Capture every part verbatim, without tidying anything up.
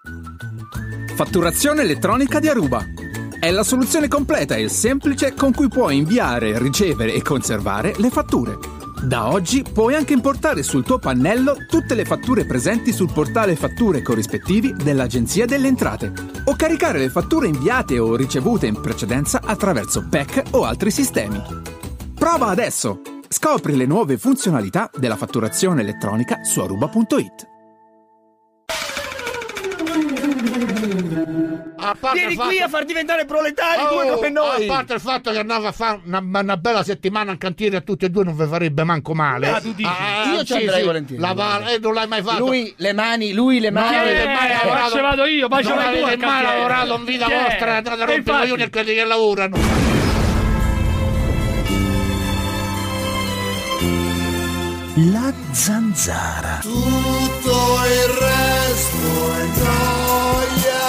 Fatturazione elettronica di Aruba. È la soluzione completa e semplice con cui puoi inviare, ricevere e conservare le fatture. Da oggi puoi anche importare sul tuo pannello tutte le fatture presenti sul portale fatture corrispettivi dell'Agenzia delle Entrate o caricare le fatture inviate o ricevute in precedenza attraverso P E C o altri sistemi. Prova adesso! Scopri le nuove funzionalità della fatturazione elettronica su aruba punto it. Vieni fatto... qui a far diventare proletari oh, due come noi. A parte il fatto che andava a fare una, una bella settimana in cantiere a tutti e due non vi farebbe manco male. Ah, tu dici? Ah, io ci sì, andrei sì. volentieri. La, eh, non l'hai mai fatto. Lui le mani, lui le mani. Non avete mai Eh, lavorato. ci vado io, ma ci non vai tu avete al mai cantiere. lavorato in vita Che? vostra, andate a rompere i infatti- coglioni a quelli che lavorano. La zanzara. Tutto il resto è gioia.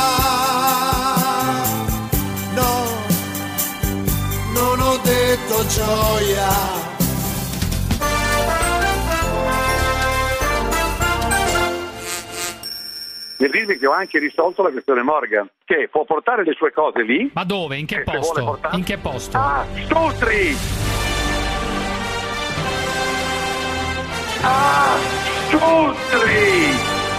No, non ho detto gioia. Nel dirvi che ho anche risolto la questione Morgan, che può portare le sue cose lì. Ma dove? In che e se vuole posto? portare- In che posto? Ah, Stutri! Ah, Stutri!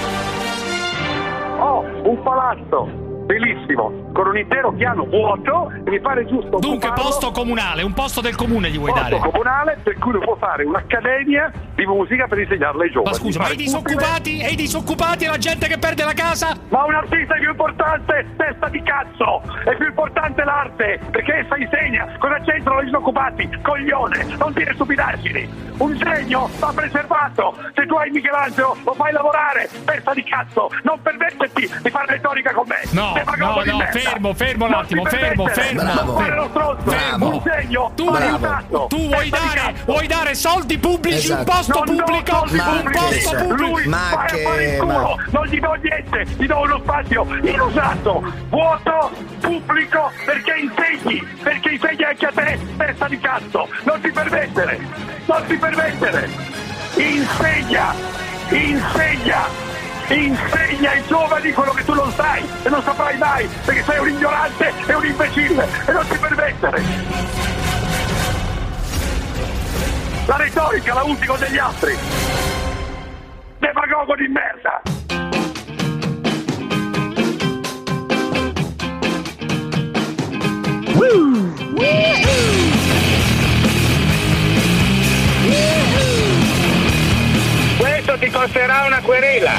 Oh, un palazzo bellissimo, con un intero piano vuoto, e mi pare giusto Dunque, occuparlo. posto comunale, un posto del comune gli vuoi Posto dare? comunale per cui lo può fare un'accademia di musica per insegnarla ai giovani. Ma scusa, ma Fare i disoccupati? E i disoccupati e la gente che perde la casa? Ma un artista è più importante, testa di cazzo! È più importante l'arte, perché essa insegna cosa c'entrano i disoccupati, coglione, non dire stupidaggini! Un genio va preservato! Se tu hai Michelangelo, lo fai lavorare, testa di cazzo! Non permetterti di fare retorica con me! No, Demagogo no, di no, merda. fermo, fermo un Non attimo, ti fermo, permettere. fermo. Non fare lo stronzo! Fermo. Un genio Tu, va aiutato! tu vuoi Testa di dare, cazzo. vuoi dare soldi pubblici, un Esatto. posto Non do pubblico, soldi un pubblici. posto pubblico. Lui Ma vai che- a fare il culo, ma- non gli do niente, gli do uno spazio inusato, vuoto, pubblico, perché insegni, perché insegni anche a te, testa di cazzo, non ti permettere, non ti permettere, insegna, insegna, insegna ai giovani quello che tu non sai e non saprai mai, perché sei un ignorante e un imbecille e non ti permettere. La retorica la usi con degli altri. Demagogo di merda! Questo ti costerà una querela.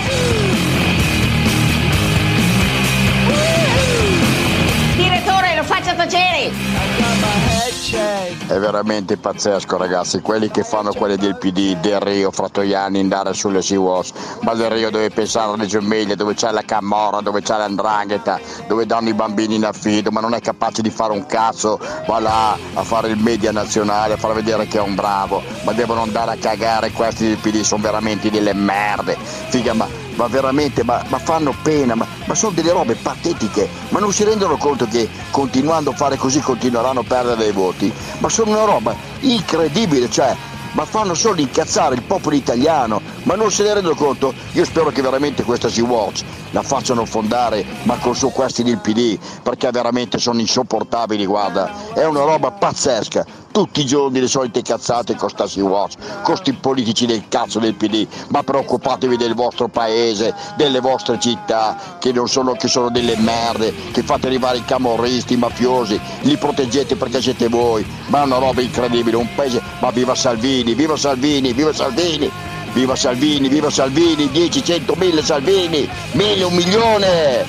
Direttore, lo faccia tacere! È veramente pazzesco, ragazzi, quelli che fanno quelli del P D, del Rio, Frattoiani, andare sulle Sea-Watch, ma del Rio dove pensare alle Gemelle, dove c'è la Camorra, dove c'è l'Andrangheta, dove danno i bambini in affido, ma non è capace di fare un cazzo, va là a fare il media nazionale, a far vedere che è un bravo, ma devono andare a cagare, questi del P D sono veramente delle merde, figa, ma, ma veramente, ma, ma fanno pena, ma, ma sono delle robe patetiche, ma non si rendono conto che continuando a fare così continueranno a perdere dei voti, ma sono una roba incredibile, cioè, ma fanno solo incazzare il popolo italiano, ma non se ne rendono conto. Io spero che veramente questa Sea-Watch la facciano fondare, ma con su questi del P D, perché veramente sono insopportabili, guarda, è una roba pazzesca, tutti i giorni le solite cazzate con sta Sea-Watch, con sti politici del cazzo del P D, ma preoccupatevi del vostro paese, delle vostre città, che non sono, che sono delle merde, che fate arrivare i camorristi, i mafiosi, li proteggete perché siete voi, ma è una roba incredibile, un paese, ma viva Salvini, viva Salvini, viva Salvini! Viva Salvini, viva Salvini, dieci, cento, mille Salvini, mille, un milione!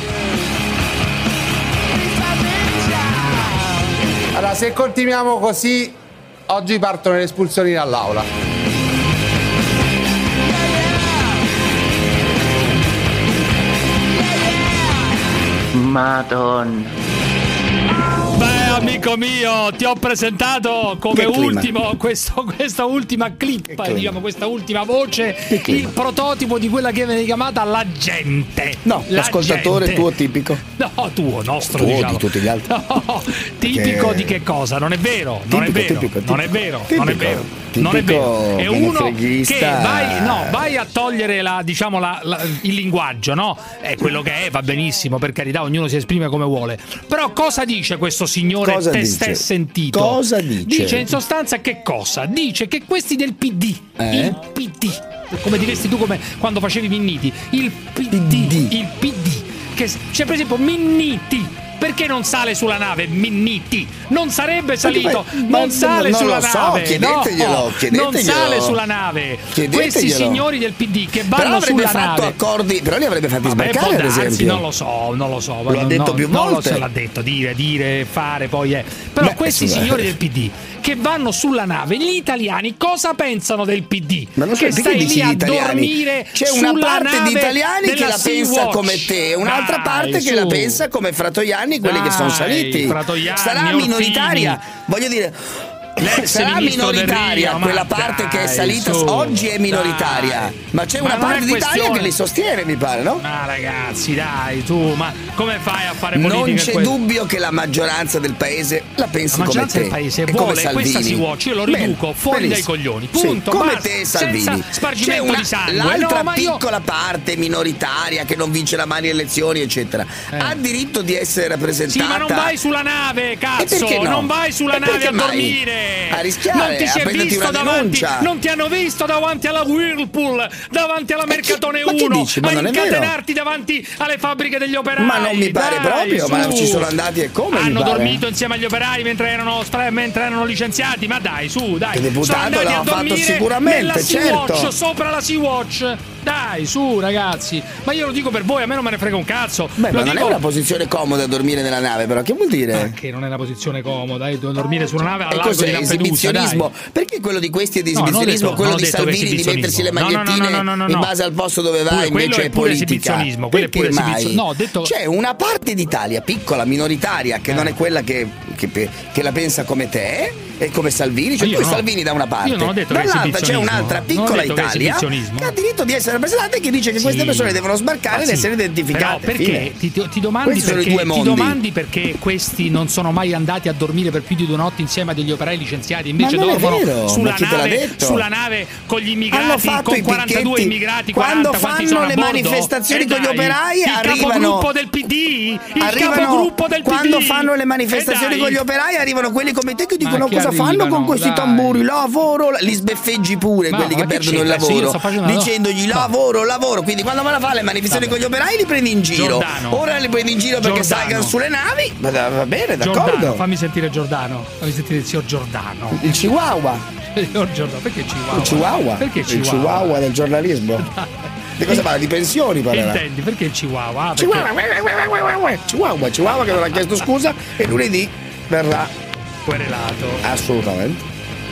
Allora, se continuiamo così, oggi partono le espulsioni dall'aula. Madonna. Beh, amico mio, ti ho presentato come Che clima? ultimo questo, questa ultima clip, diciamo, questa ultima voce, il prototipo di quella che viene chiamata la gente. No, La l'ascoltatore gente. tuo tipico. No, tuo, nostro, Tuo, diciamo. di tutti gli altri. No, tipico Che- di che cosa? Non è vero, non è Tipico, vero, tipico, non è tipico. vero, Tipico. non è vero. Non è Tipico vero. È uno che menefreghista. vai, no, vai a togliere la, diciamo, la, la- il linguaggio, no? È quello che è, va benissimo, per carità, ognuno si esprime come vuole. Però cosa dice questo signore Cosa testè dice? sentito? Cosa dice? Dice in sostanza che cosa? Dice che questi del P D, Eh? il P D, come diresti tu come quando facevi Minniti, il P D, il P D, che c'è per esempio Minniti. Perché non sale sulla nave Minniti? Non sarebbe salito, ma- non ma- sale non sulla lo so, nave. chiedeteglielo, no, chiedeteglielo. Non sale sulla nave. Chiediteglielo. Questi signori del P D che Però vanno avrebbe sulla fatto nave. accordi, però li avrebbe fatti Vabbè, sbarcare, può ad darsi, esempio. non lo so, non lo so. Lo ha non- detto no, più non lo volte. so, l'ha detto, dire, dire, fare, poi è. Però Beh, questi sì, signori eh. del P D che vanno sulla nave, gli italiani cosa pensano del P D? Ma non so, che perché stai dici lì gli a italiani? dormire C'è una sulla parte di nave italiani che della la pensa Sea-Watch. come te, un'altra Dai, parte che la su. pensa come Fratoianni, quelli che sono Dai, saliti. Fratoianni, Sarà Orfini. minoritaria, voglio dire. L'ex Sarà ministro Del minoritaria Rio, ma quella parte dai, che è salita, su, oggi è minoritaria, dai. ma c'è Ma una non è parte d'Italia questione- che li sostiene, mi pare, no? Ma ragazzi, dai, tu, ma come fai a fare politica? Non in c'è que- dubbio che la maggioranza del paese la pensi La come maggioranza te del paese e come vuole Salvini. questa Sea-Watch, io lo riduco Bene, fuori benissimo. dai coglioni. Sì, Punto, come basta, te Salvini. senza spargimento C'è una- di sangue. L'altra No, ma io- piccola parte minoritaria che non vince la mani alle elezioni, eccetera, ha diritto di essere rappresentata. Sì, ma non vai sulla nave, E cazzo! perché no? Non vai sulla E nave perché a mai? dormire! A rischiare, non ti a si è prenderti visto una davanti, denuncia. non ti hanno visto davanti alla Whirlpool, davanti alla Mercatone ma che uno, dici? Ma a non è vero. incatenarti davanti alle fabbriche degli operai. Ma non mi pare Dai, proprio, ma su. ci sono andati e come, mi Hanno pare? dormito insieme agli operai mentre erano, mentre erano licenziati, ma dai, su, dai. Il deputato sono andati a l'ha fatto dormire sicuramente, nella Sea-Watch, certo. sopra la Sea-Watch. Dai, su, ragazzi. Ma io lo dico per voi, a me non me ne frega un cazzo. Beh, lo ma non dico... è una posizione comoda dormire nella nave, però che vuol dire? Che non è una posizione comoda, eh, dormire su una nave al E largo cos'è? di Lampedusa, Esibizionismo? dai. Perché quello di questi è di No, non ho esibizionismo, detto- quello non ho di detto che è Salvini di mettersi le esibizionismo. No, no, magliettine no, no, no, no, in no. base al posto dove va Pure invece quello è è pure politica? esibizionismo, quello è Perché pure mai? esibizio- no, ho detto- C'è una parte d'Italia piccola, minoritaria, che non è quella che, che, che la pensa come te e come Salvini, cioè Ma io tu e no. Salvini da una parte, Io non ho detto che è dall'altra c'è esibizionismo. un'altra Non ho piccola detto che è Italia esibizionismo. che ha diritto di essere rappresentata e che dice che Sì. queste persone devono sbarcare Ma ed sì. essere identificate. Però perché ti, ti domandi Questi sono i perché, due ti mondi. domandi perché questi non sono mai andati a dormire per più di due notti insieme a degli operai licenziati, invece Ma non è dormono vero, sulla ma chi te l'ha nave, detto? sulla nave con gli Hanno immigrati, fatto con i quarantadue picchetti. immigrati, Quando quaranta quanti fanno sono a le bordo? manifestazioni Eh con gli dai, operai il arrivano- capogruppo del P D, il Arrivano capogruppo del P D. quando fanno le manifestazioni Eh con dai. gli operai arrivano quelli come te che dicono che cosa fanno arrivano, con questi dai. tamburi, lavoro, li sbeffeggi pure Ma- quelli ma che che perdono il c'entra? Sì, io lavoro sto facendo- no. dicendogli No. lavoro, lavoro, quindi quando vanno a fare le manifestazioni Vabbè. con gli operai li prendi in giro. Giordano. Ora li prendi in giro perché Giordano. salgano sulle navi. Ma da- va bene, Giordano, d'accordo. fammi sentire Giordano, fammi sentire il signor Giordano. Il Chihuahua. Signor Giordano, perché Chihuahua? Il Chihuahua. Perché Il Chihuahua? Chihuahua del giornalismo. Di cosa parla? Di pensioni Che parlerà. intendi? Perché il Chihuahua? Ah, perché- Chihuahua, Chihuahua, Chihuahua che non ha chiesto scusa e lunedì verrà querelato. Assolutamente.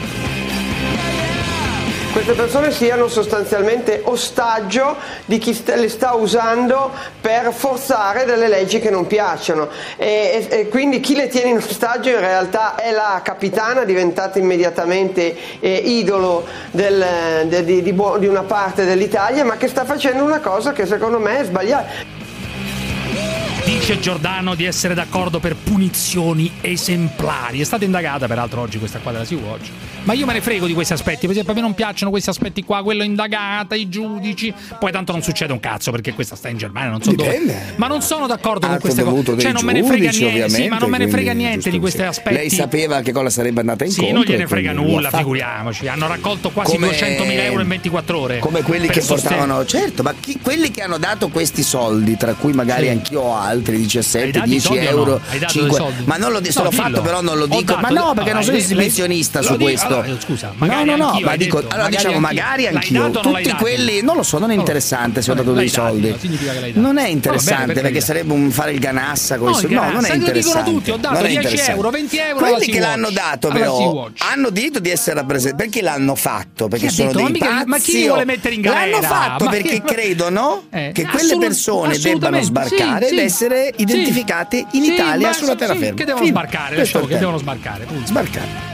Queste persone siano sostanzialmente ostaggio di chi st- le sta usando per forzare delle leggi che non piacciono e, e, e quindi chi le tiene in ostaggio in realtà è la capitana diventata immediatamente eh, idolo del, de, di, di, buo- di una parte dell'Italia, ma che sta facendo una cosa che secondo me è sbagliata. Dice Giordano di essere d'accordo per punizioni esemplari. È stata indagata peraltro oggi questa qua della Sea-Watch. Ma io me ne frego di questi aspetti. Per esempio a me non piacciono questi aspetti qua. Quello indagata, i giudici. Poi tanto non succede un cazzo perché questa sta in Germania, non so Dipende. dove. Ma non sono d'accordo con Atto queste dovuto cose. Cioè dei non me ne frega giudici, niente. Sì, ovviamente, ma non me ne frega quindi, niente giusto di questi così. aspetti. Lei sapeva che cosa sarebbe andata Sì, incontro. non gliene e frega quindi lo nulla, ha fatto. figuriamoci. Hanno raccolto quasi Come- duecentomila euro in ventiquattro ore. Come quelli per che sostenere- portavano, certo, ma chi- quelli che hanno dato questi soldi, tra cui magari Sì. anch'io ho altri, Hai diciassette, dato i dieci soldi o euro, no? Hai dato dei cinque. soldi? Ma non lo dico, se No, l'ho fatto dillo. però non lo Ho dico. dato- Ma no, perché allora, non sono lei- esibizionista lei- su lo dico- questo. allora, scusa, no, magari no, no, anch'io, ma hai dico, detto, allora magari diciamo anch'io. magari L'hai anch'io. dato o non l'hai Tutti dato? quelli non lo so, non è Non lo- interessante se ho Vabbè, dato dei l'hai dati, soldi. no? Significa che l'hai dato. Non è Va interessante bene, per perché carità. sarebbe un fare il ganassa con No, i soldi. il No, non è ganassa, lo dicono interessante. tutti, ho dato Non è dieci interessante. euro, venti euro alla Quelli che Sea-Watch, l'hanno dato alla però Sea-Watch. hanno diritto di essere rappresentati perché l'hanno fatto, perché Chi ha sono detto? dei Ma mica- pazzi. ma chi li vuole mettere in galera? L'hanno fatto Ma perché che- credono Eh, che quelle assolut- persone debbano assolutamente, sbarcare sì, ed sì. essere persone identificate in Sì, Italia ma sulla sì, terraferma. sì, che devono Fine. sbarcare, Questo è lasciamo il che tema. devono sbarcare. punto. Sbarcare.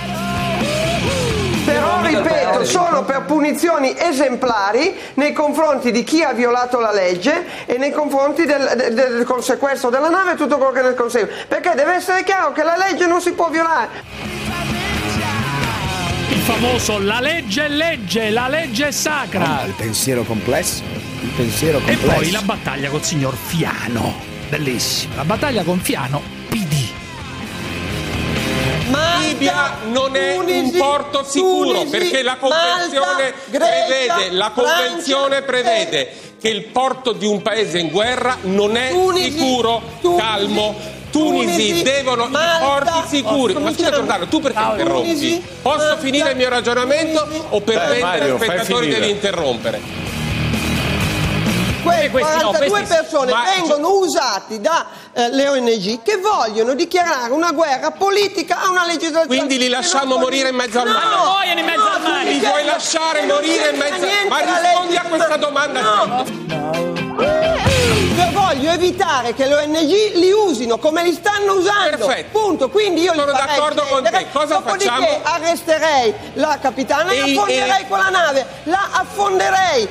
Però ripeto, sono per punizioni esemplari nei confronti di chi ha violato la legge e nei confronti del, del, del con sequestro della nave e tutto quello che ne consegue, perché deve essere chiaro che la legge non si può violare. Il famoso la legge è legge, la legge è sacra. Oh, il pensiero complesso. Il pensiero E complesso. poi la battaglia col signor Fiano. Bellissima. La battaglia con Fiano, P D. Libia non è Tunisi, un porto sicuro Tunisi, perché la convenzione Malta, Grecia, prevede, la convenzione Francia, prevede che il porto di un paese in guerra non è Tunisi, sicuro, Tunisi, calmo. Tunisi, Tunisi, devono Malta, i porti sicuri. oh, Ma scusa Giordano, tu perché Tunisi, interrompi? Posso Malta, finire il mio ragionamento Tunisi. o per Dai, vendere Mario, ai fai spettatori finire. devi interrompere? Que- questi no, quarantadue questi- persone ma- vengono usati dalle O N G che vogliono dichiarare una guerra politica a una legislazione. Quindi li lasciamo morire in mezzo al mare. No, muoiono in mezzo al mare. Li vuoi lasciare morire in mezzo al mare? Ma rispondi a questa domanda. Io voglio evitare che le O N G li usino come li stanno usando. Perfetto. Punto. Quindi io li Sono farei d'accordo con te. scendere, Cosa dopodiché facciamo? arresterei la capitana e, E- affonderei e- quella nave. La affonderei.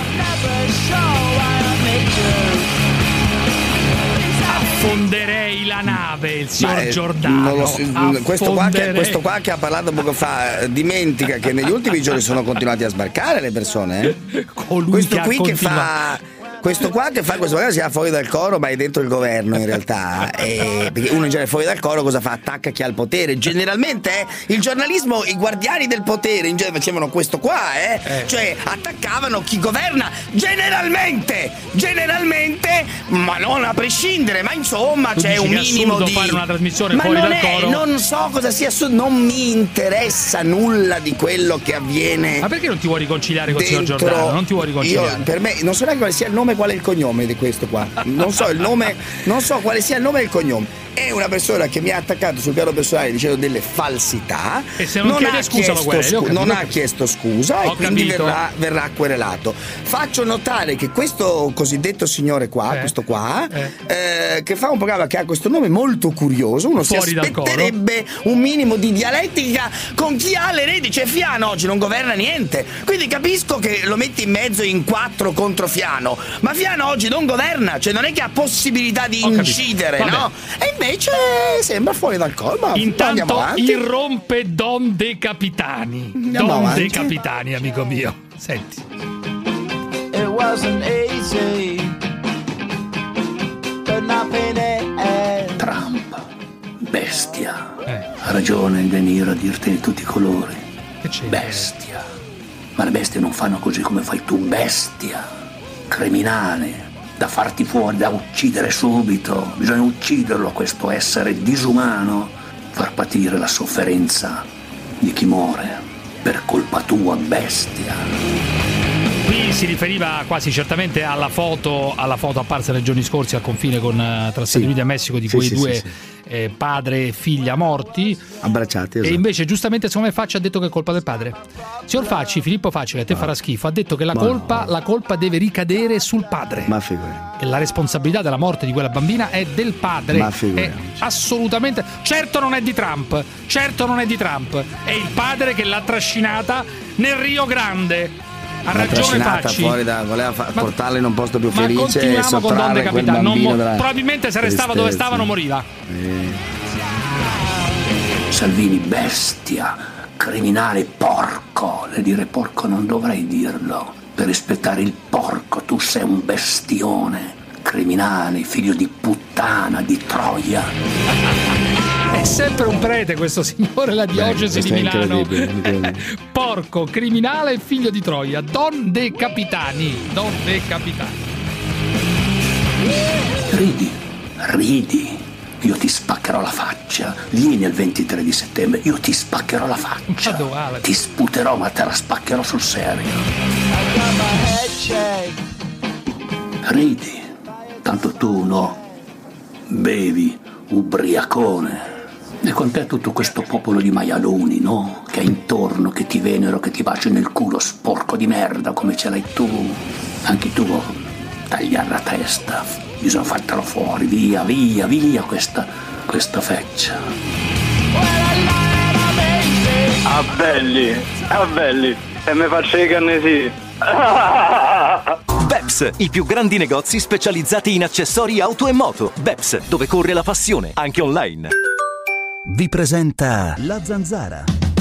Affonderei la nave, il signor Ma, eh, Giordano. non lo so, questo, qua che, Affonderei. questo qua che ha parlato poco fa eh, dimentica che negli ultimi giorni sono continuati a sbarcare le persone. eh. Colui Questo che ha qui che continuato. fa. Questo qua che fa questo magari si va fuori dal coro, ma è dentro il governo in realtà. E, perché uno in genere fuori dal coro cosa fa? Attacca chi ha il potere. Generalmente eh, il giornalismo, i guardiani del potere in genere facevano questo qua, eh? Eh. Cioè attaccavano chi governa. Generalmente, generalmente, ma non a prescindere, ma insomma Tu c'è dici un che è minimo assurdo di. fare una trasmissione ma fuori non dal è, coro? non so cosa sia assurdo, non mi interessa nulla di quello che avviene. Ma perché non ti vuoi riconciliare con il signor dentro- Giordano? Non ti vuoi riconciliare? Io, per me, non so neanche quale sia il nome e qual è il cognome di questo qua. Non so il nome, non so quale sia il nome e il cognome. È una persona che mi ha attaccato sul piano personale dicendo delle falsità. E se non chiede ha scusa, lo chiesto quereli, ho scu- capito. non ha chiesto scusa e Ho quindi capito. verrà, verrà querelato. Faccio notare che questo cosiddetto signore qua, Eh. questo qua, Eh. eh, che fa un programma che ha questo nome molto curioso, uno Fuori si dal coro. aspetterebbe un minimo di dialettica con chi ha le redini. Cioè Fiano oggi non governa niente, quindi capisco che lo metti in mezzo in quattro contro Fiano, ma Fiano oggi non governa, cioè non è che ha possibilità di Ho capito. incidere, Vabbè. no? E invece sembra fuori dal colmo. Andiamo Intanto avanti. irrompe Don De Capitani. Andiamo Don avanti. De Capitani, amico mio. Senti. It wasn't easy, but nothing is. Trump, bestia. Eh. Ha ragione il De Niro a dirti di tutti i colori. Che c'è? Bestia. Ma le bestie non fanno così come fai tu, bestia. Criminale. Da farti fuori, da uccidere subito. Bisogna ucciderlo, questo essere disumano. Far patire la sofferenza di chi muore per colpa tua, bestia. Qui si riferiva quasi certamente alla foto, alla foto apparsa nei giorni scorsi al confine con, eh, tra Stati Sì. Uniti e Messico di Sì, quei sì, due sì, sì. eh, padre e figlia morti. Abbracciati, E esatto. invece giustamente secondo me Facci ha detto che è colpa del padre. Signor Facci, Filippo Facci, che a te farà schifo, ha detto che la Ma colpa, la colpa deve ricadere sul padre. Ma figuri. E la responsabilità della morte di quella bambina è del padre. Ma figuriamoci. È assolutamente. Certo non è di Trump. Certo non è di Trump. È il padre che l'ha trascinata nel Rio Grande. Ha L'ha ragione trascinata Facci. fuori da, voleva fa- Ma- portarla in un posto più Ma felice e continuiamo con Don De sottrarre quel Capitano. Non bambino mo- dalla probabilmente se restava dove tristezza. stava non moriva. Salvini, bestia, criminale, porco. E dire porco non dovrei dirlo. Per rispettare il porco tu sei un bestione, criminale, figlio di puttana, di Troia. È sempre un prete questo signore, la diocesi di questo è Milano. incredibile, incredibile. Porco, criminale e figlio di Troia. Don De Capitani. Don De Capitani. Ridi, ridi. Io ti spaccherò la faccia. Vieni il ventitré di settembre, io ti spaccherò la faccia. Ma dove? Ti sputerò, ma te la spaccherò sul serio. Ridi, tanto tu no. Bevi, ubriacone. E con te tutto questo popolo di maialoni, no? Che è intorno, che ti venero, che ti bacio nel culo, sporco di merda come ce l'hai tu. Anche tu, tagliare la testa, bisogna fartelo fuori, via, via, via questa, questa feccia. Ah belli, ah belli, e mi faccio i cannesi. Beps, i più grandi negozi specializzati in accessori auto e moto. Beps, dove corre la passione, anche online. Vi presenta La Zanzara.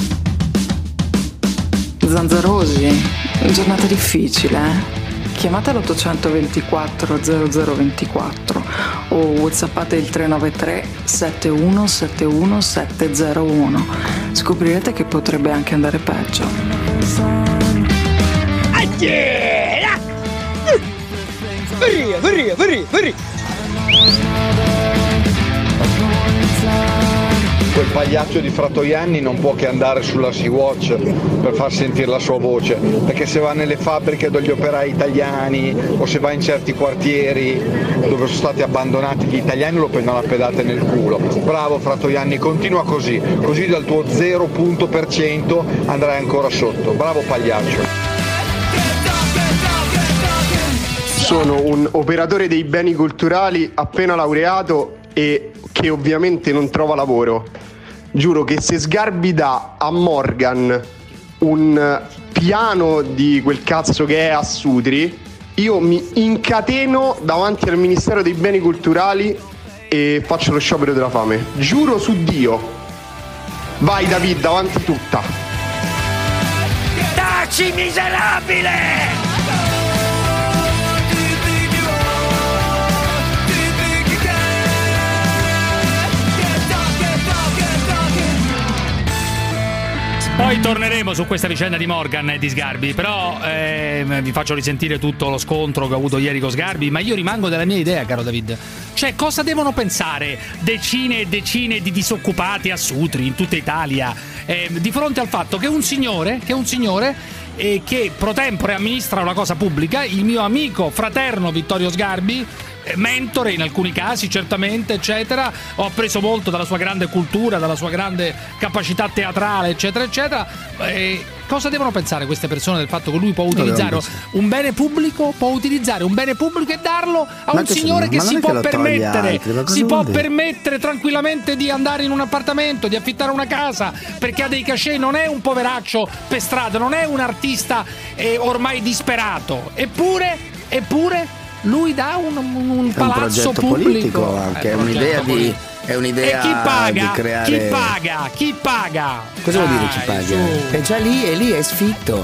Zanzarosi, giornata difficile, eh? Chiamate l'ottocentoventiquattro zero zero ventiquattro o whatsappate il tre nove tre sette uno sette uno sette zero uno. Scoprirete che potrebbe anche andare peggio. Verria, verria, verria, verria. Quel pagliaccio di Fratoianni non può che andare sulla Sea-Watch per far sentire la sua voce, perché se va nelle fabbriche degli operai italiani o se va in certi quartieri dove sono stati abbandonati gli italiani lo prendono a pedate nel culo. Bravo Fratoianni, continua così, così dal tuo zero per cento andrai ancora sotto. Bravo pagliaccio. Sono un operatore dei beni culturali appena laureato e che ovviamente non trova lavoro. Giuro che se Sgarbi dà a Morgan un piano di quel cazzo che è a Sutri, io mi incateno davanti al Ministero dei Beni Culturali e faccio lo sciopero della fame. Giuro su Dio. Vai David, davanti tutta. Taci miserabile! Poi torneremo su questa vicenda di Morgan e di Sgarbi, però eh, vi faccio risentire tutto lo scontro che ho avuto ieri con Sgarbi, ma io rimango della mia idea, caro David. Cioè, cosa devono pensare decine e decine di disoccupati a Sutri, in tutta Italia, eh, di fronte al fatto che un signore, che un signore eh, che pro tempore amministra una cosa pubblica, il mio amico fraterno Vittorio Sgarbi, mentore in alcuni casi certamente eccetera, ho appreso molto dalla sua grande cultura, dalla sua grande capacità teatrale eccetera eccetera, e cosa devono pensare queste persone del fatto che lui può utilizzare un bene pubblico, può utilizzare un bene pubblico e darlo a Ma un che signore che ma non si è può che lo toglie permettere altri, ma cosa si vuol può dire? permettere tranquillamente di andare in un appartamento, di affittare una casa perché ha dei cachet, non è un poveraccio per strada, non è un artista eh, ormai disperato, eppure eppure lui dà un, un, un palazzo un pubblico politico anche, è un'idea di è un'idea e chi paga? di creare. Chi paga? Chi paga? Cosa vuol dire chi Dai, paga? su. È già lì, è lì, è sfitto.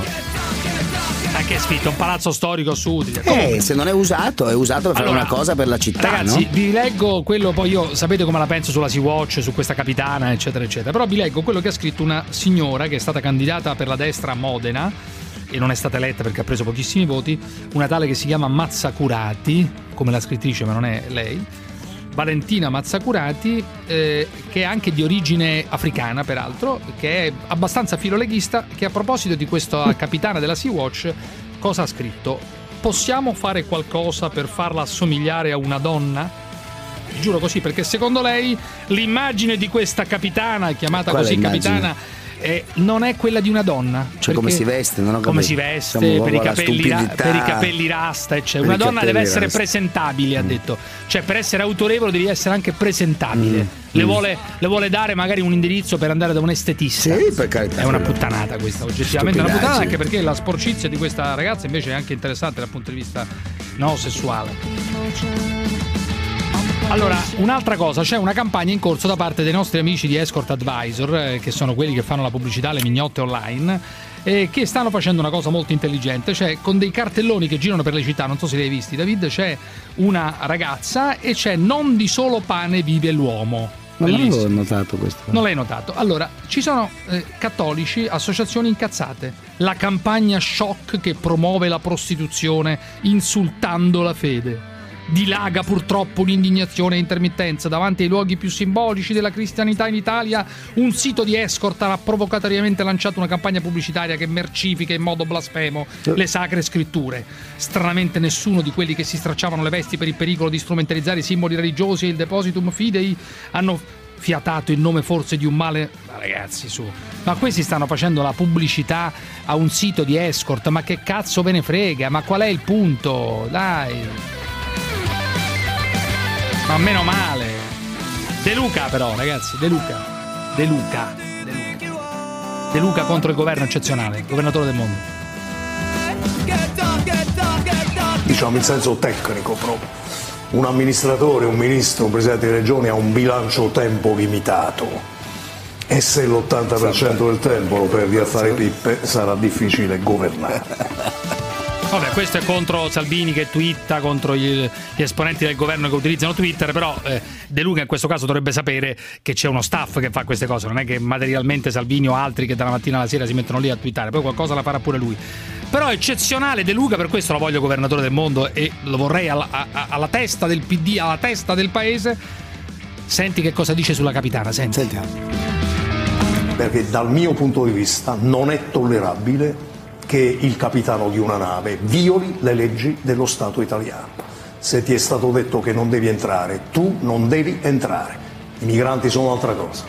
Anche sfitto, un palazzo storico su Utile. Eh, se non è usato, è usato per fare Allora, una cosa per la città, ragazzi, no? vi leggo quello, poi io sapete come la penso sulla Sea-Watch, su questa capitana, eccetera, eccetera. Però vi leggo quello che ha scritto una signora che è stata candidata per la destra a Modena e non è stata eletta perché ha preso pochissimi voti, una tale che si chiama Mazzacurati, come la scrittrice ma non è lei, Valentina Mazzacurati, eh, che è anche di origine africana peraltro, che è abbastanza filoleghista, che a proposito di questa capitana della Sea-Watch cosa ha scritto? Possiamo fare qualcosa per farla assomigliare a una donna? Giuro così, perché secondo lei l'immagine di questa capitana, chiamata Qual è così l'immagine? capitana, Eh, non è quella di una donna, Cioè come si veste, non ho capito. come si veste, Diciamo, per, i la capelli, ra- stupidità. per i capelli rasta, eccetera. Per Una i donna deve capelli essere rasta. presentabile, ha detto. Cioè, per essere autorevole devi essere anche presentabile. Le, mm. vuole, le vuole dare magari un indirizzo per andare da un estetista. Sì, per carità. È una puttanata questa, oggettivamente è una puttanata, Stupidaggine. anche perché la sporcizia di questa ragazza invece è anche interessante dal punto di vista no sessuale. Allora, un'altra cosa, c'è una campagna in corso da parte dei nostri amici di Escort Advisor, eh, che sono quelli che fanno la pubblicità alle mignotte online, e che stanno facendo una cosa molto intelligente, cioè con dei cartelloni che girano per le città, non so se li hai visti David, c'è una ragazza e c'è "non di solo pane vive l'uomo". Non Bellissimo. l'avevo notato questo. Non l'hai notato? Allora, ci sono eh, cattolici, associazioni incazzate. La campagna shock che promuove la prostituzione insultando la fede. Dilaga purtroppo un'indignazione e intermittenza davanti ai luoghi più simbolici della cristianità in Italia. Un sito di escort ha provocatoriamente lanciato una campagna pubblicitaria che mercifica in modo blasfemo le sacre scritture. Stranamente nessuno di quelli che si stracciavano le vesti per il pericolo di strumentalizzare i simboli religiosi e il depositum fidei hanno fiatato in nome forse di un male. Ma ragazzi, su, ma questi stanno facendo la pubblicità a un sito di escort, ma che cazzo ve ne frega? Ma qual è il punto? Dai. Ma meno male. De Luca però, ragazzi, De Luca. De Luca. De Luca. De Luca contro il governo eccezionale, governatore del mondo. Diciamo in senso tecnico proprio. Un amministratore, un ministro, un presidente di regione ha un bilancio tempo limitato e se l'ottanta per cento del tempo lo perdi a fare pippe sarà difficile governare. Vabbè, questo è contro Salvini che twitta, contro gli, gli esponenti del governo che utilizzano Twitter, però eh, De Luca in questo caso dovrebbe sapere che c'è uno staff che fa queste cose, non è che materialmente Salvini o altri che dalla mattina alla sera si mettono lì a twittare, poi qualcosa la farà pure lui. Però è eccezionale De Luca, per questo lo voglio governatore del mondo e lo vorrei alla, a, alla testa del P D, alla testa del paese. Senti che cosa dice sulla capitana, senti. Sentiamo. Perché dal mio punto di vista non è tollerabile che il capitano di una nave violi le leggi dello Stato italiano. Se ti è stato detto che non devi entrare, tu non devi entrare. I migranti sono altra cosa.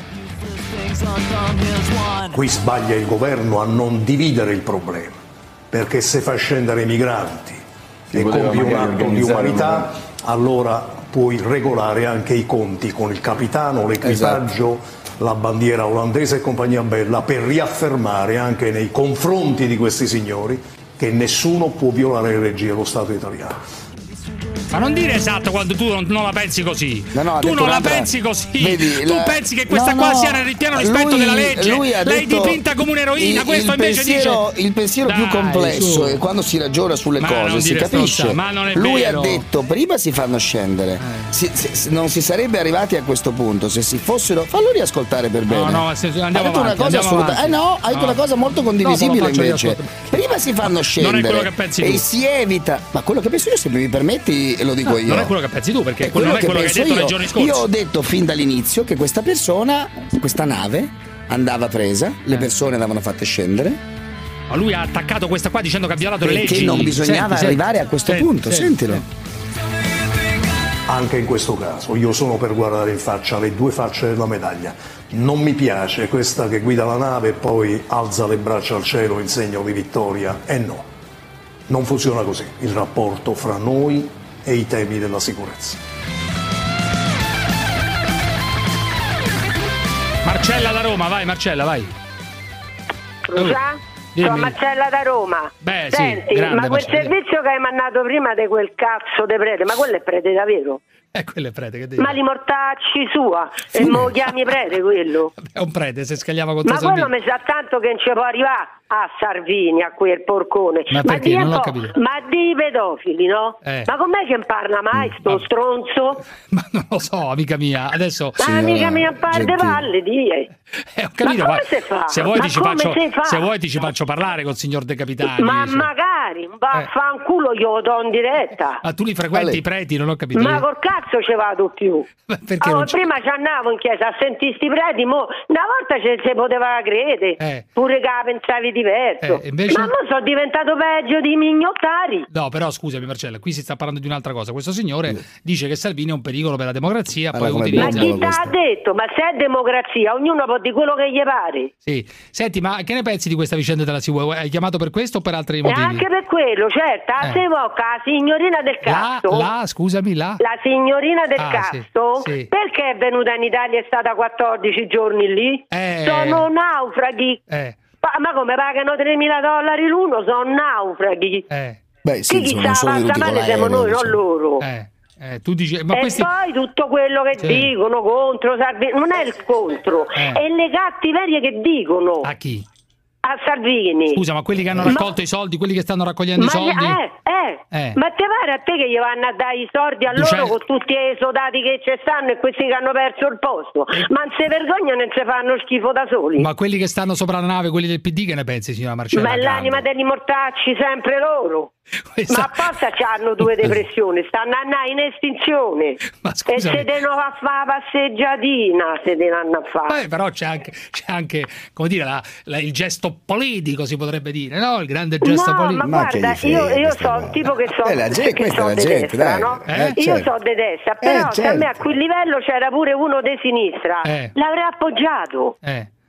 Qui sbaglia il governo a non dividere il problema, perché se fa scendere i migranti e compi un atto di umanità, allora puoi regolare anche i conti con il capitano, l'equipaggio, esatto, la bandiera olandese e compagnia bella, per riaffermare anche nei confronti di questi signori che nessuno può violare le leggi dello Stato italiano. Ma non dire esatto quando tu non, non la pensi così. No, no, tu non la un'altra... pensi così. Vedi, tu la... pensi che questa no, qua no, sia nel pieno rispetto lui, della legge. Lui ha Lei detto dipinta come un'eroina. Il, questo il invece pensiero, dice. il pensiero Dai, più complesso su. è quando si ragiona sulle ma cose, si capisce. Stronza, ma non è lui vero. ha detto prima si fanno scendere. Eh. Si, si, non si sarebbe arrivati a questo punto se si fossero. Fallo riascoltare per bene. No, no, se, andiamo ha detto avanti, una cosa assoluta. Eh no, ha detto no. una cosa molto condivisibile no, invece. Prima si fanno scendere. Non è quello che pensi tu. E si evita. Ma quello che penso io, se mi permetti, lo dico no, io. Non è quello che pensi tu, perché Quello non è che quello che hai detto io. nei giorni scorsi. Io ho detto fin dall'inizio che questa persona, questa nave, andava presa, le persone andavano fatte scendere. Ma lui ha attaccato questa qua dicendo che ha violato Perché le leggi. Che non bisognava senti, arrivare senti, a questo senti, punto, senti, sentilo. Senti. Anche in questo caso io sono per guardare in faccia le due facce della medaglia. Non mi piace questa che guida la nave e poi alza le braccia al cielo in segno di vittoria. E no, non funziona così il rapporto fra noi e i temi della sicurezza. Marcella da Roma, vai Marcella, vai. Già? Sono Marcella da Roma. Beh, Senti, sì, grande ma quel Marcella. servizio che hai mandato prima di quel cazzo di prete, ma quello è prete davvero? Eh, quello è prete, che devi? Ma li mortacci sua e mo chiami prete quello? È un prete, se scagliava contro Ma Salvini. quello mi sa tanto che non ci può arrivare a Salvini, a quel porcone. Ma perché? di Non l'ho po', capito. ma di pedofili, no? Eh. Ma com'è che non parla mai sto stronzo? Ma non lo so, amica mia. Adesso. Ma amica mia, par de palle, die. Eh, ho capito, ma come ma si fa? Se vuoi, ma ti ci come faccio, si fa? se vuoi ti ci faccio parlare col signor De Capitani. Ma cioè. magari, vaffanculo io do in diretta. Ma tu li frequenti Vale. i preti, non ho capito. Ma col cazzo ci vado più. Perché allora, non c'è? prima ci andavo in chiesa a sentire sti preti, mo una volta ci si poteva credere, Eh. pure che la pensavi diverso. Eh, invece- Ma mo sono diventato peggio di mignottari. No, però scusami Marcella, qui si sta parlando di un'altra cosa. Questo signore dice che Salvini è un pericolo per la democrazia, poi Ma utilizza. chi ti ha detto? Ma se è democrazia, ognuno può dire quello che gli pare. Sì. Senti, ma che ne pensi di questa vicenda della S I U? Hai chiamato per questo o per altri E motivi? anche per quello, certo, a Eh. se vocca la signorina del La, cazzo. la, scusami, la. La signorina del Ah, sì, cazzo, sì. perché è venuta in Italia e è stata quattordici giorni lì? Eh. Sono naufraghi. Eh. Ma, ma come pagano tremila dollari l'uno? Sono naufraghi. Eh. Beh, sì, Chi insomma, sta sono venuti avanza con male siamo l'aereo, noi, non insomma. loro. Eh. Eh, tu dici, ma e questi. poi tutto quello che Sì. dicono contro Salvini, non è il contro, Eh. è le cattiverie che dicono A chi? a Salvini. Scusa, ma quelli che hanno Ma- raccolto i soldi, quelli che stanno raccogliendo Ma, i soldi. eh, eh. Eh. Ma te pare a te che gli vanno a dare i soldi a loro Duce- con tutti i soldati che ci stanno e questi che hanno perso il posto? Ma non si vergognano e non si fanno schifo da soli? Ma quelli che stanno sopra la nave, quelli del P D, che ne pensi, signora Marcella? Ma è l'anima degli mortacci sempre loro. Ma apposta c'hanno due depressioni, stanno andando in estinzione. E scusami. se devono a fare la passeggiatina, se devono a fare. Eh, però c'è anche, c'è anche come dire, la- la- il gesto politico, si potrebbe dire, no? Il grande gesto No, politico. ma guarda, io, io so un tipo che so, Eh, la gente- che questa so è la di gente, destra, dai. no? Eh, io certo. so di destra, però Eh, se a me a certo. quel livello c'era pure uno di sinistra, Eh. l'avrei appoggiato. Eh.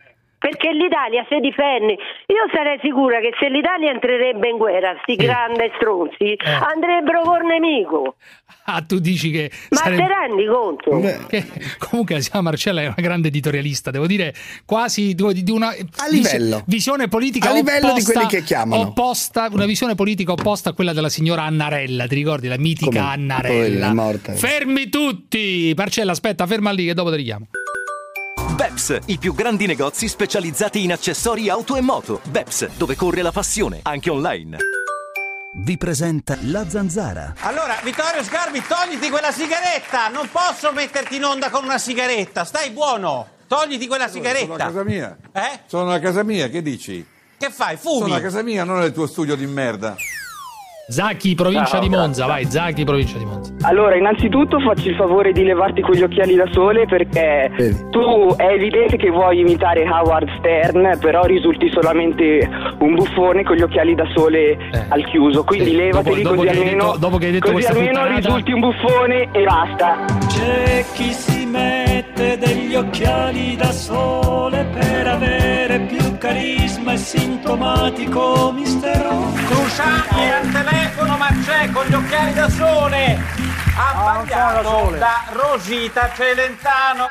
perché l'Italia si difende. Io sarei sicura che se l'Italia entrerebbe in guerra, sti sì. grandi stronzi eh. andrebbero col nemico. Ah, tu dici che ma sarebbe... te rendi conto? Che, comunque la signora Marcella è una grande editorialista, devo dire, quasi di, di una a livello. visione politica a livello opposta, di quelli che chiamano opposta, una visione politica opposta a quella della signora Annarella, ti ricordi la mitica Come? Annarella? Poi è morta. Fermi tutti! Marcella, aspetta, ferma lì che dopo ti richiamo. Beps, i più grandi negozi specializzati in accessori auto e moto. Beps, dove corre la passione, anche online. Vi presenta La Zanzara. Allora, Vittorio Sgarbi, togliti quella sigaretta! Non posso metterti in onda con una sigaretta, stai buono! Togliti quella sigaretta! Sono a casa mia. Eh? Sono a casa mia, che dici? Che fai, fumi? Sono a casa mia, non nel tuo studio di merda. Zacchi, provincia Ciao, di Monza, grazie. vai, Zacchi, provincia di Monza. Allora, innanzitutto facci il favore di levarti quegli occhiali da sole perché eh. tu è evidente che vuoi imitare Howard Stern, però risulti solamente un buffone con gli occhiali da sole eh. al chiuso, quindi sì. levateli dopo, così dopo almeno, detto, dopo che hai detto così almeno puttanata... risulti un buffone e basta. C'è chi si mette degli occhiali da sole per avere più carisma e sintomatico mistero. Cruciani al telefono, ma c'è con gli occhiali da sole! Ha sbagliato da, da Rosita Celentano.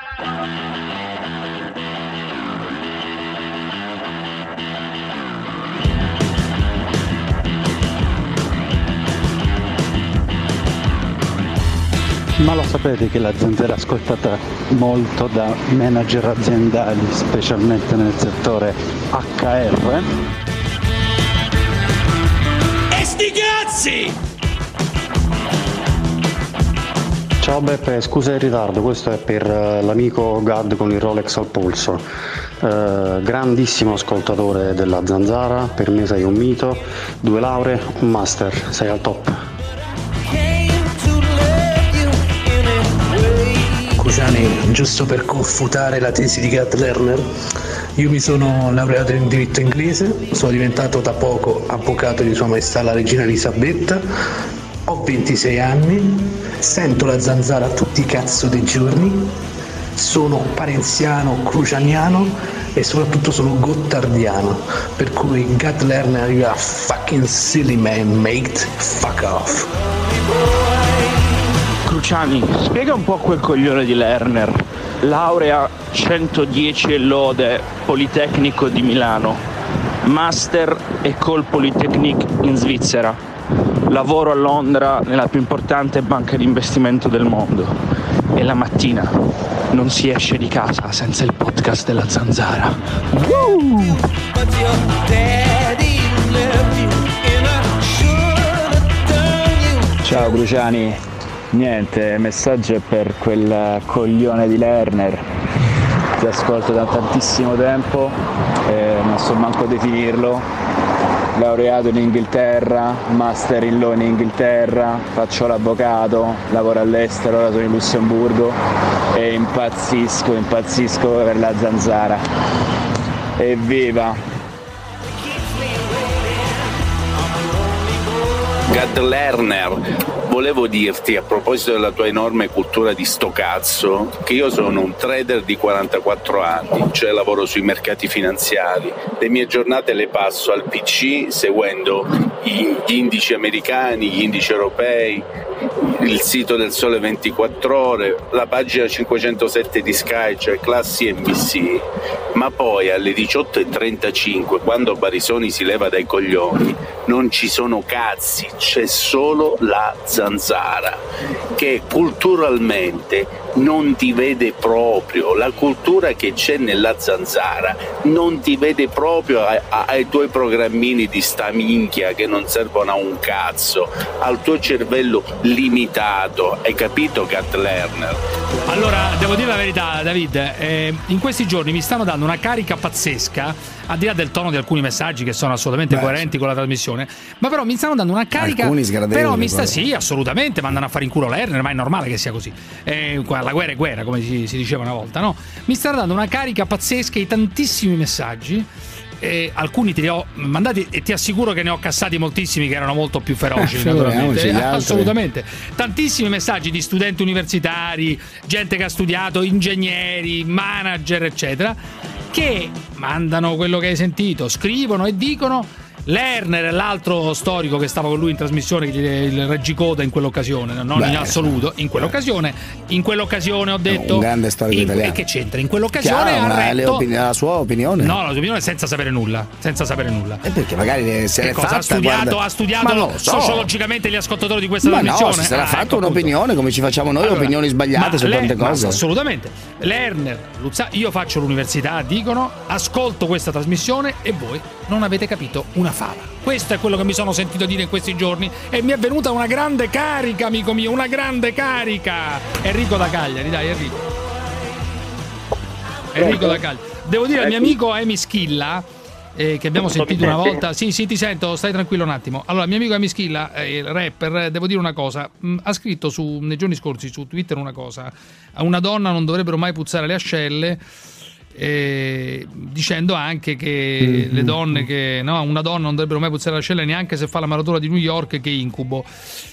Ma lo sapete che la Zanzara è ascoltata molto da manager aziendali, specialmente nel settore acca erre? E sti cazzi! Ciao Beppe, scusa il ritardo, questo è per uh, l'amico Gad con il Rolex al polso. Uh, grandissimo ascoltatore della Zanzara, per me sei un mito, due lauree, un master, sei al top. Cruciani, giusto per confutare la tesi di Gad Lerner, io mi sono laureato in diritto inglese, sono diventato da poco avvocato di Sua Maestà la Regina Elisabetta, ho ventisei anni, sento la Zanzara tutti i cazzo dei giorni, sono parenziano, crucianiano e soprattutto sono gottardiano, per cui Gad Lerner, you are fucking silly man, mate, fuck off. Cruciani, spiega un po' quel coglione di Lerner. Laurea centodieci e lode, Politecnico di Milano, Master École Polytechnique in Svizzera. Lavoro a Londra nella più importante banca di investimento del mondo. E la mattina non si esce di casa senza il podcast della Zanzara. Woo! Ciao Cruciani. Niente, il messaggio è per quel coglione di Lerner. Ti ascolto da tantissimo tempo, eh, non so manco definirlo. Laureato in Inghilterra, master in law in Inghilterra, faccio l'avvocato, lavoro all'estero, ora sono in Lussemburgo e impazzisco, impazzisco per la Zanzara. Evviva! Gad Lerner, volevo dirti a proposito della tua enorme cultura di sto cazzo che io sono un trader di quarantaquattro anni, cioè lavoro sui mercati finanziari. Le mie giornate le passo al P C seguendo gli indici americani, gli indici europei, il sito del Sole ventiquattro Ore, la pagina cinquecentosette di Sky, cioè classi N B C, ma poi alle diciotto e trentacinque, quando Barisoni si leva dai coglioni, non ci sono cazzi, c'è solo la Zanzara, che culturalmente non ti vede proprio, la cultura che c'è nella Zanzara non ti vede proprio ai, ai tuoi programmini di sta minchia che non servono a un cazzo, al tuo cervello limitato, hai capito Gad Lerner? Allora, devo dire la verità David, eh, in questi giorni mi stanno dando una carica pazzesca, al di là del tono di alcuni messaggi che sono assolutamente Beh, coerenti con la trasmissione, ma però mi stanno dando una carica, però mi sta, sì, assolutamente, mandano a fare in culo Lerner, ma è normale che sia così, eh, la guerra è guerra, come si, si diceva una volta, no? Mi stanno dando una carica pazzesca di tantissimi messaggi, eh, alcuni te li ho mandati e ti assicuro che ne ho cassati moltissimi che erano molto più feroci, eh, naturalmente, eh, assolutamente, tantissimi messaggi di studenti universitari, gente che ha studiato, ingegneri, manager, eccetera. Perché mandano quello che hai sentito, scrivono e dicono Lerner è l'altro storico che stava con lui in trasmissione, il reggicoda in quell'occasione, non Beh, in assoluto, in quell'occasione, in quell'occasione ho detto un grande storico in, italiano. E che c'entra? In quell'occasione Chiaro, ha ma retto opini- la sua opinione? No, la sua opinione senza sapere nulla, senza sapere nulla. E perché magari se l'è cosa fatta, ha studiato, guarda... ha studiato no, so. sociologicamente gli ascoltatori di questa ma trasmissione? No, si sarà ah, fatto ecco, un'opinione appunto. come ci facciamo noi, Allora, opinioni sbagliate su le- tante cose. Assolutamente. Lerner, Luzza, io faccio l'università, dicono, ascolto questa trasmissione e voi non avete capito una fava. Questo è quello che mi sono sentito dire in questi giorni e mi è venuta una grande carica, amico mio, una grande carica. Enrico da Cagliari, dai Enrico. Enrico da Cagliari. Devo dire al mio amico Emi Schilla, eh, che abbiamo sentito una volta. Sì, sì, ti sento, stai tranquillo un attimo. Allora, mio amico Emi Schilla, eh, il rapper, devo dire una cosa, mh, ha scritto su, nei giorni scorsi su Twitter una cosa. A una donna non dovrebbero mai puzzare le ascelle. Eh, dicendo anche che mm-hmm. le donne che no, una donna non dovrebbero mai puzzare l'ascella neanche se fa la maratona di New York, che incubo.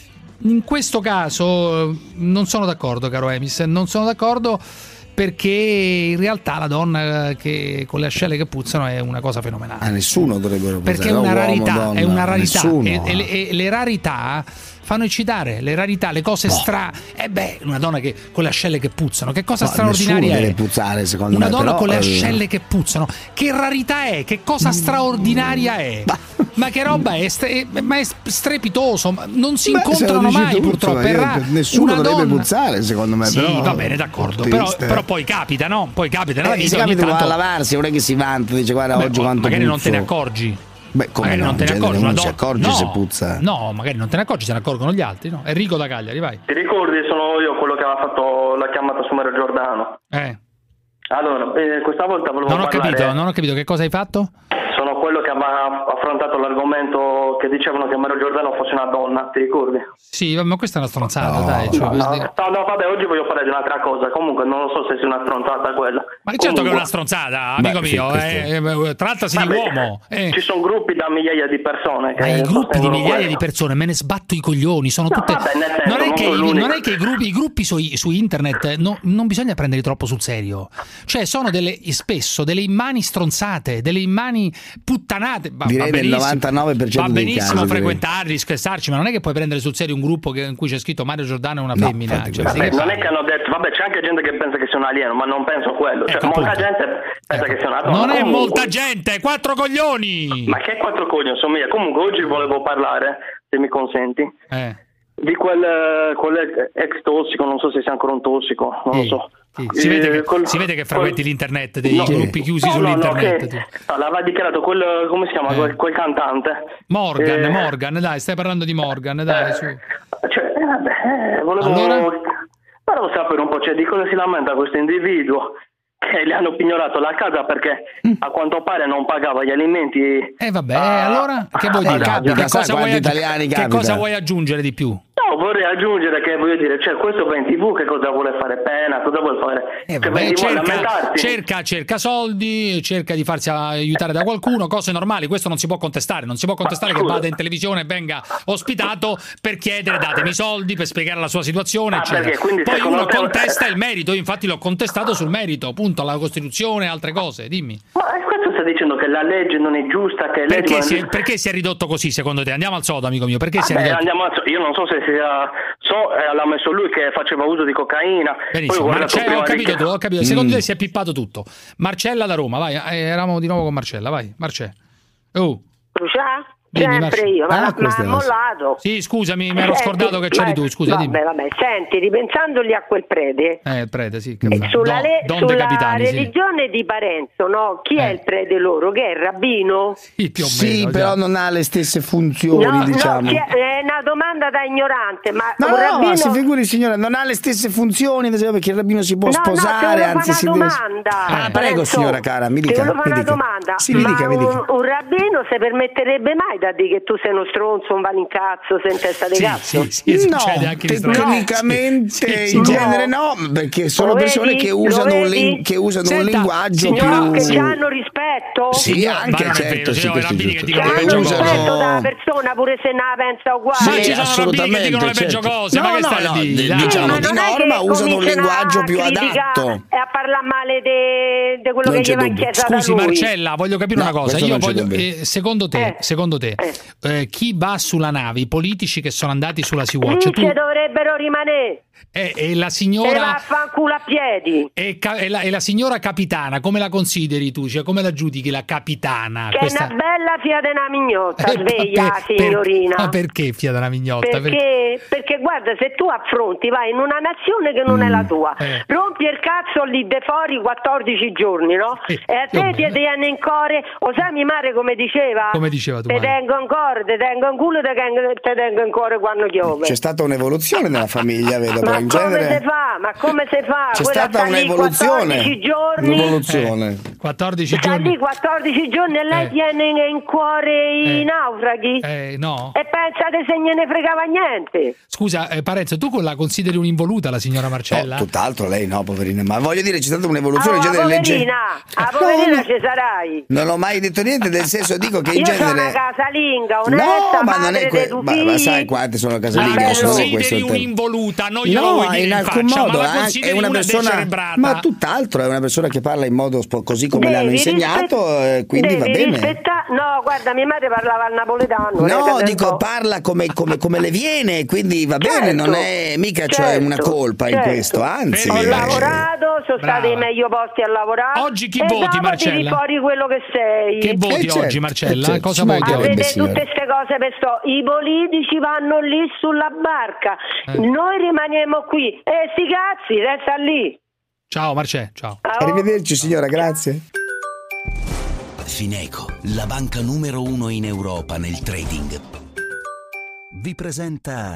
In questo caso non sono d'accordo, caro Emis, non sono d'accordo, perché in realtà la donna che con le ascelle che puzzano è una cosa fenomenale. A nessuno dovrebbero puzzare, perché è una rarità, uomo, donna, è una rarità e, e, le, e le rarità fanno eccitare, le rarità, le cose no. stra. E eh beh, una donna che con le ascelle che puzzano, che cosa no, straordinaria è? Deve puzzare, secondo una me. donna però, con le eh... ascelle che puzzano, che rarità è? Che cosa straordinaria è? Ma che roba è? Stre- ma è strepitoso, non si Beh, incontrano mai tutto, purtroppo. io, ra- nessuno una dovrebbe donna... puzzare, secondo me. Sì, però, va bene, d'accordo. Però, però poi capita, no? Poi capita nella eh, vita. Si capita tanto... a lavarsi, non è che si vanta, dice guarda Beh, oggi quanto magari puzzo. non te ne accorgi. Beh, come magari no, non te ne in accorgi, genere una non si don- accorge no, se puzza. No, magari non te ne accorgi, se ne accorgono gli altri, no? Enrico da Cagliari, vai. Ti ricordi, sono io quello che aveva fatto la chiamata su Mario Giordano. Eh. Allora, eh, questa volta volevo Non ho parlare... capito, non ho capito che cosa hai fatto? Sono quello che aveva affrontato l'argomento che dicevano che Mario Giordano fosse una donna, ti ricordi? Sì, ma questa è una stronzata, no, dai. Cioè, no, no, dire... no, no, vabbè, oggi voglio parlare di un'altra cosa. Comunque non lo so se sia una stronzata quella. Ma certo Comunque... che è una stronzata, amico Beh, mio, sì, eh, eh, trattasi vabbè, di uomo. Eh. Ci sono gruppi da migliaia di persone. Che ma i gruppi di migliaia quello. di persone, me ne sbatto i coglioni, sono no, tutte... Vabbè, nel senso, non, è non, che, i, non è che i gruppi, i gruppi su, su internet no, non bisogna prenderli troppo sul serio. Cioè sono delle spesso delle immani stronzate, delle immani puttanate. Va, direi va del novantanove per cento va benissimo casi, frequentarli, scherzarci, ma non è che puoi prendere sul serio un gruppo che, in cui c'è scritto Mario Giordano è una no, femmina. Cioè, vabbè, non è che hanno detto, vabbè, c'è anche gente che pensa che sia un alieno, ma non penso quello. Cioè, ecco, molta appunto. gente pensa ecco. che sia una donna. Non è comunque... molta gente, quattro coglioni. Ma che quattro coglioni, insomma. Comunque oggi volevo parlare, se mi consenti. Eh. Di quel, quel ex tossico, non so se sia ancora un tossico, non sì, lo so. Sì. Si, eh, vede che, quel, si vede che frequenti quel, l'internet, dei no, gruppi chiusi no, sull'internet. No, che, no, l'aveva dichiarato quel, come si chiama, eh. quel, quel cantante. Morgan, eh, Morgan, dai, stai parlando di Morgan, dai, eh, su. Cioè, eh, vabbè, volevo, allora? volevo sapere un po', cioè, di cosa si lamenta questo individuo. Che le hanno pignorato la casa perché mm. a quanto pare non pagava gli alimenti. E eh vabbè, a... allora che vuoi dire? Capita, che, cosa vuoi, italiani che cosa vuoi aggiungere di più? No, vorrei aggiungere che voglio dire, cioè questo va in tivù, che cosa vuole fare pena, cosa vuole fare? Eh, cioè, vabbè, cerca, cerca, cerca soldi, cerca di farsi aiutare da qualcuno, cose normali, questo non si può contestare, non si può contestare che vada in televisione e venga ospitato per chiedere datemi soldi, per spiegare la sua situazione, ah, eccetera. Perché, poi uno te... contesta il merito, io infatti l'ho contestato sul merito, appunto, la Costituzione e altre cose, dimmi. Ma questo sta dicendo che la legge non è giusta, che perché, legge... si è, perché si è ridotto così secondo te? Andiamo al sodo, amico mio, perché ah si è beh, ridotto? Andiamo al sodo. Io non so se sia... So, eh, l'ha messo lui che faceva uso di cocaina. Benissimo, poi Marcella, ho capito, che... tu, ho capito. Secondo mm. te si è pippato tutto. Marcella da Roma, vai, eh, eravamo di nuovo con Marcella, vai, Marcella. Oh. Ciao. Dimmi, Sempre io, ma, ah, ma ha mollato. Sì, scusami, mi ero scordato che c'eri tu, scusa, vabbè, dimmi. vabbè, senti, ripensandoli a quel prete. Eh, il prete, sì. Che sulla, le, Don, sulla capitani, religione sì. di Parenzo, no? Chi eh. è il prete loro? Che è il rabbino? Sì, più o sì meno. però già. non ha le stesse funzioni, no, diciamo. No, è una domanda da ignorante, ma no, un no, rabbino... ma si figuri signora, non ha le stesse funzioni, ad esempio, perché il rabbino si può no, sposare, no, anzi si una deve... domanda. Ah, eh. prego signora cara, mi dica. Ti volevo fare mi una dica. domanda. Sì, mi ma dica, mi dica. Un, un rabbino si permetterebbe mai da dire che tu sei uno stronzo, un valincazzo, sei in testa di sì, cazzo? Sì, sì, no, succede anche tecnicamente sì, sì, sì, in sì, genere no, perché sono lo persone vedi? che usano, un, ling- che usano Senta, un linguaggio no, più... che hanno rispetto rispetto? Sì, anche, ma non è certo, vero, sì, ci sono questo è rabbini che giusto. dicono C'è le anche peggio rispetto cose. dalla persona, pure se ne la pensa uguale. Ma ci sono rabbini che dicono le peggio certo. cose, No, ma che no, stai no, a dire? d- Dai. diciamo Ma di non è norma che usano un cominciano linguaggio a più criticare adatto. e a parlare male di quello Non che c'è gli va in dubbio. chiesa Scusi da lui. Marcella, voglio capire No, una cosa. questo Io non c'è voglio, dubbio. eh, secondo te, Eh. secondo te eh, chi va sulla nave, i politici che sono andati sulla Sea-Watch, Lì tu, ci dovrebbero rimanere. e, e la E signora vaffanculo a piedi. e, ca- e la, e la signora capitana, come la consideri tu? Cioè, come la giudichi la capitana? Che Questa- è una bella fia di una mignotta, Eh, sveglia per- per- signorina. ma perché fia della mignotta? Perché, perché guarda, se tu affronti, vai in una nazione che non è la tua, eh. rompi il cazzo lì de fuori quattordici giorni, no? Eh, E a più o te ti meno. tiene in core, o sai mi mare come diceva? Come diceva tu, Te Mare? tengo in core, te tengo in culo, te tengo, te tengo in cuore quando piove. C'è stata un'evoluzione nella famiglia, vedo, Ma però in come genere si fa? Ma come si fa? c'è Quella stata sta lì un'evoluzione. quattordici giorni. Un'evoluzione. quattordici Sta giorni. lì quattordici giorni e lei Eh. tiene in in cuore i Eh. naufraghi. Eh, no. E pensate se gliene fregava niente. Scusa, eh, Parenzo, tu con la consideri un'involuta la signora Marcella? No, tutt'altro lei no, poverina. Ma voglio dire, c'è stata un'evoluzione in Oh, genere legge. poverina, a No, poverina no. ci sarai. Non ho mai detto niente, nel senso dico che in Io sono genere. una casalinga, onesta, No, ma non madre è que- dei due ma, ma figli. sai quante sono La casalinghe? Non è questo consideri il tema. un'involuta, non glielo No, vuoi dire in in alcun faccia, modo ma la eh, consideri è una una persona, descerebrata. ma tutt'altro, è una persona che parla in modo spo- così come le hanno Devi insegnato, rispet- eh, quindi va devi bene. rispetta- No, guarda, mia madre parlava al napoletano. No, ragazzi, dico, un po'. parla come, come- come le viene, quindi va bene, Certo, non è mica c'è certo, una colpa in certo. questo, anzi. Ho eh, lavorato, sono Brava. stati i meglio posti a lavorare. Oggi chi e voti, dopo Marcella? tiri fuori quello che sei. Che voti Eh, certo, oggi, Marcella? eh, certo, Cosa ci voti mancherebbe, oggi? Avete signora. tutte queste cose per sto. I politici vanno lì sulla barca. Eh. Noi rimaniamo qui. E sti cazzi, resta lì. Ciao Marcè, ciao. Arrivederci signora, grazie. Fineco, la banca numero uno in Europa nel trading, vi presenta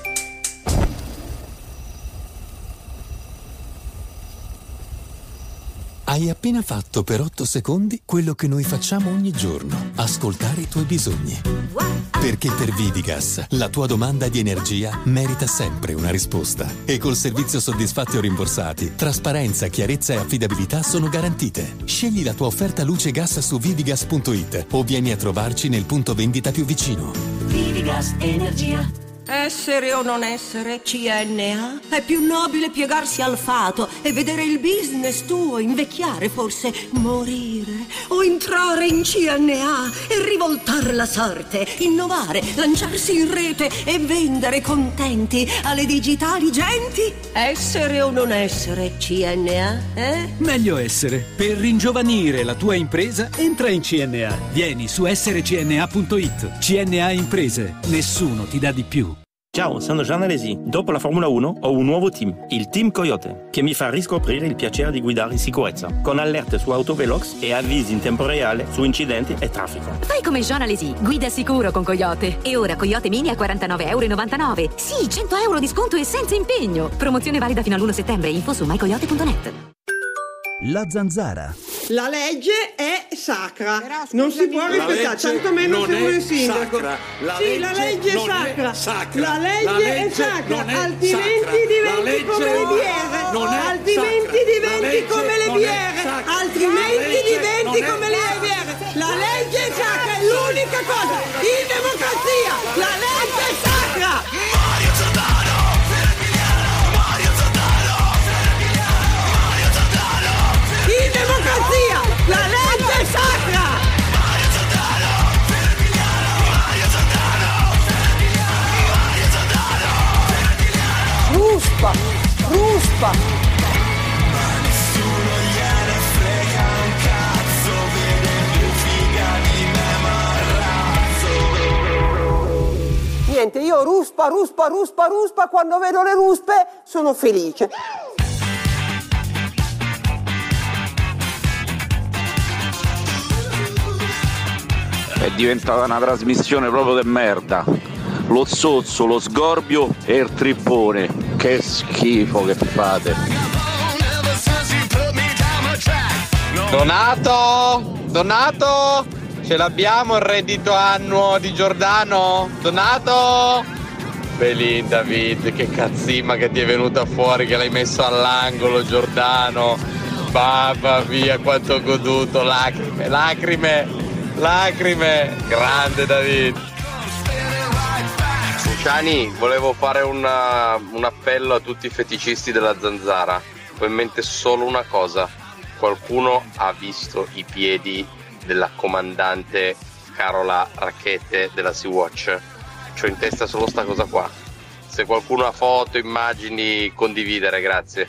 Hai appena fatto per otto secondi quello che noi facciamo ogni giorno, ascoltare i tuoi bisogni. Perché per Vidigas la tua domanda di energia merita sempre una risposta. E col servizio soddisfatti o rimborsati, trasparenza, chiarezza e affidabilità sono garantite. Scegli la tua offerta luce e gas su vidigas punto it o vieni a trovarci nel punto vendita più vicino. Vidigas Energia. Essere o non essere C N A? È più nobile piegarsi al fato e vedere il business tuo invecchiare, forse morire, o entrare in C N A e rivoltare la sorte, innovare, lanciarsi in rete e vendere contenti alle digitali genti? Essere o non essere C N A? Eh? Meglio essere. Per ringiovanire la tua impresa, entra in C N A. Vieni su essere c n a punto it. C N A Imprese. Nessuno ti dà di più. Ciao, sono Gian Alesi. Dopo la Formula uno ho un nuovo team, il Team Coyote, che mi fa riscoprire il piacere di guidare in sicurezza, con allerte su autovelox e avvisi in tempo reale su incidenti e traffico. Fai come Gian Alesi, guida sicuro con Coyote. E ora Coyote Mini a quarantanove e novantanove euro. Sì, cento euro di sconto e senza impegno. Promozione valida fino all'primo settembre. Info su my coyote punto net. La Zanzara. La legge è sacra, non si può rispettare, tantomeno se vuole il sindaco. La sì, la legge è non sacra. è sacra. La legge, La legge è sacra, non è altrimenti sacra. diventi La come le legge biere. non è Altrimenti sacra. diventi La legge come le non è biere. sacra. Altrimenti La legge diventi non è come le biere. La legge è sacra, è l'unica cosa. In democrazia, la legge è sacra. Mario Giordano, Mario Giordano, Mario Giordano. In democrazia, la legge è sacra. Mario Giordano, Mario Giordano, Mario Giordano. Ruspa, ruspa. Ma nessuno gliene frega un cazzo, vede più figa di me, marrazzo. Niente, io ruspa, ruspa, ruspa, ruspa, quando vedo le ruspe sono felice. È diventata una trasmissione proprio de merda. Lo zozzo, lo sgorbio e il trippone. Che schifo che fate. Donato! Donato! Ce l'abbiamo il reddito annuo di Giordano? Donato! Belin David, che cazzimma che ti è venuta fuori, che l'hai messo all'angolo Giordano. Mamma mia, quanto ho goduto, lacrime, lacrime, lacrime. Grande David. Luciani, volevo fare una, un appello a tutti i feticisti della zanzara. Ho in mente solo una cosa. Qualcuno ha visto i piedi della comandante Carola Rackete della Sea-Watch? C'ho in testa solo sta cosa qua. Se qualcuno ha foto, immagini, condividere, grazie.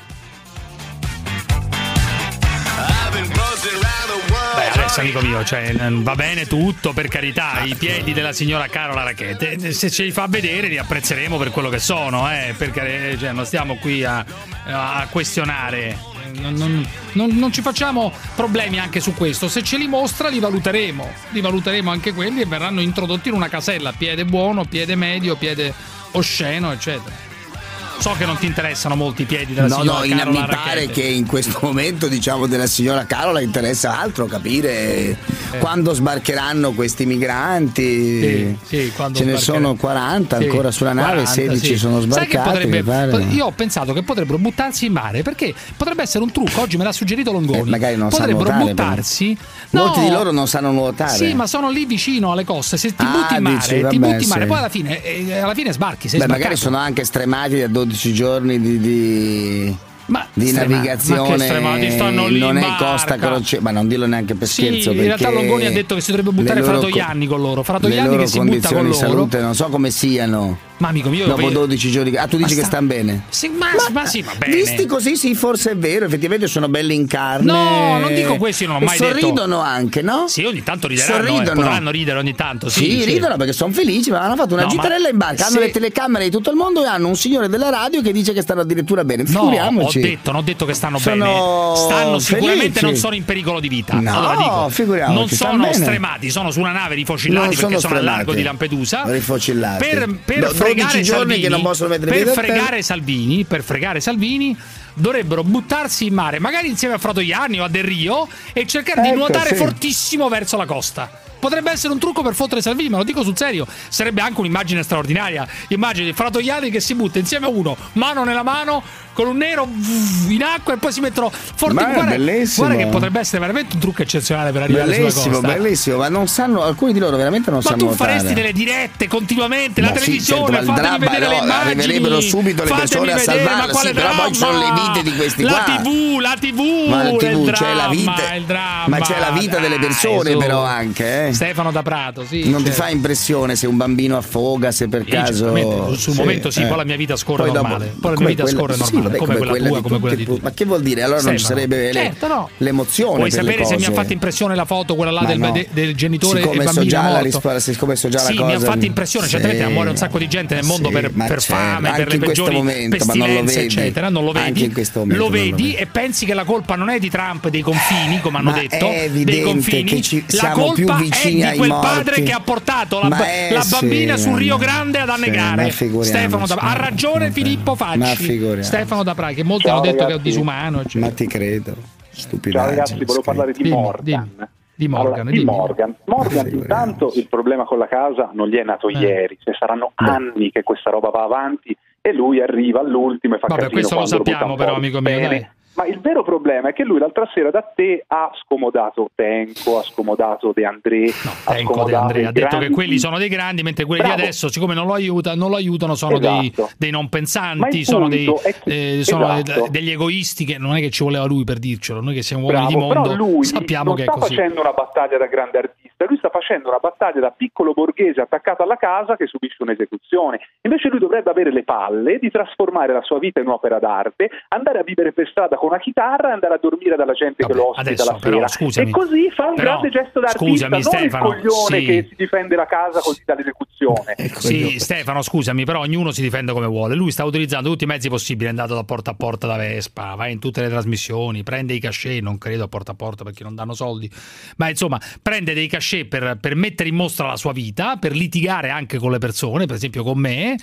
Beh, adesso amico mio, cioè, va bene tutto, per carità, i piedi della signora Carola Rackete, se ce li fa vedere li apprezzeremo per quello che sono, eh, perché cioè, non stiamo qui a, a questionare, non, non, non, non ci facciamo problemi anche su questo, se ce li mostra li valuteremo, li valuteremo anche quelli e verranno introdotti in una casella, piede buono, piede medio, piede osceno, eccetera. So che non ti interessano molto i piedi della no, signora no, Carola mi Rackete. pare che in questo momento, diciamo, della signora Carola interessa altro, capire eh. quando sbarcheranno questi migranti. Sì, sì, quando ce ne sono quaranta sì, ancora sulla nave, quaranta, sedici sì. sono sbarcati. Sai che potrebbe, io ho pensato che potrebbero buttarsi in mare, perché potrebbe essere un trucco, oggi me l'ha suggerito Longoni. Eh, magari non potrebbero sanno nuotare, buttarsi. No, molti di loro non sanno nuotare. Sì, ma sono lì vicino alle coste. Se ti ah, butti in mare, dici, ti vabbè, butti in mare, sì. poi alla fine, eh, alla fine sbarchi. Sei Beh, sbarcato. magari sono anche stremati da dodici giorni di. di... Ma di strema, navigazione ma che stanno lì non in è costa croce, ma non dirlo neanche per sì, scherzo, in realtà Longoni ha detto che si dovrebbe buttare Fratoianni con loro Fratoianni che si butta con loro, le salute non so come siano. Ma amico mio, dopo dodici giorni. Ah, tu dici sta... che stanno bene? Sì, ma, ma, ma sì, va bene. Visti così, sì, forse è vero. Effettivamente sono belli in carne. No, non dico questo, non ho mai sorridono detto. Sorridono anche, no? Sì, ogni tanto rideranno. Sorridono. Eh, potranno ridere ogni tanto. Sì, sì, sì. ridono perché sono felici. Ma hanno fatto una no, gitarella in barca. Hanno se... le telecamere di tutto il mondo e hanno un signore della radio che dice che stanno addirittura bene. Figuriamoci. No, ho detto, non ho detto che stanno sono bene. Stanno sicuramente felici. Non sono in pericolo di vita. No, allora dico, figuriamoci. Non sono stremati, sono su una nave rifocillati perché sono al largo di Lampedusa. Rifocillati. Per, per Do, fregare Salvini. Che non possono Per fregare Salvini, per fregare Salvini, dovrebbero buttarsi in mare, magari insieme a Fratoianni o a Del Rio, e cercare ecco, di nuotare sì. fortissimo verso la costa. Potrebbe essere un trucco per fottere Salvini, me lo dico sul serio. Sarebbe anche un'immagine straordinaria. Immagini Fratoianni che si butta insieme a uno, mano nella mano, con un nero in acqua e poi si mettono forti. Ma guarda, bellissimo. guarda che potrebbe essere veramente un trucco eccezionale per arrivare bellissimo, sulla costa. Bellissimo, ma non sanno, alcuni di loro veramente non ma sanno nuotare. Ma tu faresti nuotare. delle dirette continuamente, ma la sì, televisione, certo, fatemi dramma, vedere no, le immagini. Arriverebbero subito le persone a salvarla, sì, però poi ci sono le vite di questi la qua. tivù, la tivù, ma la tivù, c'è cioè la vita, ma c'è la vita delle persone dai, però anche, eh. Stefano da Prato, sì. Non certo. ti fa impressione se un bambino affoga, se per caso sul sì, momento sì, eh. poi la mia vita scorre poi normale. Dopo, poi la mia vita quella, scorre sì, normale, vabbè, come, come quella tua, come quella di tutti. Ma che vuol dire? Allora Stefano. Non ci sarebbe certo, no. l'emozione. Vuoi per sapere le se cose. mi ha fatto impressione la foto, quella là del, no. de, del genitore siccome e bambino so già morto? Risposta, siccome so già sì, la cosa, mi ha fatto impressione, sì, certamente muore un sacco di gente nel mondo sì, per, per fame, per le peggiori momento, pestilenze, eccetera. Non lo vedi, momento, lo vedi non lo e pensi che la colpa non è di Trump, dei confini, come hanno detto, dei confini. La colpa è di quel padre che ha portato la bambina sul Rio Grande ad annegare. Stefano da ha ragione Filippo Facci. Stefano da Praga, che molti hanno detto che è disumano. Ma ti credo. Stupidaggine. Ciao ragazzi, volevo parlare di dimmi, Morgan. Dimmi, di Morgan, allora, di Morgan. Morgan intanto il problema con la casa non gli è nato eh. ieri, se saranno Beh. anni che questa roba va avanti e lui arriva all'ultimo e fa Vabbè, casino. Questo lo sappiamo però, amico mio, bene. dai. Ma il vero problema è che lui l'altra sera da te ha scomodato Tenco, ha scomodato De André, no, ha Tenco De André ha detto grandi... che quelli sono dei grandi, mentre quelli Bravo. di adesso, siccome non lo aiutano, non lo aiutano sono esatto. dei, dei non pensanti, sono, dei, che... eh, sono esatto. degli egoisti, che non è che ci voleva lui per dircelo, noi che siamo uomini Bravo, di mondo però lui sappiamo non che è sta così. facendo una battaglia da grande artista, lui sta facendo una battaglia da piccolo borghese attaccato alla casa che subisce un'esecuzione. Invece lui dovrebbe avere le palle di trasformare la sua vita in un'opera d'arte, andare a vivere per strada con una chitarra, andare a dormire dalla gente Vabbè, che lo ospita adesso, la sera però, scusami, e così fa un però, grande gesto d'artista, scusami, non Stefano, il coglione sì. che si difende la casa così dall'esecuzione. Sì, Stefano, scusami, però ognuno si difende come vuole. Lui sta utilizzando tutti i mezzi possibili, è andato da porta a porta da Vespa, va in tutte le trasmissioni, prende i cachet, non credo a porta a porta perché non danno soldi, ma insomma prende dei cachet per, per mettere in mostra la sua vita, per litigare anche con le persone, per esempio con me,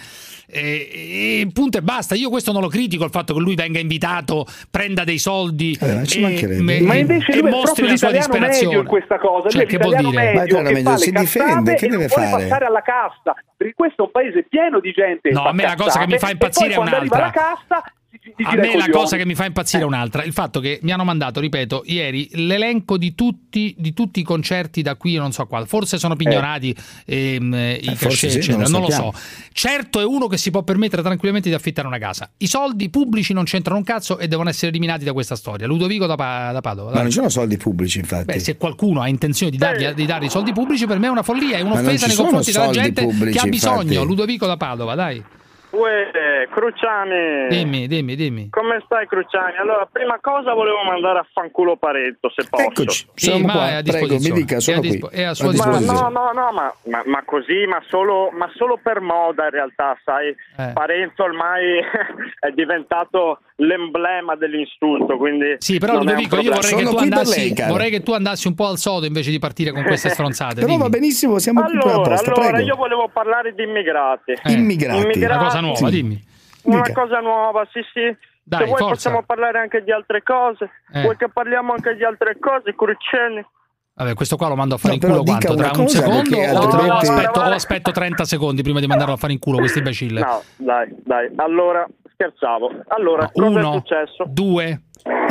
e, e punto e basta. Io questo non lo critico, il fatto che lui venga invitato, prenda dei soldi eh, ma, e, me, ma invece lui è proprio l'italiano medio in questa cosa, cioè, che vuol dire? Medio che fa si difende, che deve vuole fare? Passare alla cassa, perché questo è un paese pieno di gente no, a me la cosa che mi fa impazzire è un'altra. Arriva alla cassa A me la cosa che mi fa impazzire è un'altra, il fatto che mi hanno mandato, ripeto, ieri l'elenco di tutti, di tutti i concerti da qui non so quale, forse sono pignorati eh. ehm, eh, i cachet, sì, eccetera, non lo, non lo so. Certo è uno che si può permettere tranquillamente di affittare una casa. I soldi pubblici non c'entrano un cazzo e devono essere eliminati da questa storia. Ludovico da, pa da Padova. Ma non ci sono soldi pubblici, infatti. Beh, se qualcuno ha intenzione di dargli, di dare i soldi pubblici, per me è una follia, è un'offesa nei confronti della gente pubblici, che ha bisogno. infatti. Ludovico da Padova, dai. Uè, Cruciani. Dimmi, dimmi, dimmi. Come stai, Cruciani? Allora, prima cosa volevo mandare a fanculo Parenzo, se posso. Eccoci, siamo sì, qua. È Prego, mi dica, sono è qui. È a sua disposizione. Ma no, no, no, ma, ma, ma così, ma solo, ma solo per moda in realtà, sai? Eh. Parenzo ormai è diventato l'emblema dell'insulto, quindi sì, però Ludovico, io vorrei che, tu andassi, lei, vorrei che tu andassi un po' al sodo invece di partire con queste stronzate. Però dimmi. va benissimo, siamo allora, qui a posto, allora prego. io volevo parlare di immigrati. Eh. Immigrati. immigrati. Una cosa nuova, sì. dimmi. Una Dica. cosa nuova, sì sì. Dai, se vuoi forza. possiamo parlare anche di altre cose. Eh. Vuoi che parliamo anche di altre cose, Cruciani? Vabbè, questo qua lo mando a fare no, in culo quanto? Tra un secondo o, altrimenti... o, aspetto, o aspetto trenta secondi prima di mandarlo a fare in culo questo imbecille? No, dai, dai. Allora, scherzavo. Allora, no, cosa uno, è successo? due,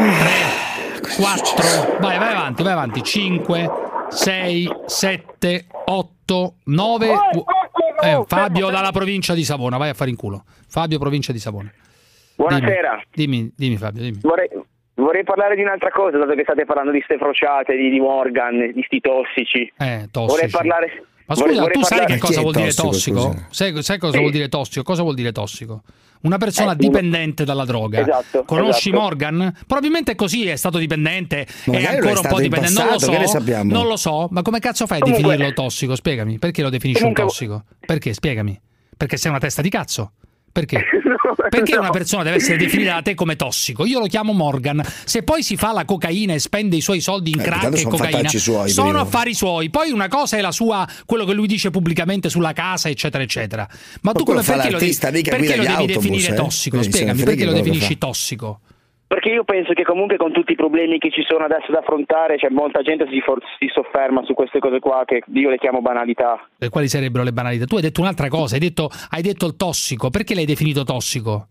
tre, quattro, vai, vai avanti, vai avanti. cinque, sei, sette, otto, nove... Eh, Fabio dalla provincia di Savona, vai a fare in culo. Fabio, provincia di Savona. Buonasera. Dimmi, dimmi, dimmi Fabio, dimmi. Vorrei, vorrei parlare di un'altra cosa, dato che state parlando di ste frociate, di, di Morgan, di sti tossici. Eh, tossici. Vorrei parlare... Ma scusa, vorrei, vorrei tu sai parlare... che cosa vuol dire tossico? tossico? Sai, sai cosa sì. vuol dire tossico? Cosa vuol dire tossico? Una persona eh, dipendente dalla droga. Esatto, Conosci esatto. Morgan? Probabilmente è così, è stato dipendente, ma è ancora un po' dipendente. Passato, non lo so, che ne sappiamo? non lo so, ma come cazzo fai a Comunque... definirlo tossico? Spiegami, perché lo definisci Comunque... un tossico? Perché? Spiegami. Perché sei una testa di cazzo? Perché? no, Perché no. una persona deve essere definita da te come tossico? Io lo chiamo Morgan. Se poi si fa la cocaina e spende i suoi soldi in eh, crack e cocaina, suoi, sono prima. affari suoi. Poi una cosa è la sua, quello che lui dice pubblicamente sulla casa, eccetera, eccetera. Ma tu come, perché lo devi, perché lo devi autobus, definire eh? tossico? Quindi Spiegami, perché lo definisci tossico? Perché io penso che comunque con tutti i problemi che ci sono adesso da affrontare, c'è molta gente che si, si sofferma su queste cose qua che io le chiamo banalità. E quali sarebbero le banalità? Tu hai detto un'altra cosa, hai detto, hai detto il tossico. Perché l'hai definito tossico?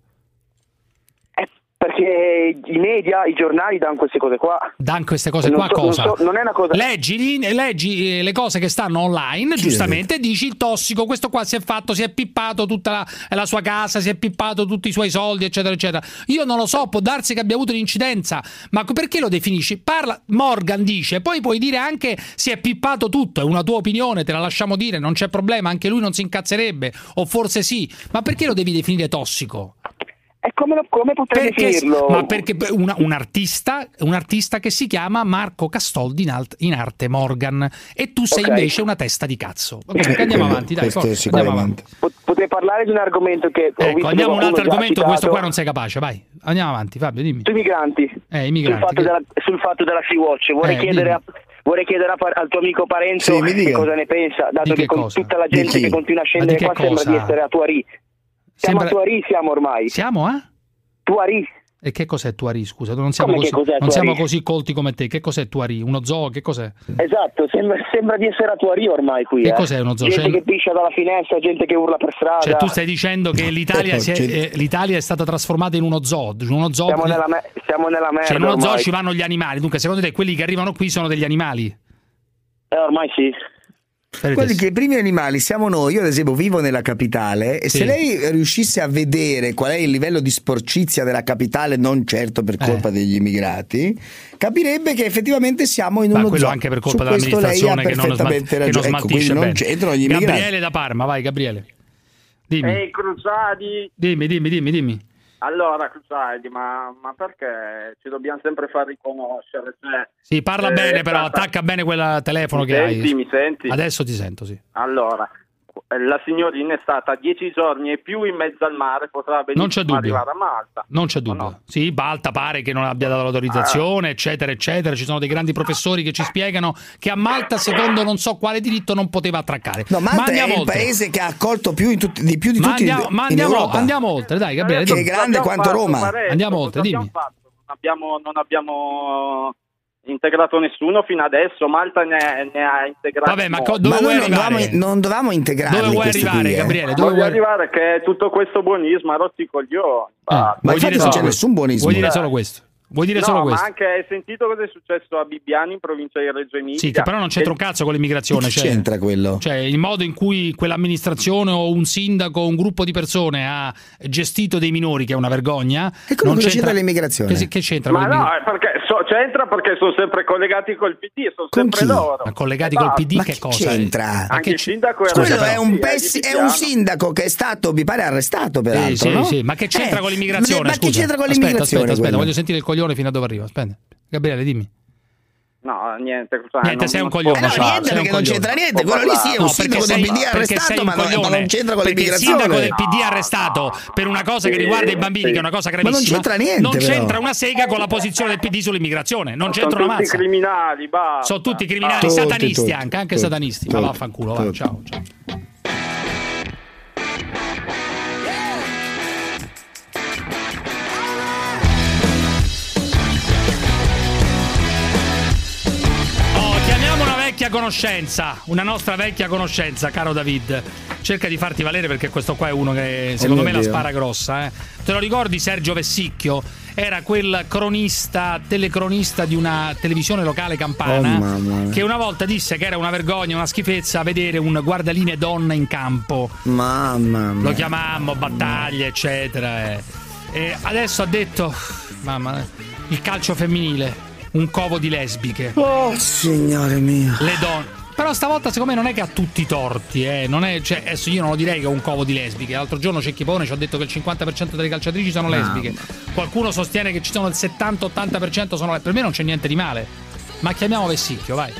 Perché i media, i giornali danno queste cose qua. Dan queste cose non qua so, cosa? Non, so, non è una cosa... Leggi, leggi le cose che stanno online, Chi giustamente, e dici il tossico, questo qua si è fatto, si è pippato tutta la, la sua casa, si è pippato tutti i suoi soldi, eccetera, eccetera. Io non lo so, può darsi che abbia avuto un'incidenza, ma perché lo definisci? Parla, Morgan dice, poi puoi dire anche si è pippato tutto, è una tua opinione, te la lasciamo dire, non c'è problema, anche lui non si incazzerebbe, o forse sì, ma perché lo devi definire tossico? E come, come potrei perché, definirlo? Ma perché una, un, artista, un artista che si chiama Marco Castoldi in, alt, in arte Morgan e tu sei okay. invece una testa di cazzo. Comunque andiamo avanti, dai, forza, andiamo avanti. Potrei parlare di un argomento che ho ecco, visto andiamo a un altro argomento, citato. questo qua non sei capace, vai. Andiamo avanti, Fabio, dimmi. Sui migranti. Eh, i migranti. Sul fatto, della, sul fatto della Sea-Watch. Vorrei eh, chiedere a, vorrei chiedere a, al tuo amico Parenzo sì, che cosa ne pensa, dato che, che con cosa? tutta la gente che continua a scendere qua cosa? sembra di essere a Tuarì. Siamo sembra... a Tuarì, siamo ormai. Siamo a? Tuarì. E che cos'è Tuarì, scusa? Non siamo, così, non siamo così colti come te. Che cos'è Tuarì? Uno zoo? Che cos'è? Esatto, sembra, sembra di essere a Tuarì ormai qui. Che eh. cos'è uno zoo? Gente cioè... che piscia dalla finestra, gente che urla per strada. Cioè tu stai dicendo che l'Italia, si è, eh, l'Italia è stata trasformata in uno zoo? Uno zoo siamo, nella me- siamo nella merda. Cioè in uno ormai. zoo ci vanno gli animali. Dunque secondo te quelli che arrivano qui sono degli animali? Eh, ormai sì. Quelli che i primi animali siamo noi. Io ad esempio vivo nella capitale e sì. se lei riuscisse a vedere qual è il livello di sporcizia della capitale, non certo per colpa eh. degli immigrati, capirebbe che effettivamente siamo in Ma uno quello zoo. anche per colpa Su dell'amministrazione che non, smal- che non smaltisce ecco, bene. Non c'entrano gli immigrati. Gabriele da Parma, vai Gabriele. Dimmi. Ehi Cruzadi. Dimmi, dimmi, dimmi, dimmi. Allora, Cruzadi, ma, ma perché ci dobbiamo sempre far riconoscere? Cioè, sì, parla eh, bene, però stata... attacca bene quel telefono mi che senti, hai. Mi senti? Adesso ti sento, sì. Allora, la signorina è stata dieci giorni e più in mezzo al mare, potrà benissimo arrivare a Malta. Non c'è dubbio. No? Sì, Malta pare che non abbia dato l'autorizzazione, ah. eccetera, eccetera. Ci sono dei grandi professori che ci spiegano che a Malta, secondo non so quale diritto, non poteva attraccare. No, Malta ma andiamo è il oltre. paese che ha accolto più, in tutti, di più di ma tutti andiamo, in, ma andiamo, in Europa. Andiamo oltre, dai Gabriele. Che è grande quanto fatto, Roma. Pareggio, andiamo oltre, dimmi. Fatto? Non abbiamo... Non abbiamo... integrato nessuno fino adesso. Malta ne, ne ha integrato. Vabbè, ma co- dove ma vuoi noi non arrivare? dovevamo, non dovevamo integrarli. Dove vuoi arrivare, qui, eh? Gabriele? Dove Voglio vuoi arrivare che tutto questo buonismo ha rotti i coglioni. Ma infatti non c'è nessun buonismo. Vuoi dire solo questo? Vuoi dire no, solo ma questo? anche hai sentito cosa è successo a Bibbiani in provincia di Reggio Emilia? Sì, che però non c'entra un cazzo con l'immigrazione. Che cioè, c'entra quello? Cioè, il modo in cui quell'amministrazione o un sindaco o un gruppo di persone ha gestito dei minori, che è una vergogna. E quello non c'entra l'immigrazione? Che, che c'entra Ma con no, perché so, c'entra perché sono sempre collegati col P D, sono Con sempre chi? loro. Ma collegati E col basta. P D Ma che che cosa? c'entra? Ma Anche che il sindaco era Quello è un, sì, pessi- di è un Piano. sindaco che è stato, mi pare, arrestato peraltro, Sì, sì, no? sì, ma che c'entra Eh, con l'immigrazione? Ma che scusa? c'entra con Aspetta, l'immigrazione? Aspetta, aspetta, quello? voglio sentire il coglione fino a dove arriva. Aspetta. Gabriele, dimmi. No, niente. Cioè, Niente, non, sei un non coglione. Eh no, Charles, niente, sei un perché non coglione. c'entra niente. Quello lì sì è un No, sindaco perché del sei- P D perché sei arrestato, un ma non, ma coglione. non c'entra con Perché il l'immigrazione. sindaco del P D arrestato per una cosa che riguarda i bambini, che è una cosa gravissima. Ma non c'entra niente, Non però. c'entra una sega con la posizione del P D sull'immigrazione. Non c'entra sono una tutti mazza. criminali, basta. Sono tutti criminali, Tutti, satanisti tutti, anche, anche tutti, satanisti. tutti, Ma vaffanculo, va, tutti. ciao, ciao. Vecchia conoscenza, una nostra vecchia conoscenza, caro David. Cerca di farti valere perché questo qua è uno che secondo Oh me mio la Dio. spara grossa. Eh. Te lo ricordi Sergio Vessicchio? Era quel cronista, telecronista di una televisione locale campana Oh, mamma. che una volta disse che era una vergogna, una schifezza vedere un guardalinee donna in campo. Mamma mia. Lo chiamammo, battaglie, eccetera. eh. E adesso ha detto, mamma, il calcio femminile. Un covo di lesbiche. Oh, signore mio. Le donne. Però stavolta secondo me non è che ha tutti i torti, eh. Non è, cioè, adesso io non lo direi che è un covo di lesbiche. L'altro giorno Cecchipone ci ha detto che il cinquanta per cento delle calciatrici sono lesbiche. Qualcuno sostiene che ci sono il settanta ottanta per cento sono lesbiche. Per me non c'è niente di male. Ma chiamiamo Vessicchio, vai.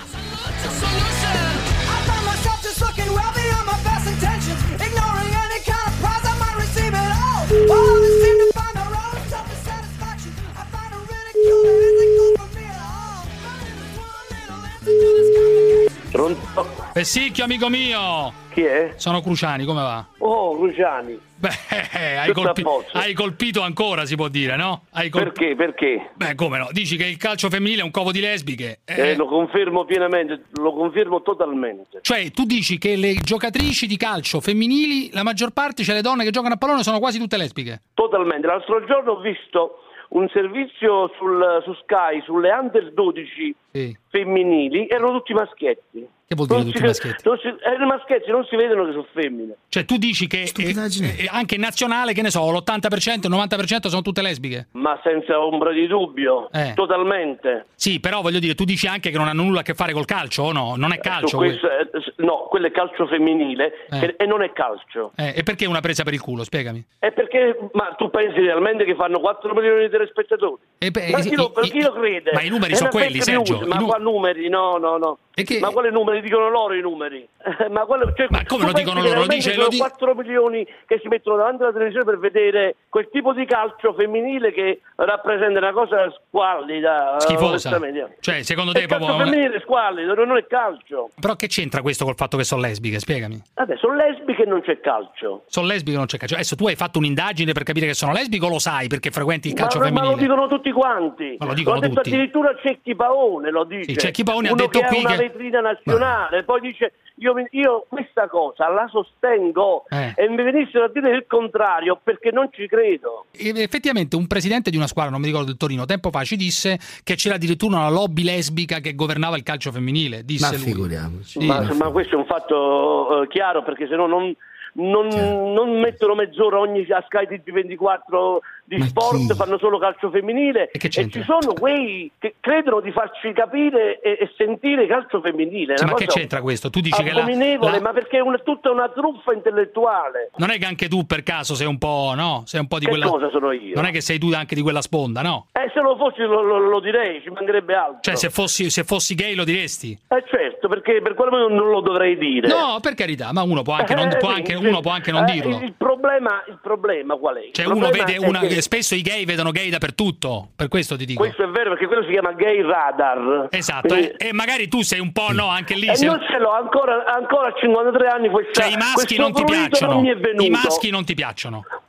Pronto? Vessicchio, amico mio! Chi è? Sono Cruciani, come va? Oh, Cruciani. Beh, hai, Tutto colpi- a posto. hai colpito ancora, si può dire, no? Hai colp- Perché? Perché? Beh, come no? Dici che il calcio femminile è un covo di lesbiche? Eh, Eh, lo confermo pienamente, lo confermo totalmente. Cioè, tu dici che le giocatrici di calcio femminili, la maggior parte, cioè le donne che giocano a pallone, sono quasi tutte lesbiche? Totalmente. L'altro giorno ho visto un servizio sul, su Sky sulle under dodici Sì. femminili, erano tutti maschietti. Che vuol dire Non tutti si- maschietti? non si- eh, i maschietti non si vedono che sono femmine. Cioè, tu dici che eh, eh, anche in nazionale, che ne so, l'ottanta per cento, il novanta per cento sono tutte lesbiche? Ma senza ombra di dubbio, Eh. totalmente. Sì, però voglio dire, tu dici anche che non hanno nulla a che fare col calcio, o no? Non è Su calcio. questo, eh, s- no, quello è calcio femminile Eh. che- e non è calcio. Eh, e perché una presa per il culo? Spiegami. È perché, ma tu pensi realmente che fanno quattro milioni di telespettatori? E beh, ma i- chi lo, i- chi lo crede? ma i numeri È sono una quelli, fake news, Sergio, i Ma nu- qua numeri? No, no, no. Ma quali numeri? Dicono loro i numeri. ma quello, cioè, Ma come tu lo pensi dicono che loro? Lo realmente dice- sono lo di- quattro milioni che si mettono davanti alla televisione per vedere quel tipo di calcio femminile che rappresenta una cosa squallida. Schifosa. onestamente. Cioè, secondo te È è calcio proprio... femminile è squallido, non è calcio. Però che c'entra questo col fatto che sono lesbiche? Spiegami. Vabbè, sono lesbiche e non c'è calcio. Sono lesbiche o non c'è calcio? Adesso tu hai fatto un'indagine per capire che sono lesbiche o lo sai perché frequenti il calcio ma, ma femminile? lo dicono tutti quanti. Ma lo dicono ha detto tutti. addirittura Cecchi Paone, lo dice. Sì, Cecchi Paone ha Uno detto che qui ha una che- vetrina nazionale, poi dice io, mi- io questa cosa la sostengo Eh. e mi venissero a dire il contrario perché non ci credo. E effettivamente un presidente di una squadra, non mi ricordo del Torino, tempo fa ci disse che c'era addirittura una lobby lesbica che governava il calcio femminile. Disse Ma lui. figuriamoci. Sì. Ma, ma questo è un fatto eh, chiaro perché se no non, non, non mettono mezz'ora ogni a Sky T G ventiquattro di Ma sport, chi? fanno solo calcio femminile E che e c'entra? ci sono quei che credono di farci capire e, e sentire calcio femminile. È Sì, una ma che cosa c'entra questo? Tu dici che la- abominevole, la- ma perché è una, tutta una truffa intellettuale. Non è che anche tu per caso sei un po', no? Sei un po' di Che quella... cosa sono io? Non è che sei tu anche di quella sponda, no? Eh, se lo fossi lo, lo- lo direi, ci mancherebbe altro. Cioè, se fossi, se fossi gay lo diresti? Eh certo, perché per quello non, non lo dovrei dire. No, per carità, ma uno può anche non, Eh, può sì, anche, sì. uno può anche non Eh, dirlo. Il problema, il problema qual è? Il Cioè, uno problema vede è una... che- Spesso i gay vedono gay dappertutto, per questo ti dico. Questo è vero perché quello si chiama gay radar. Esatto, Quindi- eh, e magari tu sei un po', no, anche lì... E sei- non ce l'ho, ancora, ancora a cinquantatré anni questa, Cioè, i maschi questo non ti prurito piacciono. non mi è venuto. I maschi non ti piacciono.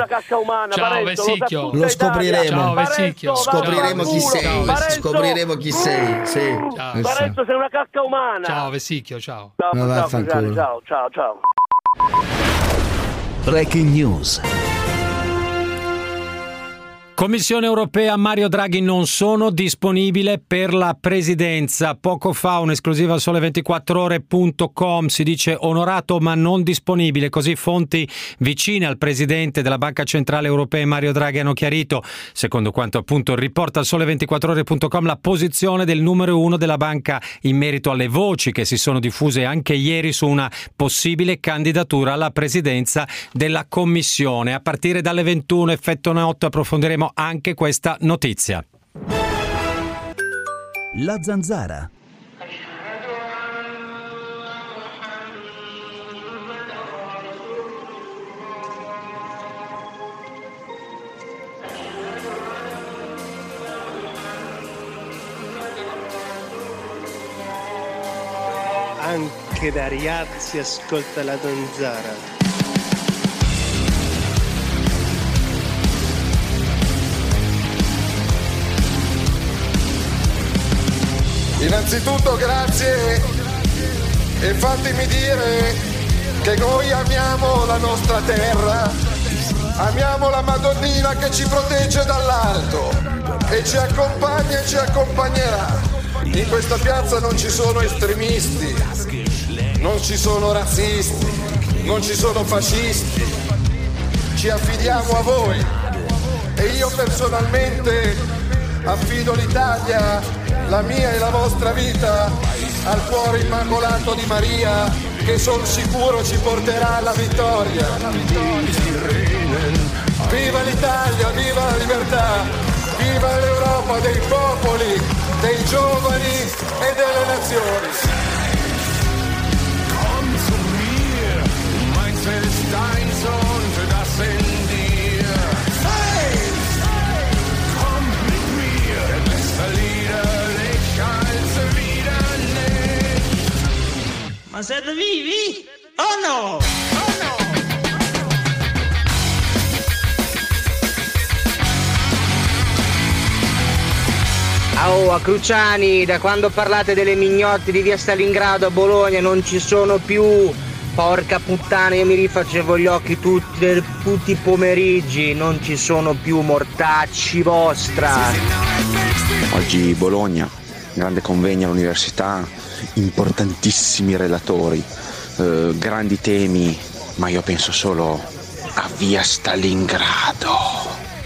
una cacca umana. Ciao, Parenzo, Vesicchio. lo, Lo scopriremo. Ciao, Vesicchio. Scopriremo chi sei. Parenzo. Scopriremo chi sei. Sì. Ciao. Parenzo, sei una cacca umana. Ciao Vesicchio, ciao. Ciao, Ma ciao, vaffanculo. ciao, ciao, ciao. Breaking News. Commissione europea, Mario Draghi non sono disponibile per la presidenza. Poco fa un'esclusiva al sole ventiquattro ore punto com, si dice onorato ma non disponibile. Così fonti vicine al presidente della Banca Centrale Europea Mario Draghi hanno chiarito, secondo quanto appunto riporta al sole ventiquattro ore punto com, la posizione del numero uno della banca in merito alle voci che si sono diffuse anche ieri su una possibile candidatura alla presidenza della Commissione. A partire dalle ventuno, effetto notte, approfondiremo anche questa notizia. La Zanzara. anche da Riazzi ascolta la Zanzara. Innanzitutto grazie e fatemi dire che noi amiamo la nostra terra, amiamo la Madonnina che ci protegge dall'alto e ci accompagna e ci accompagnerà. In questa piazza non ci sono estremisti, non ci sono razzisti, non ci sono fascisti, ci affidiamo a voi e io personalmente affido l'Italia, la mia e la vostra vita, al cuore immacolato di Maria, che son sicuro ci porterà alla vittoria. Viva l'Italia, viva la libertà, viva l'Europa dei popoli, dei giovani e delle nazioni. Komm zu mir, mein Fels dein Sohn für das in dir. Hey! Komm mit mir, besser liederlich als wieder nicht. Ma siete vivi? Oh no! Oh no! Oh, a Cruciani, da quando parlate delle mignotte di via Stalingrado a Bologna non ci sono più. Porca puttana, io mi rifacevo gli occhi tutti, tutti i pomeriggi, non ci sono più, mortacci vostra. Oggi Bologna, grande convegno all'università, importantissimi relatori, eh, grandi temi, ma io penso solo a via Stalingrado.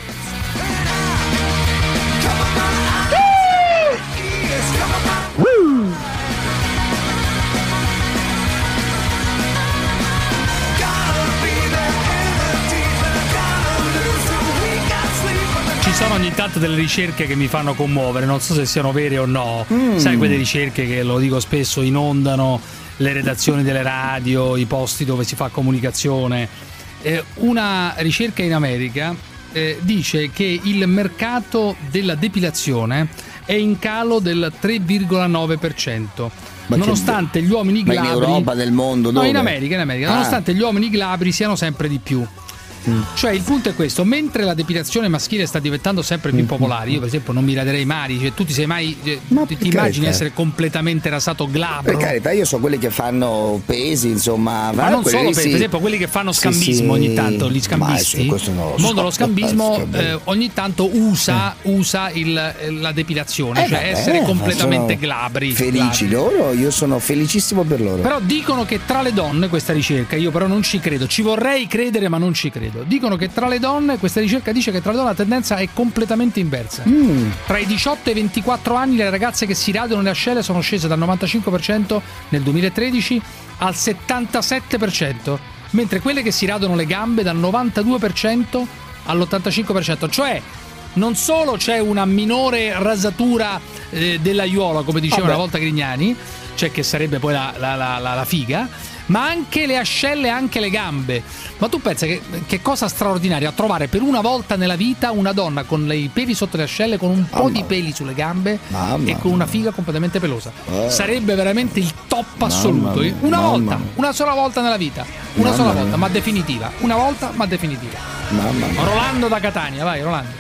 Ci sono ogni tanto delle ricerche che mi fanno commuovere, non so se siano vere o no. Mm. Sai, quelle ricerche che, lo dico spesso, inondano le redazioni delle radio, i posti dove si fa comunicazione. Eh, una ricerca in America eh, dice che il mercato della depilazione è in calo del tre virgola nove per cento. Ma nonostante che... gli uomini glabri. Ma in Europa, nel mondo, dove? No, in America, in America. Ah. Nonostante gli uomini glabri siano sempre di più. Mm. Cioè il punto è questo: mentre la depilazione maschile sta diventando sempre più popolare, io per esempio non mi raderei mai, cioè, tu ti sei mai cioè, ti, ti immagini essere completamente rasato glabro? Per carità, io so quelli che fanno pesi, insomma, ma non solo pesi, sì. Per esempio quelli che fanno scambismo, sì, sì. Ogni tanto gli scambisti, il mondo dello scambismo eh, ogni tanto usa, eh. usa il, la depilazione, eh, cioè vabbè, essere completamente glabri. Felici glabri. Loro, io sono felicissimo per loro. Però dicono che tra le donne, questa ricerca, io però non ci credo, ci vorrei credere ma non ci credo. Dicono che tra le donne, questa ricerca dice che tra le donne la tendenza è completamente inversa. Mm. Tra i diciotto e i ventiquattro anni le ragazze che si radono le ascelle sono scese dal novantacinque per cento nel duemilatredici al settantasette per cento, mentre quelle che si radono le gambe dal novantadue per cento all'ottantacinque per cento. Cioè non solo c'è una minore rasatura eh, dell'aiuola, come diceva Vabbè. una volta Grignani, cioè che sarebbe poi la, la, la, la, la figa, ma anche le ascelle e anche le gambe. Ma tu pensa che, che cosa straordinaria trovare per una volta nella vita una donna con i peli sotto le ascelle, con un po' Mamma. di peli sulle gambe Mamma. e con una figa completamente pelosa. Eh. Sarebbe veramente il top assoluto. Mamma. Una Mamma. volta, una sola volta nella vita, una Mamma. sola volta, ma definitiva. Una volta, ma definitiva. Mamma. Rolando da Catania, vai Rolando.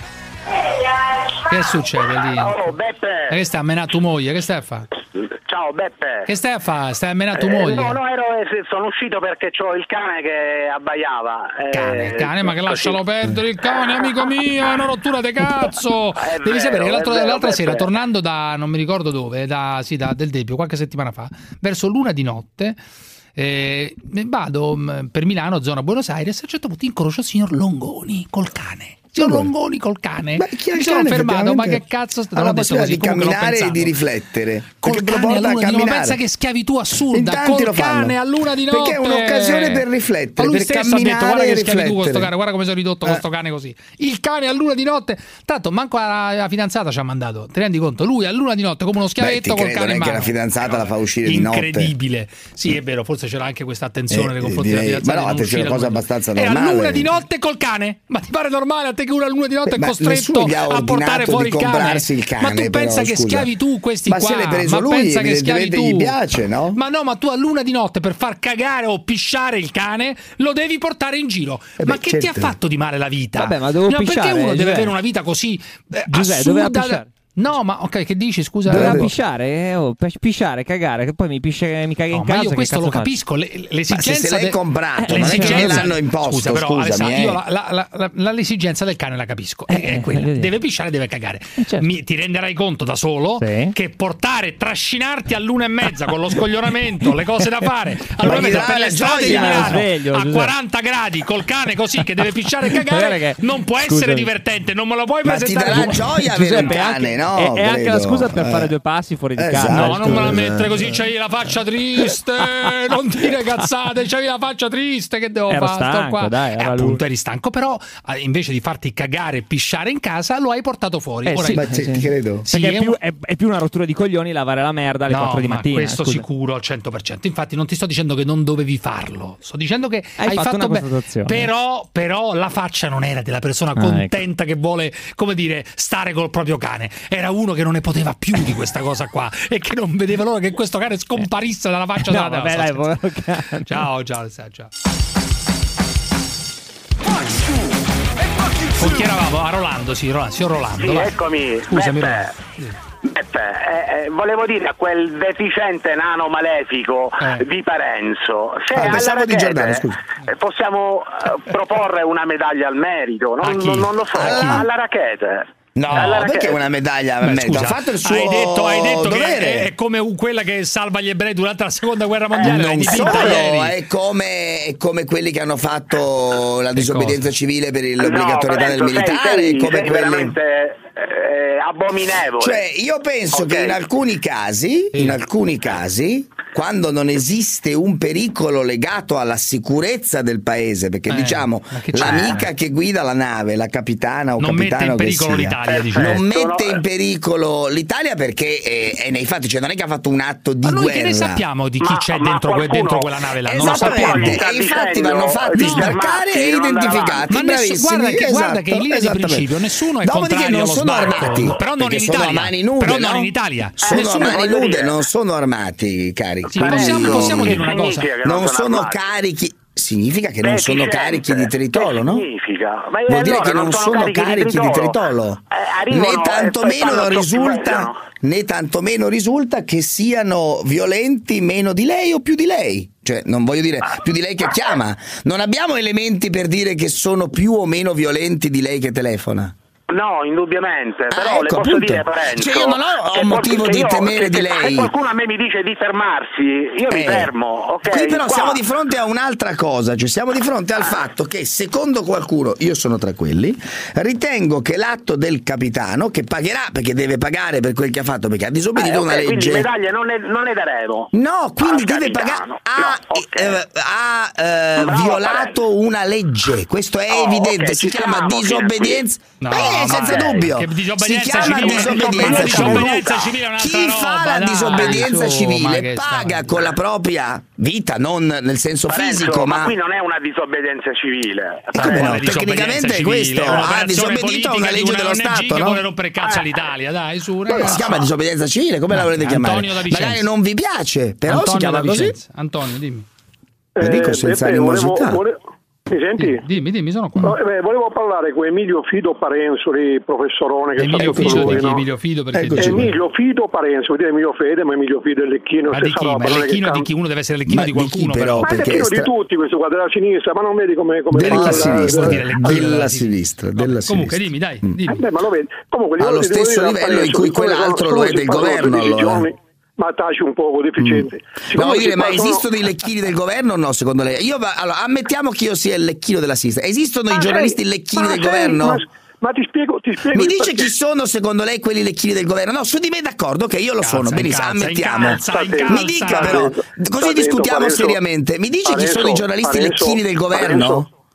Che succede lì? Oh, Beppe. Che stai a menare tu moglie? Che stai a fare? Ciao Beppe. Che stai a fare? Stai a menare tu moglie? Eh, no, no, ero, sono uscito perché c'ho il cane che abbaiava. Cane, eh, cane, ma che lascialo perdere il cane, amico mio, è una rottura de cazzo. Devi vero, sapere che l'altro, vero, l'altra sera, tornando da non mi ricordo dove, da, sì, da Del Debbio, qualche settimana fa, verso l'una di notte, eh, vado per Milano, zona Buenos Aires, a un certo punto incrocio il signor Longoni col cane. Signor Longoni col cane. Ma chi ha mi il sono cane, fermato, ma che cazzo sta? Ha la possibilità di camminare e di riflettere. Col cane a luna di notte, pensa che schiavitù assurda. Col cane a luna di notte. Perché è un'occasione per riflettere, lui per stesso camminare ha detto, guarda e che schiavitù riflettere. questo cane, guarda come sono ridotto eh. questo cane così. Il cane a luna di notte. Tanto manco la, la fidanzata ci ha mandato. Ti rendi conto? Lui a luna di notte come uno schiavetto Beh, col cane in mano. Che la fidanzata la fa uscire di notte. Incredibile. Sì, è vero, forse c'era anche questa attenzione nei confronti della fidanzata. Ma no, a te c'è una cosa abbastanza normale. E a luna di notte col cane. Ma ti pare normale a te che uno a luna di notte Beh, è ma costretto nessuno gli ha a portare ordinato fuori di il cane. comprarsi il cane, Ma tu pensa però, che scusa. schiavi tu questi Ma qua? se l'hai preso ma lui, pensa che schiavi evidentemente tu? gli piace, no? Ma no, ma tu a luna di notte per far cagare o pisciare il cane lo devi portare in giro. Eh ma beh, che ti ha certo. fatto di male la vita? Vabbè, ma devo no, pisciare, perché uno deve Giuseppe. avere una vita così eh, Giuseppe, doveva assurda? pisciare. No, ma ok, che dici? Scusa. Doveva Dove- pisciare, eh, oh, pis- pisciare, cagare, che poi mi pisce, mi caga in No, casa. ma io che questo cazzo lo faccio? capisco. le- L'esigenza Ma se se l'hai de- comprato, eh, non è che l'esigenza- me l'hanno imposto, Scusa, però, scusami, Alessandro, eh. io la, la, la, la- l'esigenza del cane la capisco. È- è quella. Deve pisciare, deve cagare. certo. Mi- ti renderai conto da solo che portare, trascinarti all'una e mezza con lo scoglionamento, le cose da fare, allora gli per dà le la strade di gioia. Milano Sveglio, a Giuseppe. quaranta gradi col cane così che deve pisciare e Guarda cagare, che- non può scusami. essere divertente, non me lo puoi Ma ti presentare darà tu. gioia avere un Giuseppe, è cane, anche- no? è, è anche la credo. scusa per Eh. fare due passi fuori di Esatto. casa. No, non me la esatto. mettere così, c'hai la faccia triste, non dire cazzate, c'hai la faccia triste, che devo Ero fare? Sto stanco, qua. dai, Eh, era lui. appunto eri stanco, però eh, invece di farti cagare e pisciare in casa, lo hai portato fuori. Eh, Ora sì, io- Ma ti ti credo. Sì, Perché è è più, un- è, è più una rottura di coglioni lavare la merda alle No, quattro di ma mattina. questo scusa. sicuro al cento per cento. Infatti non ti sto dicendo che non dovevi farlo, sto dicendo che hai, Hai fatto una bene. constatazione. Però, però la faccia non era della persona Ah, contenta che vuole, come dire, stare col proprio cane. Era uno che non ne poteva più di questa cosa qua e che non vedeva l'ora che questo cane scomparisse dalla faccia No, della vabbè, sto dai, scherzando. povero cane. Ciao, ciao, ciao, ciao. Con chi eravamo? A Rolando, sì, Rolando, signor Rolando. Sì, vai. eccomi. Scusami, Beppe, Rolando. Beppe, eh, eh, volevo dire a quel deficiente nano malefico Eh. di Parenzo, se Ah, alla pensavo di Rackete, Giordano, scusa. eh, possiamo eh, proporre una medaglia al merito, A non, chi? non- non lo so, A chi? alla Rackete. No, Alla perché Rackete. una medaglia Beh, al merito? scusa, Ha fatto il suo hai detto, hai detto che dovere. è, è come un- quella che salva gli ebrei durante la seconda guerra mondiale. l'hai Non dipinta solo, ieri. è come, è come quelli che hanno fatto la disobbedienza civile per l'obbligatorietà No, del Parenzo, militare, sei, è come sei quelli. veramente eh, abominevole. Cioè, io penso Ok. che in alcuni casi, in alcuni casi, quando non esiste un pericolo legato alla sicurezza del paese, perché Eh, diciamo ma che c'è? l'amica che guida la nave, la capitana o Non mette capitano in pericolo che sia, l'Italia, diciamo. non Perfetto, mette no, in eh. pericolo l'Italia perché è, è nei fatti, cioè non è che ha fatto un atto di Ma noi guerra. che ne sappiamo di chi Ma- c'è ma dentro, que- qualcuno- dentro quella nave là? Non lo sappiamo. Esattamente, sta e infatti dicendo vanno fatti di sbarcare fermarsi, e non andare identificati. Ma nessu- bravissimi, guarda che- guarda che in esatto, linea di esattamente. principio nessuno è Dopodiché contrario non allo sono sbarco, armati, però non perché in sono a Italia. mani nude, Però non no? in Italia. Sono a Nessuno- mani voglio nude, dire- non sono armati, carichi. Sì, possiamo- Non- possiamo dire una Che cosa. significa che non sono armati? carichi. Significa che non Beh, sono Vicente, carichi di tritolo, che no? significa? Ma Vuol dire allora che non sono carichi di tritolo, Eh, arrivano né e tantomeno fanno risulta, soppivettano. né tantomeno risulta che siano violenti meno di lei o più di lei. Cioè, non voglio dire più di lei che chiama. Non abbiamo elementi per dire che sono più o meno violenti di lei che telefona. No, indubbiamente, però ecco, le posso appunto. dire, Parenzo, Cioè, io non ho che un motivo qual- di che io- temere che- di che- lei. Se qualcuno a me mi dice di fermarsi, io mi Eh, fermo, ok? Qui però Qua- siamo di fronte a un'altra cosa, cioè siamo di fronte al fatto che secondo qualcuno, io sono tra quelli, ritengo che l'atto del capitano, che pagherà perché deve pagare per quel che ha fatto, perché ha disobbedito Eh, a una ok, quindi legge. medaglie non ne, non ne daremo. No, quindi Al deve capitano. pagare. Ha, No, ok. eh, ha, eh, Bravo, violato una legge, questo è Oh, evidente. ok, si ci chiama siamo, disobbedienza. No, Ma è ma senza è- dubbio. che disobbedienza si chiama civile- disobbedienza la disobbedienza civile. civile è un'altra Chi fa roba, la dai, disobbedienza su, ma civile che paga stai- con la propria vita, non nel senso Parenzo, fisico, ma ma. qui non è una disobbedienza civile. E come no? La disobbedienza Tecnicamente è civile, questo. è Ha un'operazione disobbedito a una politica di legge una dello O N G Stato, che no? vuole rompere il cazzo all'Italia, dai, su, ragazzi. Si chiama disobbedienza civile, come la volete Antonio chiamare? da Vicenza. Magari non vi piace, però Antonio si chiama da così. Vicenza. Antonio, dimmi. Lo dico Eh, senza Beppe, volevo- animosità. vole- Mi senti? Dimmi, dimmi, sono qua. No, eh, beh, volevo parlare con Emilio Fido Parenzo, lì, professorone che Emilio sta tutto Fido, lui, di chi? no? Emilio Fido perché Eccoci qua. Emilio Fido Parenzo, vuol dire Emilio Fede, ma Emilio Fido è Lecchino. Ma di stessa chi? roba, Ma il non è che lecchino di cam- chi? Uno deve essere lecchino Ma di di chi qualcuno, però? però. Ma è perché Lecchino sta- di tutti questo qua, della sinistra, ma non vedi come, come Della parla, sinistra, eh, dire lecchino della della sinistra, della Comunque, sinistra. dimmi, dai, Mm. dimmi. Eh, beh, ma lo vedi. Comunque, Allo io ti devo stesso dire a livello in Parenzo, cui siccome quell'altro sono- lo è sono del passato governo, sedici allora. giorni, ma taci un poco deficiente. No, Siccome voglio dire, si ma passano- esistono i lecchini del governo o no, secondo lei? Io, va- allora, ammettiamo che io sia il lecchino della sinistra. Esistono Ma i giornalisti sei- lecchini ma del sei- governo? Ma, ma ti spiego, ti spiego Mi il dice perché. chi sono secondo lei quelli lecchini del governo? No, su di me d'accordo, che io lo Incalza, sono, benissimo, incalza, ammettiamo. incalza, Mi incalza. dica però, Sta così dentro, discutiamo Parenzo. seriamente. Mi dice chi Parenzo, sono i giornalisti Parenzo, lecchini del governo? Parenzo,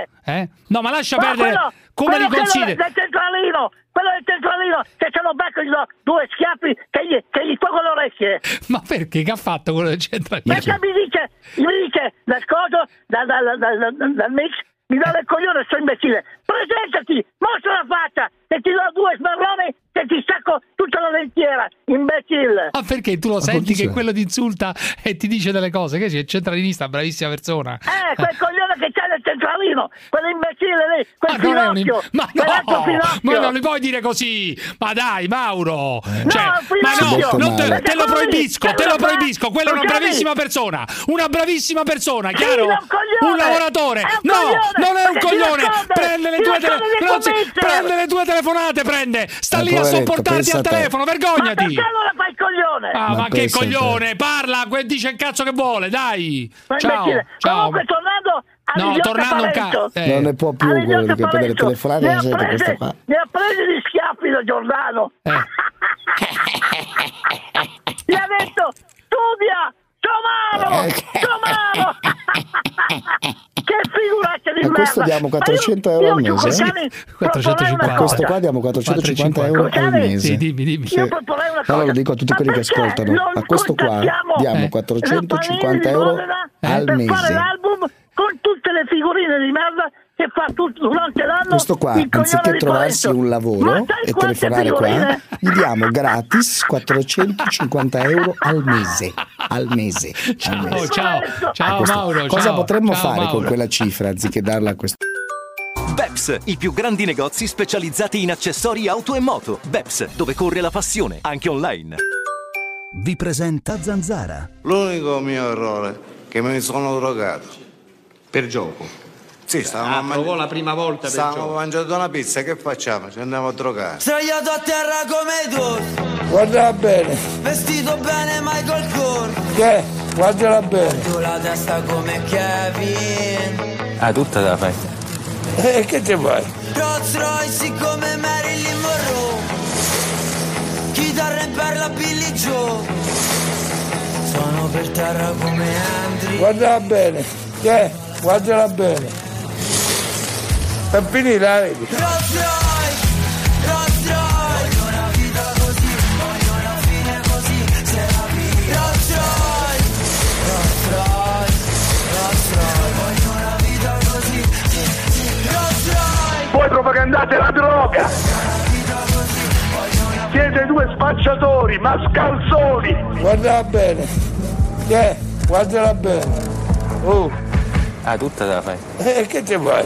Eh? No, ma lascia Ma perdere. quello- Come li quello che lo consideri? decentralizza centralino, quello del centralino, se ce lo becco gli do due schiaffi che gli, che gli tolgo le orecchie. Ma perché? Che ha fatto quello del centralino? Perché mi dice, mi dice, da scoso, dal da, da, da, da, da mix, mi dà del coglione, sto imbecille. Presentati, mostra la faccia, che ti do due sbarroni, che ti stacco tutta la dentiera, imbecille. Ma perché tu lo Ma senti che quello ti insulta e ti dice delle cose? Che sei centralinista, bravissima persona. Eh, quel coglione che c'è nel centralino, quell'imbecille lì, quel ma non Pinocchio, un... Ma no, ma non li puoi dire così. Ma dai, Mauro. Cioè, no, ma no, non te, te, te lo proibisco, te lo proibisco. Quella è una bravissima persona, una bravissima persona, chiaro? Sì, un, un lavoratore. Un no, coglione, non è un coglione. Prende le, tue tele... si, prende le tue telefonate, prende. Sta eh, lì a sopportarti al telefono, vergognati. Ma perché allora fai il coglione? Ah, ma, ma che coglione? Parla, dice il cazzo che vuole, dai. Ciao, ciao. Comunque tornando No, tornando un cazzo. Eh. Non ne può più quello di che prendere telefonate ne, non sente questa qua. Ne ha presi di schiaffi da Giordano. Eh. Gli ha detto studia, Somaro, Somaro. Che figuraccia di merda. A questo diamo quattrocento euro al mese. Sì. quattrocentocinquanta. A questo qua diamo quattrocentocinquanta euro al mese. Sì, dimmi, dimmi. Io proporrei una cosa. Allora lo dico a tutti quelli che ascoltano. A questo qua diamo quattrocentocinquanta euro al per mese. Per fare l'album con tutte le figurine di merda che fa tutto durante l'anno. Questo qua, anziché trovarsi un lavoro e telefonare qua, gli diamo gratis quattrocentocinquanta euro al mese. Al mese. Ciao, al mese. ciao, ciao questo, Mauro. Cosa ciao, potremmo ciao, fare Mauro. con quella cifra anziché darla a questo? Beps, i più grandi negozi specializzati in accessori auto e moto. Beps, dove corre la passione, anche online. Vi presenta Zanzara. L'unico mio errore è che mi sono drogato. Per gioco? Sì, stavamo ah, provò la prima volta per stavamo gioco. mangiando una pizza, che facciamo? Ci andiamo a drogare. Sdraiato a terra come tu. Guardala bene. Vestito bene Michael Kors. Che? Guardala bene. Tu la testa come Kevin. Ah, tutta da fai. E eh, che te fai? Rolls Royce come Marilyn Monroe. Chitarra in perla Billy Joe. Sono per terra come Andrew. Guardala bene. Che? Guardala bene. Per finire, la vedi? Rolls Royce, Rolls Royce. Voglio una vita così, voglio una fine così. Se la vivi. Rolls Royce, Rolls Royce, Rolls Royce. Voglio una vita così. Rolls Royce. Voi propagandate la droga. Siete due spacciatori, mascalzoni. Guardala bene. Che? Guardala bene. Oh. Ah, tutta la fai. E eh, che te fai?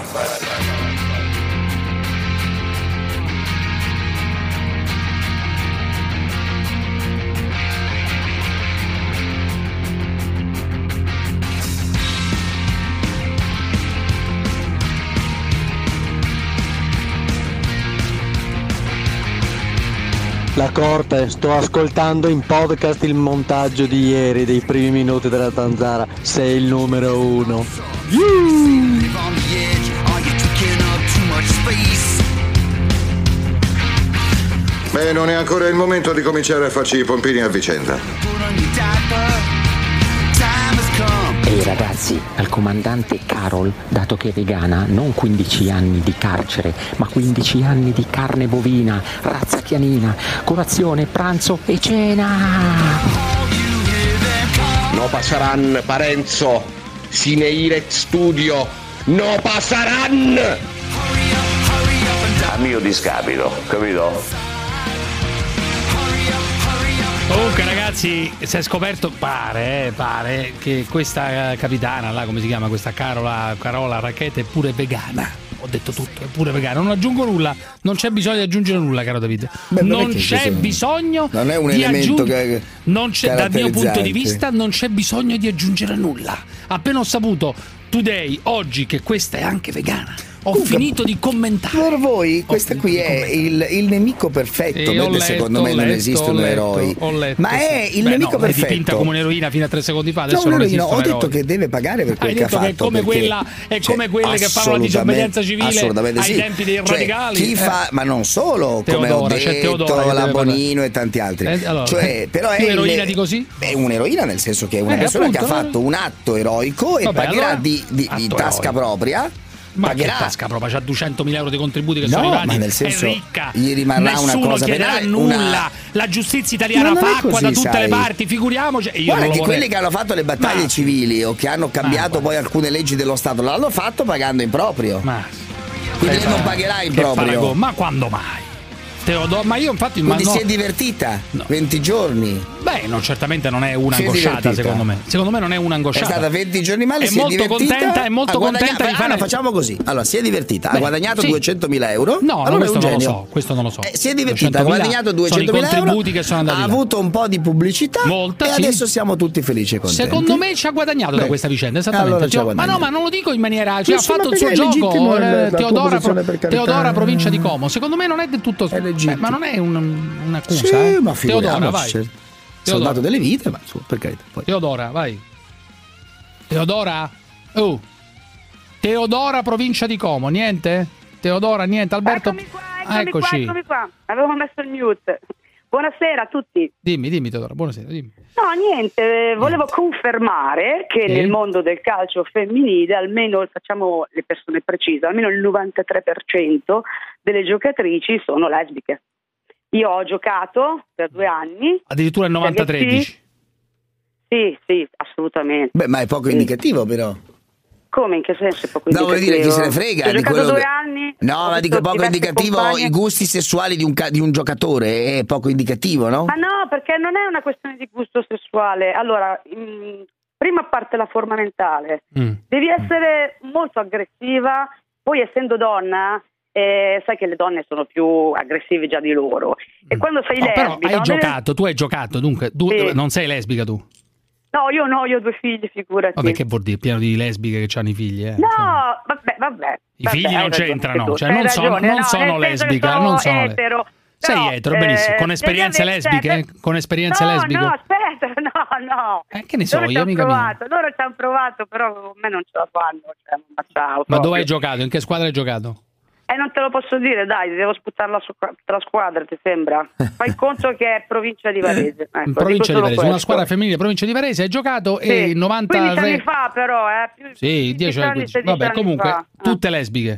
La Corte, sto ascoltando in podcast il montaggio di ieri dei primi minuti della Zanzara. Sei il numero uno. Beh, non è ancora il momento di cominciare a farci i pompini a vicenda. Ehi ragazzi, al comandante Carol, dato che è vegana, non quindici anni di carcere, ma quindici anni di carne bovina, razza chianina, colazione, pranzo e cena! No passaran, Parenzo, sine iret studio, no passaran! A mio discapito, capito? Comunque ragazzi, si è scoperto, pare, eh, pare che questa capitana, là come si chiama, questa Carola, Carola Rackete è pure vegana. Ho detto tutto, è pure vegana. Non aggiungo nulla, non c'è bisogno di aggiungere nulla, caro David. Beh, non c'è bisogno non è un di elemento aggiung- che non c'è, dal mio punto di vista non c'è bisogno di aggiungere nulla. Appena ho saputo today, oggi, che questa è anche vegana, ho Comunque, finito di commentare. Per voi questa qui è il, il nemico perfetto, sì, mentre letto, secondo me letto, non esistono letto, eroi. Letto, ma sì. è il Beh, nemico no, perfetto. È dipinta come un'eroina fino a tre secondi fa, adesso no, non esistono Ho detto eroi. che deve pagare per quel Hai che ha detto fatto. che è come quella, è come cioè, quelle che fanno la disobbedienza civile ai sì. tempi dei cioè, radicali. Chi eh. fa, ma non solo, Teodora, come ho detto, Teodora, la Bonino e tanti altri. Eh, allora, cioè, però è un'eroina di così? È un'eroina nel senso che è una eh, persona appunto, che ha fatto un atto eroico e Vabbè, pagherà allora, di, di, di tasca propria Ma pagherà. che tasca proprio, c'ha duecentomila euro di contributi che No, sono arrivati, ma nel senso, è ricca, gli rimarrà nessuno una cosa chiederà penale, nulla, una- la giustizia italiana Ma non è fa acqua così, da tutte sai. le parti, figuriamoci. Io Guarda non lo che vorrei. quelli che hanno fatto le battaglie Ma- civili o che hanno cambiato poi alcune leggi dello Stato l'hanno fatto pagando in proprio. Ma quindi Eh, lei non pagherà in che proprio. paragon- ma quando mai? Teodoro, ma io infatti ma Quindi no. si è divertita venti giorni. Beh, no, certamente non è una Si è angosciata, divertita. secondo me. Secondo me non è una È angosciata. stata venti giorni male, È si molto è divertita. contenta, è molto ha guadagnato- contenta di ah, fare- no, facciamo così. Allora, si è divertita, Beh, ha guadagnato sì. duecentomila euro. No, no, allora è questo un non lo genio. so, questo non lo so. Eh, si è divertita, ha duecentomila guadagnato sono i duecentomila euro. contributi che sono andati Ha là. avuto un po' di pubblicità Molta, e sì. adesso siamo tutti felici e contenti. Secondo me ci ha guadagnato da Beh, questa vicenda, esattamente. allora ci ha Teo- ma guadagnato. no, ma non lo dico in maniera. Cioè, ha Sì, sì, fatto ma il suo perché è gioco. legittimo il- eh, la tua Teodora, posizione, per carità. Teodora, provincia di Como. Secondo me non è del tutto. È legittimo. Beh, ma non è un- un'accusa. Sì, eh. ma Teodora, figuriamoci, vai. certo. Teodora. Salvato delle vite, ma su, per carità. Poi. Teodora, vai. Teodora? Oh. Teodora, provincia di Como, niente? Teodora, niente. Alberto. Eccomi qua, eccomi Eccoci. qua, eccomi qua. Avevo messo il mute. Buonasera a tutti. Dimmi, dimmi Teodora, buonasera, dimmi. No, niente, eh, volevo confermare che Sì. nel mondo del calcio femminile, almeno facciamo le persone precise, almeno il novantatré per cento delle giocatrici sono lesbiche. Io ho giocato per due anni. Addirittura il novanta tredici. Sì, sì, assolutamente. Beh, ma è poco indicativo però. Come, in che senso è poco No, vuol dire chi se ne indicativo? frega Ho di giocato quello due che- anni. No, ho ma visto dico poco diverse indicativo compagne. i gusti sessuali di un, ca- di un giocatore, è poco indicativo, no? Ma no, perché non è una questione di gusto sessuale. Allora, mh, prima parte la forma mentale. Mm. Devi essere molto aggressiva, poi essendo donna, eh, sai che le donne sono più aggressive già di loro. E quando sei No, però lesbica... hai non devi- giocato, tu hai giocato, dunque tu Sì. non sei lesbica tu. No, io no, io ho due figli, figurati. Vabbè, che vuol dire? Pieno di lesbiche che hanno i figli, eh. No, vabbè, vabbè. I vabbè, figli hai non ragione c'entrano, anche tu, cioè hai non sono, ragione, non no, sono nel senso che lesbica, sono non sono le- etero. Sei Però, etero, benissimo, con eh, esperienze devi avere- lesbiche? cioè, Con esperienze no, lesbiche? No, aspetta, no, no. Eh, che ne so, loro io ci mica hanno mi- provato, loro ci hanno provato, però a me non ce la fanno, cioè, ma ciao. Ma proprio. dove hai giocato? In che squadra hai giocato? Eh, non te lo posso dire, dai, devo sputare la, squa- la squadra, ti sembra? Fai conto che è provincia di Varese. Ecco, In dico provincia di solo Varese, una questo. squadra femminile provincia di Varese, hai giocato Sì. e il novanta quindici anni fa però, eh, più Sì, dieci anni. anni, sedici Vabbè, anni comunque, fa. tutte lesbiche.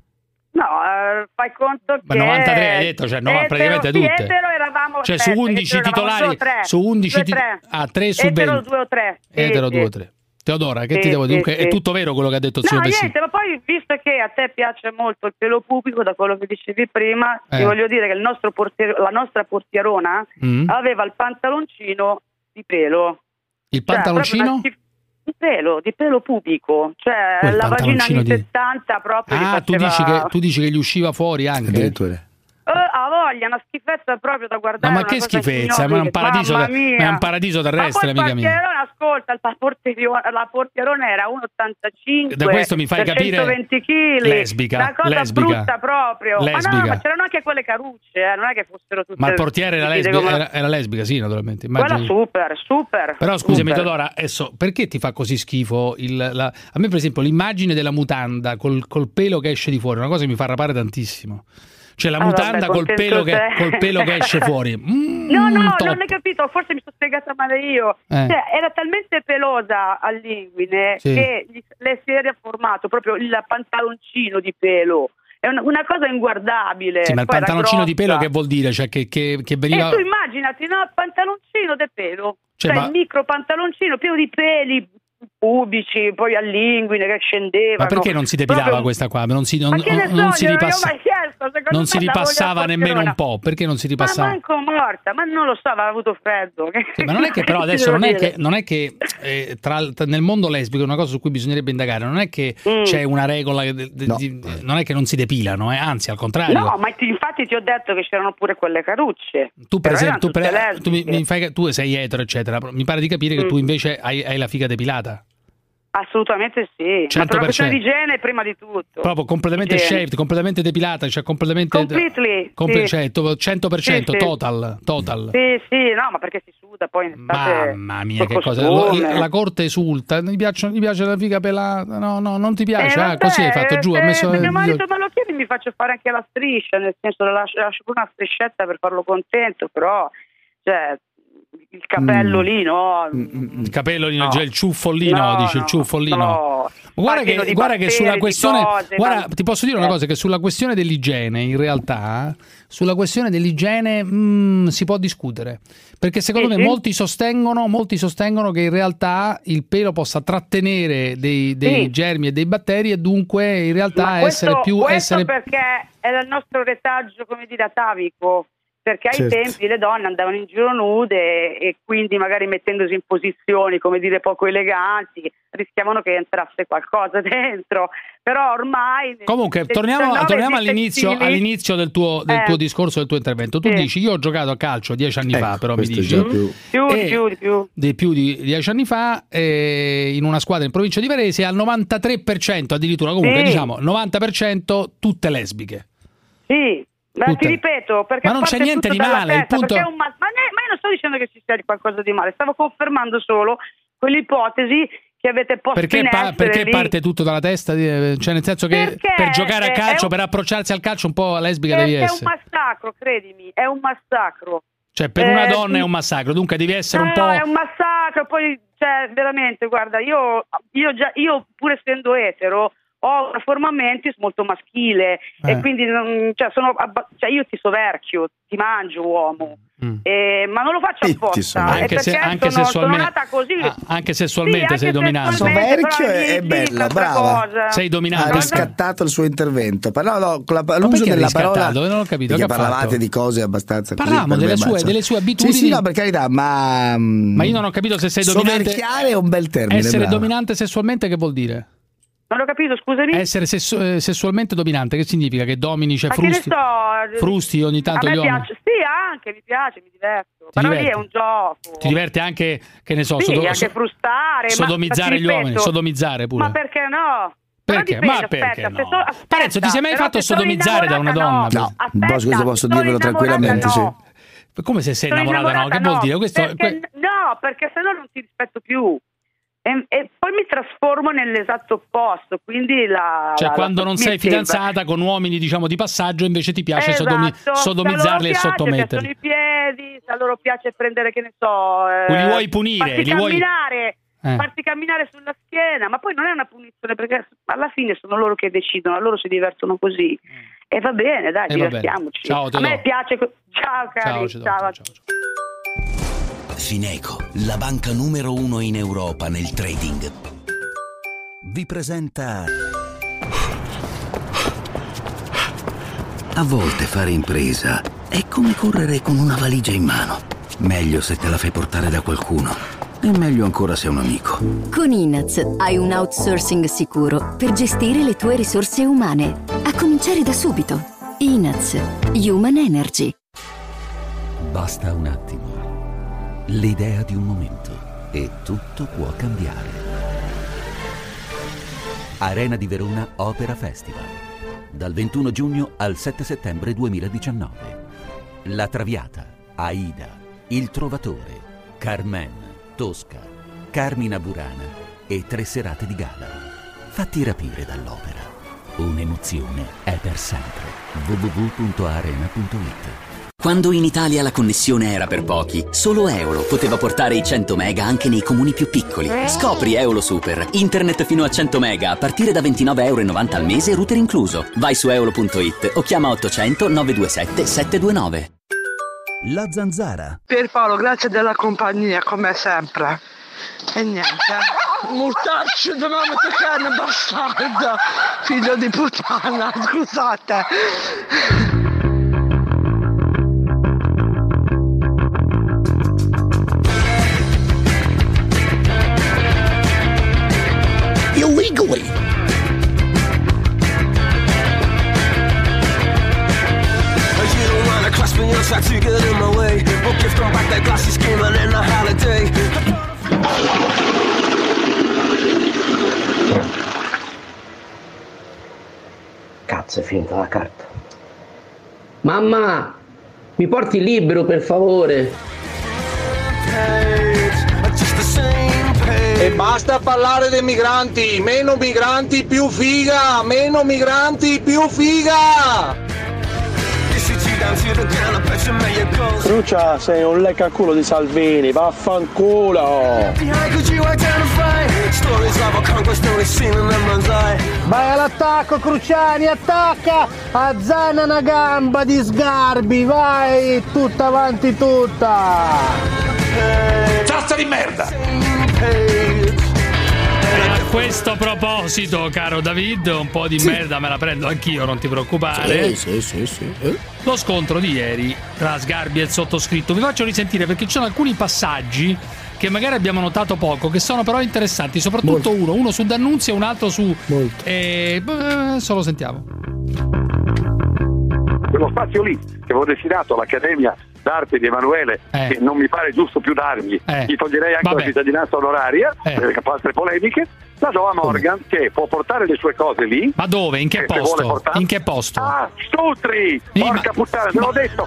No, eh, fai conto che... Ma novantatré hai detto, cioè, no, etero, praticamente sì, tutte. etero eravamo, Cioè, aspetta, su undici etero eravamo titolari, due o tre. su undici Due, ti- tre. ah, tre su Etero venti. due o tre. Sì, Etero sì. due o tre. Teodora, che Sì, ti devo dire? sì, Dunque, sì. è tutto vero quello che ha detto il No, signor Vessini? niente, ma poi visto che a te piace molto il pelo pubblico, da quello che dicevi prima, Eh. ti voglio dire che il nostro portier- la nostra portierona Mm. aveva il pantaloncino di pelo. Il Cioè, pantaloncino? proprio una schif- di pelo, di pelo pubblico, cioè Come il la vagina pantaloncino anni di- settanta proprio gli Ah, tu faceva- dici, che, tu dici che gli usciva fuori anche? Addirittura. Eh, ha voglia, una schifezza proprio da Ma, guardare. ma una che cosa schifezza, ma è un ignobile. paradiso, Mamma ma mia. è un paradiso terrestre, ma poi amica il mia. portierone, ascolta, il portierone, la portierone era uno virgola ottantacinque Da questo mi fai per capire centoventi chili, lesbica, una cosa lesbica. brutta proprio. Ma Lesbica. no, ma c'erano anche quelle carucce, eh, non è che fossero tutte. Ma il portiere era, tutte lesbica, come- era, era lesbica, sì, naturalmente. Quella Immagini. super, super. Però scusami, super. Teodora, adesso, perché ti fa così schifo? Il, la... A me, per esempio, l'immagine della mutanda col, col pelo che esce di fuori è una cosa che mi fa rapare tantissimo. Cioè la Ah, mutanda vabbè, col, contento pelo che, te. col pelo che esce fuori. Mm, No, no, top. non hai capito, forse mi sono spiegata male io. Eh. Cioè, era talmente pelosa all'inguine Sì. che gli- le si era formato proprio il pantaloncino di pelo. È una, una cosa inguardabile. Sì, ma il Poi era pantaloncino di pelo grossa. che vuol dire? Cioè che, che, che veniva... E tu immaginati, no, il pantaloncino di pelo. Cioè, Cioè, ma- il micro pantaloncino pieno di peli pubici, poi all'inguine che scendevano. Ma perché non si depilava Proprio- questa qua? Non si, non, Ma che ne so, non si glielo ripassa- avevo mai chiesto, secondo non me si la ripassava voglia nemmeno un portierona. po'. Perché non si Ma ripassava? manco morta, ma non lo so, aveva avuto freddo. Sì, ma non è che però Che ti adesso devo non è dire? che, non è che eh, tra, tra- nel mondo lesbico è una cosa su cui bisognerebbe indagare, non è che Mm. c'è una regola, che de- de- di- non è che non si depilano, eh, anzi al contrario. No, ma ti- infatti ti ho detto che c'erano pure quelle carucce. Tu per Però esempio, tu, erano per- tutte tu mi, lesbiche. mi fai, tu sei etero eccetera, però mi pare di capire che Mm. tu invece hai, hai la figa depilata. Assolutamente sì, ma per cento una per cento. questione di igiene prima di tutto. Proprio completamente Igiene. shaved, completamente depilata, cioè completamente Completely, comple- sì. cioè to- cento per cento Sì, sì. total, total. Sì, sì, no, ma perché si suda poi in estate. Mamma mia, che col cosa. costume. La, la corte esulta, mi piace, mi piace la figa pelata. No, no, non ti piace. Eh, ah, vabbè, così hai fatto giù. eh, Ha messo. se mio marito me lo chiede mi faccio fare anche la striscia, nel senso le lascio, lascio pure una striscetta per farlo contento, però cioè il capello Mm. lì, no? Il capello lì, No. cioè il ciuffollino, No, dice il no, ciuffollino. no. Guarda Pieno che, di guarda che batteri, sulla di questione, cose, guarda, ma- ti posso dire una Eh. cosa, che sulla questione dell'igiene, in realtà, sulla questione dell'igiene mm, si può discutere, perché secondo Sì, me sì. molti sostengono, molti sostengono che in realtà il pelo possa trattenere dei, dei Sì. germi e dei batteri e dunque in realtà Ma questo, essere più questo essere perché è il nostro retaggio, come dire, atavico, perché ai Certo. tempi le donne andavano in giro nude e quindi magari mettendosi in posizioni, come dire, poco eleganti, rischiavano che entrasse qualcosa dentro, però ormai Comunque, nel torniamo, diciannove torniamo esiste all'inizio, stili- all'inizio del, tuo, del Eh. tuo discorso, del tuo intervento. Tu Sì. dici, io ho giocato a calcio dieci anni fa, però mi questo dici... già più- più, E- più, di più. di più di dieci anni fa eh, in una squadra in provincia di Varese al novantatré per cento addirittura, comunque Sì. diciamo novanta per cento tutte lesbiche. Sì, ma Tutte. ti ripeto, perché Ma non c'è parte niente tutto di dalla male, il testa, punto- perché è un ma, ma, ne- ma io non sto dicendo che ci sia di qualcosa di male, stavo confermando solo quell'ipotesi che avete posto Perché, in pa- essere perché lì. parte tutto dalla testa? Eh, Cioè nel senso che Perché per giocare a è- calcio, è un- per approcciarsi al calcio un po' lesbica È, devi è un essere. massacro, credimi, è un massacro. Cioè per una eh, donna è sì. un massacro, dunque devi essere un No, po'... è un massacro, poi cioè veramente, guarda, io io già io pur essendo etero ho una forma mentis molto maschile Eh. e quindi non- cioè, sono abba- cioè io ti soverchio, ti mangio uomo. Eh, ma non lo faccio apposta, è Anche, se, perché anche sono, sono sessualmente, nata così. ah, anche sessualmente Sì, anche sei dominante. sessualmente, Soverchio però è, lì- è lì bello, un'altra brava. cosa. Sei dominante. Ha riscattato il suo intervento. Però no, con la, Ma l'uso perché ha della parola. riscattato? Non ho capito, Perché che ha parlavate fatto? di cose abbastanza così Parlavamo per me, delle sue- basta. delle sue abitudini. Sì, sì, no, per carità, ma. Ma io non ho capito se sei dominante. Soverchiare è un bel termine. Essere brava. dominante sessualmente che vuol dire? Non ho capito, scusami. Essere sessu- eh, sessualmente dominante, che significa? Che domini, cioè Ma che ne frusti, so, frusti ogni tanto a me gli uomini? piace, sì, anche mi piace, mi diverto. Però lì diverti? è un gioco. Ti diverte anche, che ne so, Sì, sodo- anche so- frustare, ma- sodomizzare ma ti gli uomini, ripeto, sodomizzare pure. Ma perché no? Però Perché? dipende, Ma perché aspetta, no? se so- aspetta, Parenzo, ti sei mai però fatto se sono sodomizzare da una innamorata, donna? no. No, Aspetta, boss, questo posso sono dirvelo tranquillamente, innamorata, no. Come se sei Sono innamorata, no? Che vuol no, dire? Questo, perché- que- no, perché se no non ti rispetto più. E, e poi mi trasformo nell'esatto opposto, quindi la... Cioè la- quando la- non mi sei sembra. fidanzata con uomini, diciamo, di passaggio, invece ti piace Esatto, sodomi- se a loro sodomizzarli e piace, sottometterli. piacciono i piedi, se a loro piace prendere, che ne so, eh, Li vuoi punire, farti li vuoi- camminare, Eh. farti camminare sulla schiena, ma poi non è una punizione perché alla fine sono loro che decidono, loro si divertono così e va bene, dai, E va bene. divertiamoci. Ciao, te a me do. piace. co- Ciao cari, Ciao, ci do, ciao. Fineco, la banca numero uno in Europa nel trading, vi presenta... A volte fare impresa è come correre con una valigia in mano. Meglio se te la fai portare da qualcuno. E meglio ancora se è un amico. Con I N A Z hai un outsourcing sicuro per gestire le tue risorse umane. A cominciare da subito. I N A Z, Human Energy. Basta un attimo. L'idea di un momento. E tutto può cambiare. Arena di Verona Opera Festival. Dal ventuno giugno al sette settembre duemiladiciannove. La Traviata, Aida, Il Trovatore, Carmen, Tosca, Carmina Burana e tre serate di gala. Fatti rapire dall'opera. Un'emozione è per sempre. w w w punto arena punto it. Quando in Italia la connessione era per pochi, solo Eolo poteva portare i cento mega anche nei comuni più piccoli. Scopri Eolo Super, internet fino a cento mega a partire da ventinove e novanta euro al mese, router incluso. Vai su eolo punto it o chiama ottocento nove due sette sette due nove. La Zanzara. Pierpaolo, grazie della compagnia, come sempre. E niente. Mortaccio di mamma che carne bastardo. Figlio di puttana, scusate. Illegally. You don't wanna cross me, you'll try to get in my way. We'll give them back their glasses, screaming in a holiday. Cazzo, è finita la carta. Mamma, mi porti il libro per favore? E basta parlare dei migranti, meno migranti più figa, meno migranti più figa! Crucia, sei un leccaculo di Salvini, vaffanculo! Vai all'attacco, Cruciani, attacca! Azzana una gamba di Sgarbi, vai! Tutta avanti tutta! Cazzo di merda! A questo proposito, caro David, un po' di sì. merda me la prendo anch'io, non ti preoccupare. Sì, sì, sì, sì. Eh. Lo scontro di ieri tra Sgarbi e il sottoscritto. Vi faccio risentire perché ci sono alcuni passaggi che magari abbiamo notato poco, che sono però interessanti, soprattutto Molto. uno, uno su D'Annunzio e un altro su... Eh, adesso lo sentiamo. Quello spazio lì che avevo destinato all'Accademia d'Arte di Emanuele, eh. che non mi pare giusto più dargli, eh. gli toglierei anche Vabbè. la cittadinanza onoraria, eh. perché fa altre polemiche, la do a Morgan oh. che può portare le sue cose lì. Ma dove? In che posto? In che posto? Ah, Stutri! Sì, porca ma... puttana, te l'ho detto!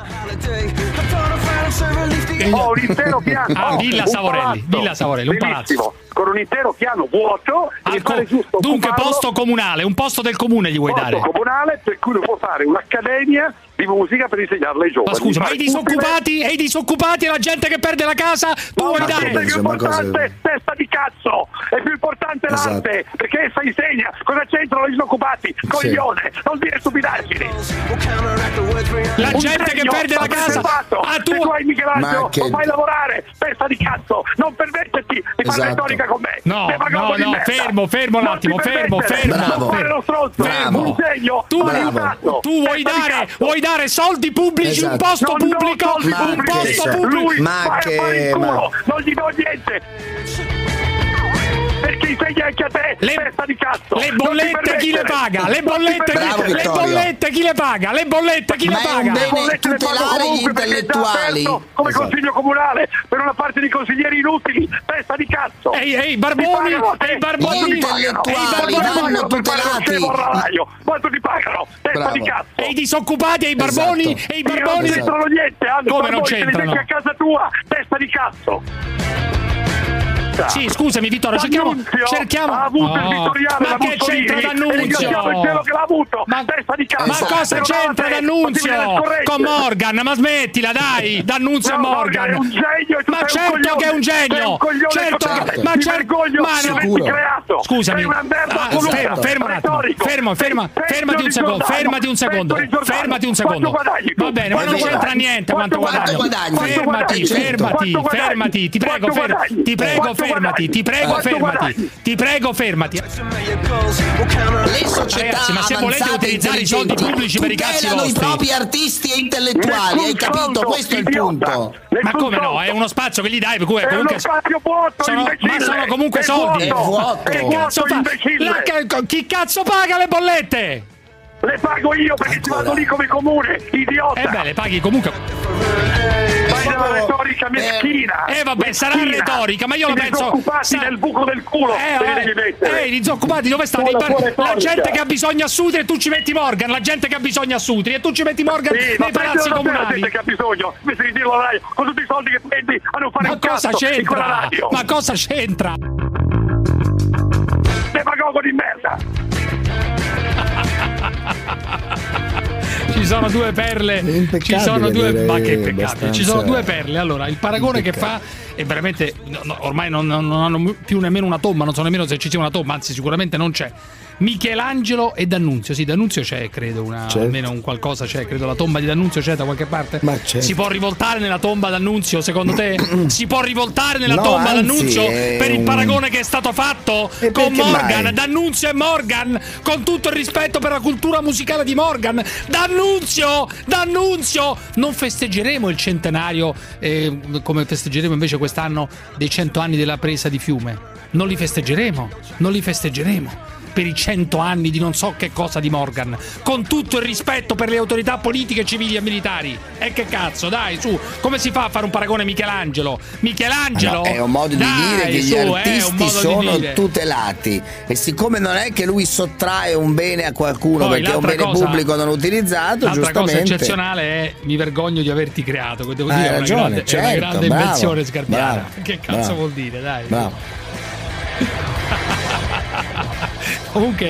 Ho un intero piano. Ah, Villa Savorelli, Villa Savorelli, un palazzo. Con un intero piano vuoto. Ah, co- dunque posto comunale, un posto del comune gli vuoi posto dare? Posto comunale per cui può fare un'accademia di musica per insegnarla ai giovani. Ma scusa, ma i disoccupati e i disoccupati e la gente che perde la casa, tu vuoi dare? È più importante testa di cazzo, è più importante esatto. l'arte, perché essa insegna cosa c'entrano i disoccupati, coglione, sì. non dire stupidaggini. La un gente che perde la casa, ah, tu... se tu hai Michelangelo, che... non fai lavorare, testa di cazzo, non permetterti di esatto. fare retorica con me. No, no, no, fermo, fermo un attimo, fermo, fermo. Non fare lo stronzo, un segno, tu, tu vuoi dare, vuoi dare soldi pubblici, esatto. un posto non pubblico, un posto pubblico. Lui ma che fare il culo, non gli do niente. Perché insegna anche a te, le, testa di cazzo. Le bollette chi le paga? Le bollette, Bravo, le bollette chi le paga? Le bollette chi ma le paga? Le bollette le pago comunque gli intellettuali. Come esatto. consiglio comunale per una parte di consiglieri inutili, testa di cazzo. Ehi, ehi, Barboni, ehi, Barboni, intellettuali vanno tutelati. Quanto ti pagano? Testa Bravo. di cazzo. E i disoccupati e i Barboni, esatto. e i Barboni non c'entrano niente, hanno come non c'entrano? A casa tua, testa di cazzo. Sì, scusami Vittorio, cerchiamo cerchiamo ha avuto oh. il vittoriale ma che c'entra D'Annunzio? Che l'ha avuto. Ma, testa di cazzo. ma cosa c'entra D'Annunzio con Morgan? Ma smettila dai, D'Annunzio no, e Morgan. È un genio, e tu ma sei certo un che è un genio. Un certo che, ma certo ma no. Scusami. Ah, fermo, fermo un attimo. Fermo, fermo, fermati un secondo, fermati un secondo. Fermati un secondo. Va bene, ma non c'entra niente quanto guadagno. Fermati, fermati, fermati, ti prego, fermati. Ti prego, fermati, ti prego. Prego, fermati, ti prego, fermati. Le società Ragazzi, ma se volete utilizzare i soldi pubblici per i cazzi vostri, i propri artisti e intellettuali, hai capito? Questo è il punto. Ma come no? È uno spazio che gli dai, per cui è comunque vuoto, sono, ma sono comunque soldi. È vuoto. Che cazzo fa? La, chi cazzo paga le bollette? Le pago io perché ci vado lì come comune, idiota. Eh beh, le paghi comunque. Fai una retorica meschina. Eh vabbè, sarà retorica, ma io lo penso. I disoccupati sa- nel buco del culo. Eh, eh, eh, i disoccupati dove stanno? Bar- la gente che ha bisogno a Sutri e tu ci metti Morgan, la gente che ha bisogno a Sutri e tu ci metti Morgan sì, nei palazzi comunali. La gente che ha bisogno, invece di dirlo alla radio, con tutti i soldi che prendi a non fare ma un cosa cazzo c'entra? in quella radio. Ma cosa c'entra? Demagogo di merda. Ci sono due perle, ci sono due, ma che peccato, ci sono due perle. Allora, il paragone che fa è veramente no, no, ormai non, non hanno più nemmeno una tomba, non so nemmeno se ci sia una tomba, anzi sicuramente non c'è. Michelangelo e D'Annunzio, sì, D'Annunzio c'è, credo, una, certo. almeno un qualcosa c'è, credo la tomba di D'Annunzio c'è da qualche parte. Ma certo. Si può rivoltare nella tomba D'Annunzio, secondo te? Si può rivoltare nella no, tomba anzi, D'Annunzio per il paragone che è stato fatto e con Morgan, mai? D'Annunzio e Morgan, con tutto il rispetto per la cultura musicale di Morgan. D'Annunzio, D'Annunzio, non festeggeremo il centenario eh, come festeggeremo invece quest'anno dei cento anni della presa di Fiume. Non li festeggeremo, non li festeggeremo. Per i cento anni di non so che cosa di Morgan, con tutto il rispetto per le autorità politiche, civili e militari. E che cazzo, dai, su, come si fa a fare un paragone Michelangelo? Michelangelo? No, è un modo di dai, dire che su, gli artisti sono di tutelati e siccome non è che lui sottrae un bene a qualcuno poi, perché è un bene cosa, pubblico non utilizzato, l'altra giustamente. cosa eccezionale è mi vergogno di averti creato, che devo Hai dire è ragione, una grande, certo, è una grande bravo, invenzione sgarbiana. bravo, che cazzo bravo, vuol dire, dai. Bravo. Comunque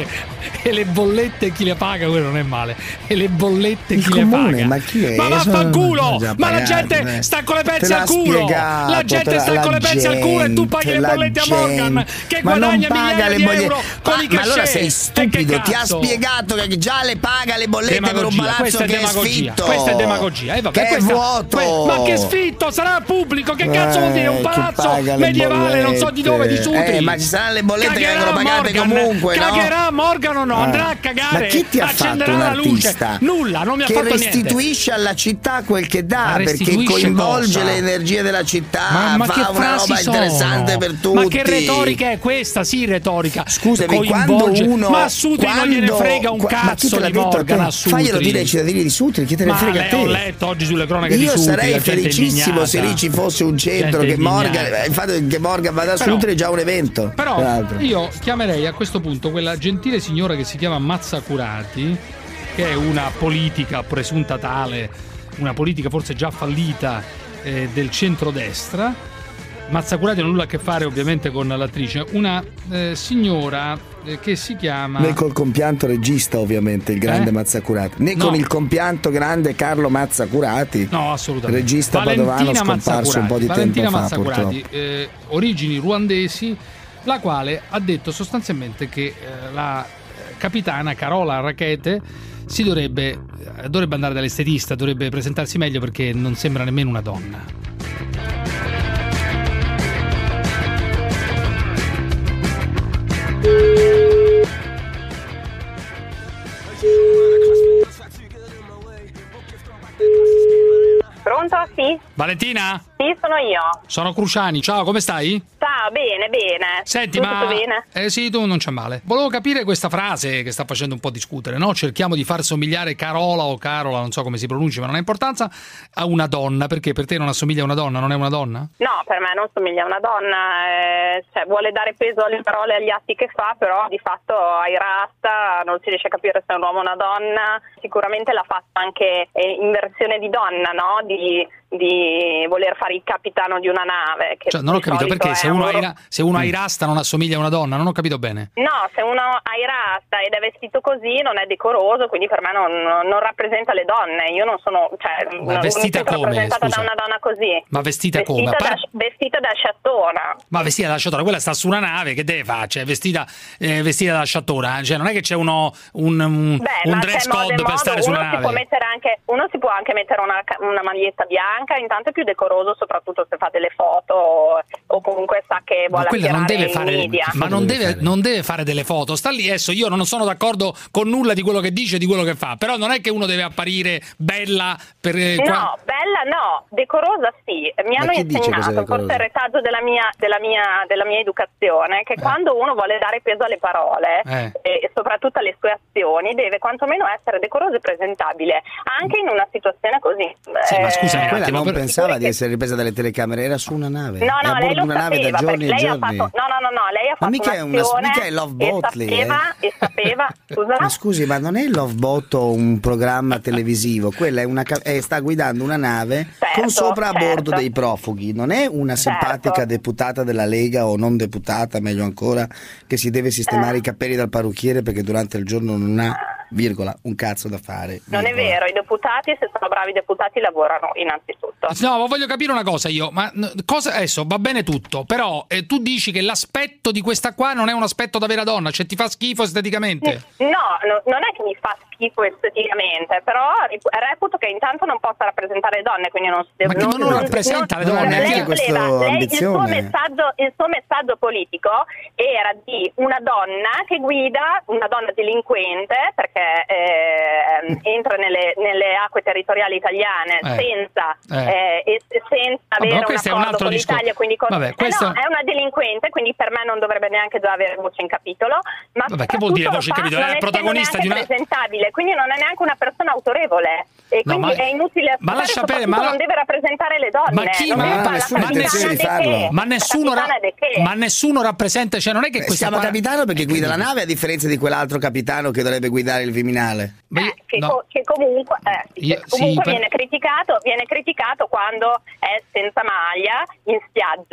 e le bollette chi le paga, quello non è male. E le bollette il chi comune, le paga. Ma chi è? Ma vaffanculo! Ma pagato, la gente eh. sta con le pezze Te al l'ha culo! spiegato, La gente sta la con le pezze al culo e tu paghi le gente, bollette a Morgan che ma guadagna non paga migliaia le di bollette. euro con ma, i ma allora cachet. sei stupido, ti ha cazzo? spiegato che già le paga le bollette Demagogia, per un palazzo questa è che è demagogia, sfitto. questa è demagogia. Eh, vabbè, che questa, è vuoto. que- ma che sfitto, sarà pubblico, che cazzo vuol dire? Un Eh, palazzo che paga le medievale, non so di dove, di Sutri. Eh, ma ci saranno le bollette Cagherà che vengono pagate Morgan, comunque, no? Cagherà Morgan o no? Eh. Andrà a cagare. Ma chi ti ha accenderà fatto un la luce. artista? Nulla, non mi ha che fatto restituisce niente. alla città quel che dà, Ma perché restituisce coinvolge cosa? le energie della città, Ma, ma fa che una frasi roba sono? interessante per tutti. Ma che retorica è questa? Sì, retorica. Scusami, Coinvolge. quando uno Ma a Sutri non gliene quando- frega un qua- ma chi te cazzo l'ha di detto a Morgan te? a Sutri. Faglielo dire ai cittadini di Sutri, chi te ne Ma frega a le te? ho letto oggi sulle cronache di Io Sutri. sarei la gente felicissimo se lì indignata. ci fosse un centro Gente che Morgan, indignata. eh, il fatto che Morgan vada a Però- Sutri è già un evento. Però tra l'altro. io chiamerei a questo punto quella gentile signora che si chiama Mazzacurati, che è una politica presunta tale, una politica forse già fallita eh, del centrodestra. Mazzacurati non ha nulla a che fare ovviamente con l'attrice, una eh, signora eh, che si chiama... Né col compianto regista, ovviamente, il grande Eh? Mazzacurati, né No. con il compianto grande Carlo Mazzacurati. No, assolutamente. Regista padovano scomparso un po' di Valentina tempo fa, Mazzacurati, purtroppo. eh, origini ruandesi, la quale ha detto sostanzialmente che eh, la eh, capitana Carola Rackete si dovrebbe, eh, dovrebbe andare dall'estetista, dovrebbe presentarsi meglio perché non sembra nemmeno una donna. Pronto? Sì? Valentina? Sì, sono io. Sono Cruciani, ciao, come stai? Ciao, bene, bene. Senti, Tu ma... tutto bene? Eh sì, tu non c'è male. Volevo capire questa frase che sta facendo un po' discutere, no? Cerchiamo di far somigliare Carola o Carola, non so come si pronuncia, ma non ha importanza, a una donna, perché per te non assomiglia a una donna, non è una donna? No, per me non somiglia a una donna, eh, cioè vuole dare peso alle parole e agli atti che fa, però di fatto ai rasta non si riesce a capire se è un uomo o una donna. Sicuramente l'ha fatto anche eh, in versione di donna, no? Di, di voler fare il capitano di una nave. Che Cioè, non ho di capito solito perché è se uno, un- ha i ra- se uno ha i rasta non assomiglia a una donna, non ho capito bene. No, se uno ha i rasta ed è vestito così non è decoroso, quindi per me non, non rappresenta le donne. Io non sono, cioè, Ma non vestita mi sento come, rappresentata scusa? da una donna così. Ma vestita, Vestita come? A da, par- vestita da sciattona. Ma vestita da sciattora, quella sta su una nave, che deve fare? Cioè, vestita, eh, vestita da sciattora, cioè non è che c'è uno un, un, Beh, un ma dress c'è modo code e per modo. stare su uno una si può nave. mettere anche, uno si può anche mettere una, ca- una maglietta bianca, intanto è più decoroso, soprattutto se fa delle foto o, o comunque sa che Ma vuole quella non attirare deve i fare, media. ma non deve, non deve fare delle foto. Sta lì adesso. Io non sono d'accordo con nulla di quello che dice, di quello che fa. Però non è che uno deve apparire bella per. eh, No, qua- bella no, decorosa sì. Mi hanno chi dice cos'è insegnato, decorosa? forse il retaggio della mia, della mia, della mia educazione, che quando uno vuole dare peso alle parole Eh. e soprattutto alle sue azioni, deve quantomeno essere decoroso e presentabile, anche in una situazione così. Sì, ma Eh, scusami, quella non per- pensava di essere ripresa dalle telecamere, era su una nave. No, è no, a lei bordo lo di una nave sapeva, da giorni perché e lei ha giorni. fatto, no, no, no, no, lei ha fatto mica è una- un'azione mica è Love e Boat lì, sapeva, e sapeva, scusa? Ma scusi, ma non è Love Boat un programma televisivo? Quella è una ca- eh, sta guidando una nave Certo, con sopra a bordo certo. dei profughi. Non è una simpatica Certo. deputata della Lega o non deputata, meglio ancora, che si deve sistemare Eh. i capelli dal parrucchiere perché durante il giorno non ha, virgola, un cazzo da fare. Non è virgola. vero, i deputati, se sono bravi deputati, lavorano innanzitutto. No, ma voglio capire una cosa io. Ma n- cosa adesso va bene tutto, però eh, tu dici che l'aspetto di questa qua non è un aspetto da vera donna, cioè ti fa schifo esteticamente. No, no, non è che mi fa schifo esteticamente, però rip- reputo che intanto non possa rappresentare le donne, quindi non si deve. Ma che non rappresenta le donne? Lei Chi è voleva- questa lei- il, suo ambizione? messaggio, il suo messaggio politico era di una donna che guida, una donna delinquente, perché eh, entra nelle, nelle acque territoriali italiane Eh. senza, Eh. eh, e- e senza Vabbè, avere ma un questo è un accordo altro con discorso. l'Italia. Quindi con- Vabbè, eh questo- no, è una delinquente, quindi per me non dovrebbe neanche già avere voce in capitolo. Ma Vabbè, che vuol dire voce in soprattutto capitolo? lo fa È non protagonista di essendo una- neanche presentabile, quindi non è neanche una persona autorevole e No, quindi ma- è inutile ma ascoltare, lascia perdere, soprattutto ma- non deve rappresentare le donne. Ma chi? non Ma- deve fare la nessuna capitana intenzione di de farlo. che? Ma nessuno, La ra- capitana de che? ma nessuno rappresenta, cioè non è che Beh, questa siamo qua- capitano perché guida la nave a differenza di quell'altro capitano che dovrebbe guidare il Viminale. Eh, che, no. co- che comunque, eh, sì, Io- che comunque sì, per- viene criticato viene criticato quando è senza maglia in spiaggia,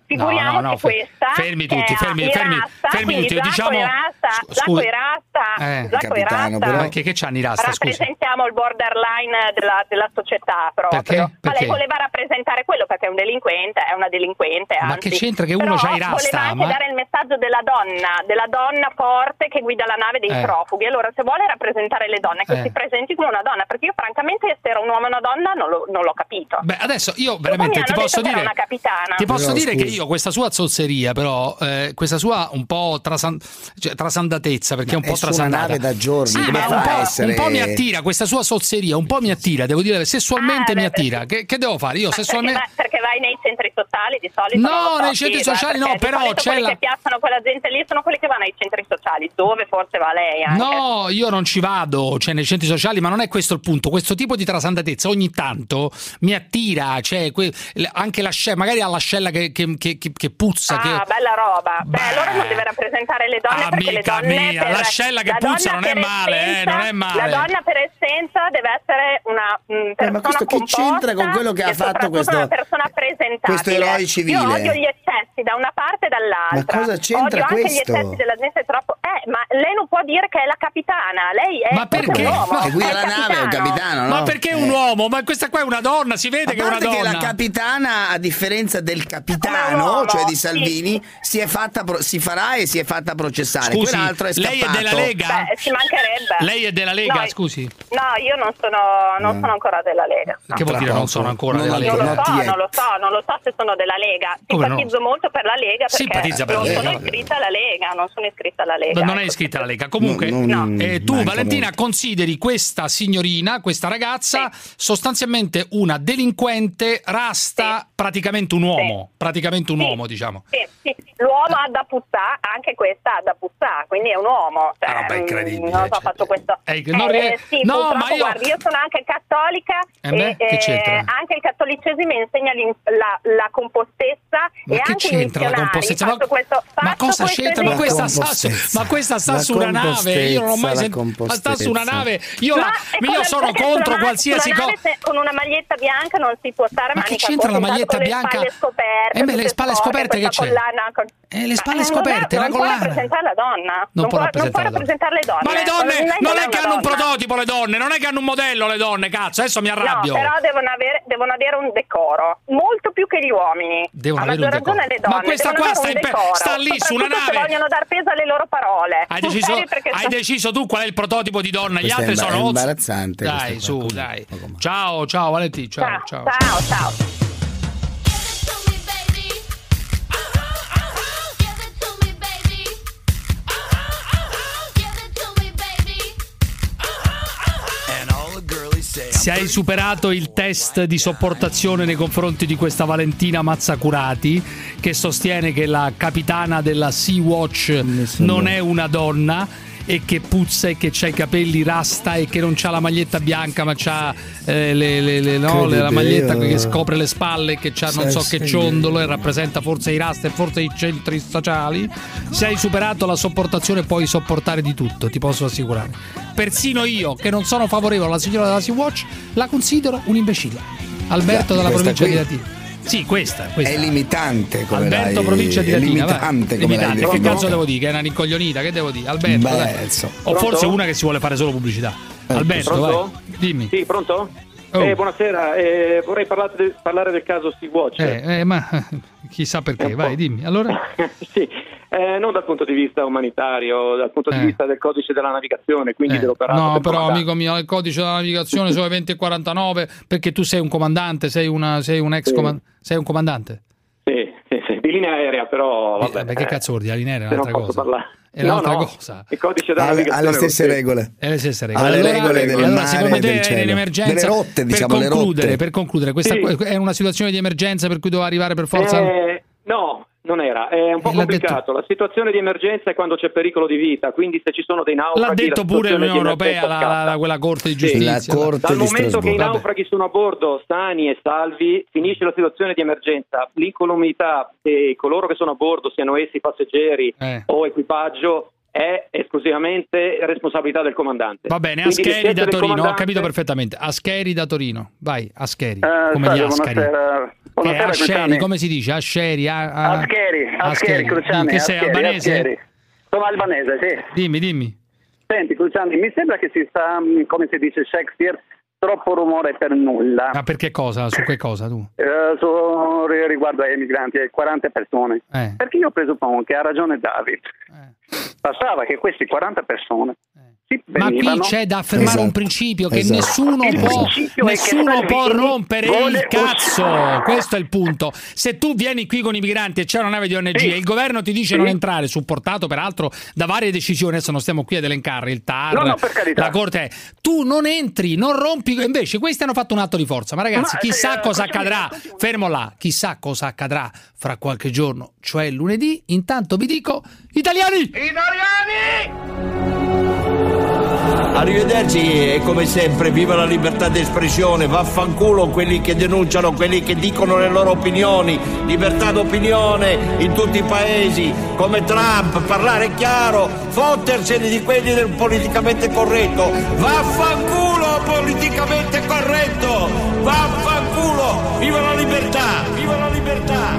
Figuriamoci no, no, no, questa fermi tutti, fermi, eh, fermi, Rasta, fermi tutti, Zacco diciamo e Rasta, Zacco e Rasta, eh, Zacco e Rasta, però che, che c'hanno i Rasta, scusa? rappresentiamo il borderline della, della società proprio. Perché? Ma Perché? lei voleva rappresentare quello perché è un delinquente, è una delinquente. Ma anzi. che c'entra che uno Però c'ha i Rasta? voleva anche Ma... dare il messaggio della donna, della donna forte che guida la nave dei Eh. profughi. Allora, se vuole rappresentare le donne, che Eh. si presenti come una donna, perché io francamente se era un uomo o una donna non, lo, non l'ho capito. Beh, adesso io Dopo veramente mi ti hanno posso detto che dire era una capitana. ti posso No, dire scusi. che io questa sua zozzeria però eh, questa sua un po' trasan- cioè, trasandatezza perché è un È po' su una trasandata nave da giorni, sì, come ma fa un po', a essere- un po' mi attira questa sua zozzeria, un po' mi attira, devo dire sessualmente Ah, mi beh, attira. Che, che devo fare? Io Ma sessualmente perché, vai, perché vai nei centri sociali di solito? No, non lo so, nei centri sì, sociali no, perché di però solito c'è quelli la- che piazzano quella gente lì sono quelli che vanno ai centri sociali, dove forse va lei anche. No, io non ci vado, cioè nei centri sociali, ma non è questo il punto. Questo tipo di trasandatezza ogni tanto mi attira, cioè que- anche l'ascella, magari ha l'ascella che, che, che, che puzza. Ah, che... bella roba. Beh, allora non deve rappresentare le donne perché le Amica donne mia, per- l'ascella che la puzza donna non è per male, eh, essenza- non è male. La donna per essenza deve essere una mh, persona ma questo che composta c'entra con quello che ha e fatto soprattutto questo- una persona presentabile. questo eroe civile? Io odio gli eccessi da una parte e dall'altra. Ma cosa c'entra odio anche questo? gli eccessi della gente troppo. Eh, ma lei non può dire che è la capitana, lei è Ma perché? un uomo. Che guida è la il nave, è un capitano, no? Ma perché un uomo? Ma questa qua è una donna, si vede A che è una parte che donna. la capitana, a differenza del Ma un capitano, uomo, cioè di sì. Salvini, si è fatta pro- si farà e si è fatta processare. Scusi, Quell'altro è lei è scappato. della Lega? Beh, ci mancherebbe. Lei è della Lega, No, scusi. No, io non sono, non sono ancora della Lega. No. Che vuol dire non sono ancora Non della lo Lega? Non lo so, Nottiette. non lo so, non lo so se sono della Lega. Come no? Simpatizzo molto per la Lega perché Simpatizza per la non Lega, sono vabbè. iscritta alla Lega, non sono iscritta alla Lega. Non è ecco. iscritta alla Lega. Comunque, No, non- eh, tu, manca Valentina, molto. consideri questa signorina, questa ragazza, sostanzialmente una delinquente rasta, praticamente un uomo. Praticamente un Sì. uomo, diciamo. Sì, sì. L'uomo ha da puzzare, anche questa ha da puzzare, quindi è un uomo. Cioè, Ah, vabbè, incredibile, mm, Non so, cioè, faccio questo. eh, non rie- sì, no, purtroppo, ma io- guardi, io sono anche cattolica Eh beh, e che c'entra? anche il cattolicesimo insegna l'in- la, la compostezza Ma e che anche i c'entra la missionari. compostezza? Ma, Faccio questo- ma faccio cosa questo c'entra? Ma esempio. questa, La sta su, compostezza. ma questa sta La su una nave. Io non ho mai compostezza, sentito. la Ma sta su una compostezza. nave. Io, la- Ma è io con- sono perché contro sulla nave- qualsiasi sulla cosa. nave se- con una maglietta bianca non si può stare Ma che manica c'entra la corta, maglietta con le bianca? spalle scoperte, Eh beh, le tutte spalle sporche, scoperte che questa c'è? collana con- Eh, le spalle Ma, eh, scoperte, non, la non collana. può rappresentare la donna. Non può rappresentare la donna. rappresentare le donne. Ma le donne non è una che hanno un donna. prototipo, le donne, non è che hanno un modello, le donne, cazzo. Adesso mi arrabbio. No, però devono avere, devono avere un decoro, molto più che gli uomini. Devono A avere un maggior ragione decoro. le donne. Ma questa devono qua avere sta un in pe- decoro, sta lì su una soprattutto se nave. vogliono dar peso alle loro parole. Hai Sul deciso, serio, perché hai sta- deciso tu qual è il prototipo di donna? Gli Questo è altri imba- sono è imbarazzante Dai, questa su, qua. dai. Ciao, ciao Valentina, ciao, ciao. Ciao, ciao. Se hai superato il test di sopportazione nei confronti di questa Valentina Mazzacurati, che sostiene che la capitana della Sea-Watch non è una donna e che puzza e che c'ha i capelli rasta e che non c'ha la maglietta bianca ma c'ha eh, le, le, le, no, le- la maglietta che scopre le spalle, che c'ha non so che ciondolo e rappresenta forse i rasta e forse i centri sociali. Se hai superato la sopportazione puoi sopportare di tutto, ti posso assicurare. Persino io, che non sono favorevole alla signora della Sea-Watch, la considero un imbecille. Alberto dalla Questa provincia qui di Latina. Sì, questa, questa. È limitante come Alberto, l'hai- provincia di è Latina. vai. limitante come l'hai Limitante. Che definita. cazzo devo dire? Che è una rincoglionita? Che devo dire? Alberto, Beh, dai. insomma. O forse Pronto? una che si vuole fare solo pubblicità. Alberto, Pronto? vai. Dimmi. Sì, pronto? Oh. Eh, buonasera, eh, vorrei parlare, de- parlare del caso Sea-Watch. Eh, eh, ma chissà perché, vai, dimmi. Allora? Sì, eh, non dal punto di vista umanitario, dal punto Eh. di vista del codice della navigazione, quindi Eh, dell'operato. no, del però comandante. amico mio, il codice della navigazione sono le venti e quarantanove perché tu sei un comandante, sei, una, sei un ex Sì. comandante. Sei un comandante? Sì, sì, sì, di linea aerea, però vabbè. Beh, che eh, cazzo vuol dire? La linea è se non un'altra posso cosa. parlare. È un'altra No, no, cosa. il codice della Ha, ha navigazione. le stesse così. regole. È le stesse regole. Ha le Allora, regole del allora, mare secondo e te del cielo. l'emergenza Delle rotte, diciamo, per le concludere, rotte. per concludere, questa Sì. è una situazione di emergenza per cui doveva arrivare per forza. Eh, no, non era, è un po' Eh, l'ha complicato. La situazione di emergenza è quando c'è pericolo di vita, quindi se ci sono dei naufraghi. L'ha detto la pure situazione l'Unione di Europea, emergenza la, la, scatta. quella Corte di Sì. Giustizia. La Corte Dal di momento che i Strasburgo. naufraghi sono a bordo sani e salvi, finisce la situazione di emergenza. L'incolumità e coloro che sono a bordo, siano essi passeggeri Eh. o equipaggio, è esclusivamente responsabilità del comandante. Va bene, Quindi le Ascheri scelte da del Torino, ho comandante- capito perfettamente. Ascheri da Torino, vai, Ascheri, Eh, come salve, gli Ascari. buonasera. Che è Asceri, come si dice? Asceri, a, a... Ascheri, Ascheri, Cruciani. Che sei, Ascheri, albanese? Ascheri. Sono albanese, sì. Dimmi, dimmi. Senti, Cruciani, mi sembra che si sta, come si dice Shakespeare, troppo rumore per nulla. Ma per che cosa? Su che cosa tu? Eh, su, riguardo ai migranti, ai quaranta persone. Eh. Perché io presuppongo che ha ragione David. Eh. Passava che questi quaranta persone si Ma qui venivano... c'è da affermare Esatto. un principio che Esatto. nessuno Il può, principio è che nessuno può Salvini rompere vuole il cazzo. uscire. Questo è il punto. Se tu vieni qui con i migranti e c'è una nave di O N G Sì. e il governo ti dice Sì. non entrare, supportato peraltro da varie decisioni, adesso non stiamo qui ad elencarle, il T A R, No, no, per carità. la Corte, tu non entri, non rompi. Invece questi hanno fatto un atto di forza. Ma ragazzi, Ma, chissà eh, cosa scusami, accadrà. Fermo là, chissà cosa accadrà fra qualche giorno, cioè lunedì. Intanto vi dico, italiani! Italiani! Arrivederci e come sempre viva la libertà di espressione, vaffanculo quelli che denunciano, quelli che dicono le loro opinioni, libertà d'opinione in tutti i paesi, come Trump, parlare chiaro, fottersene di quelli del politicamente corretto, vaffanculo politicamente corretto, vaffanculo, viva la libertà, viva la libertà.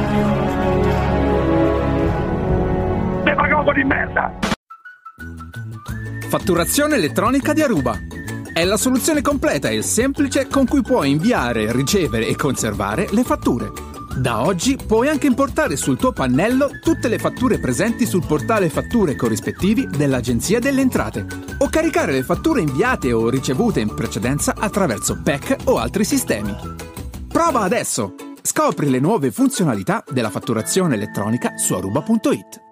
Demagogo di merda! Fatturazione elettronica di Aruba. È la soluzione completa e semplice con cui puoi inviare, ricevere e conservare le fatture. Da oggi puoi anche importare sul tuo pannello tutte le fatture presenti sul portale fatture corrispettivi dell'Agenzia delle Entrate o caricare le fatture inviate o ricevute in precedenza attraverso P E C o altri sistemi. Prova adesso! Scopri le nuove funzionalità della fatturazione elettronica su aruba punto it.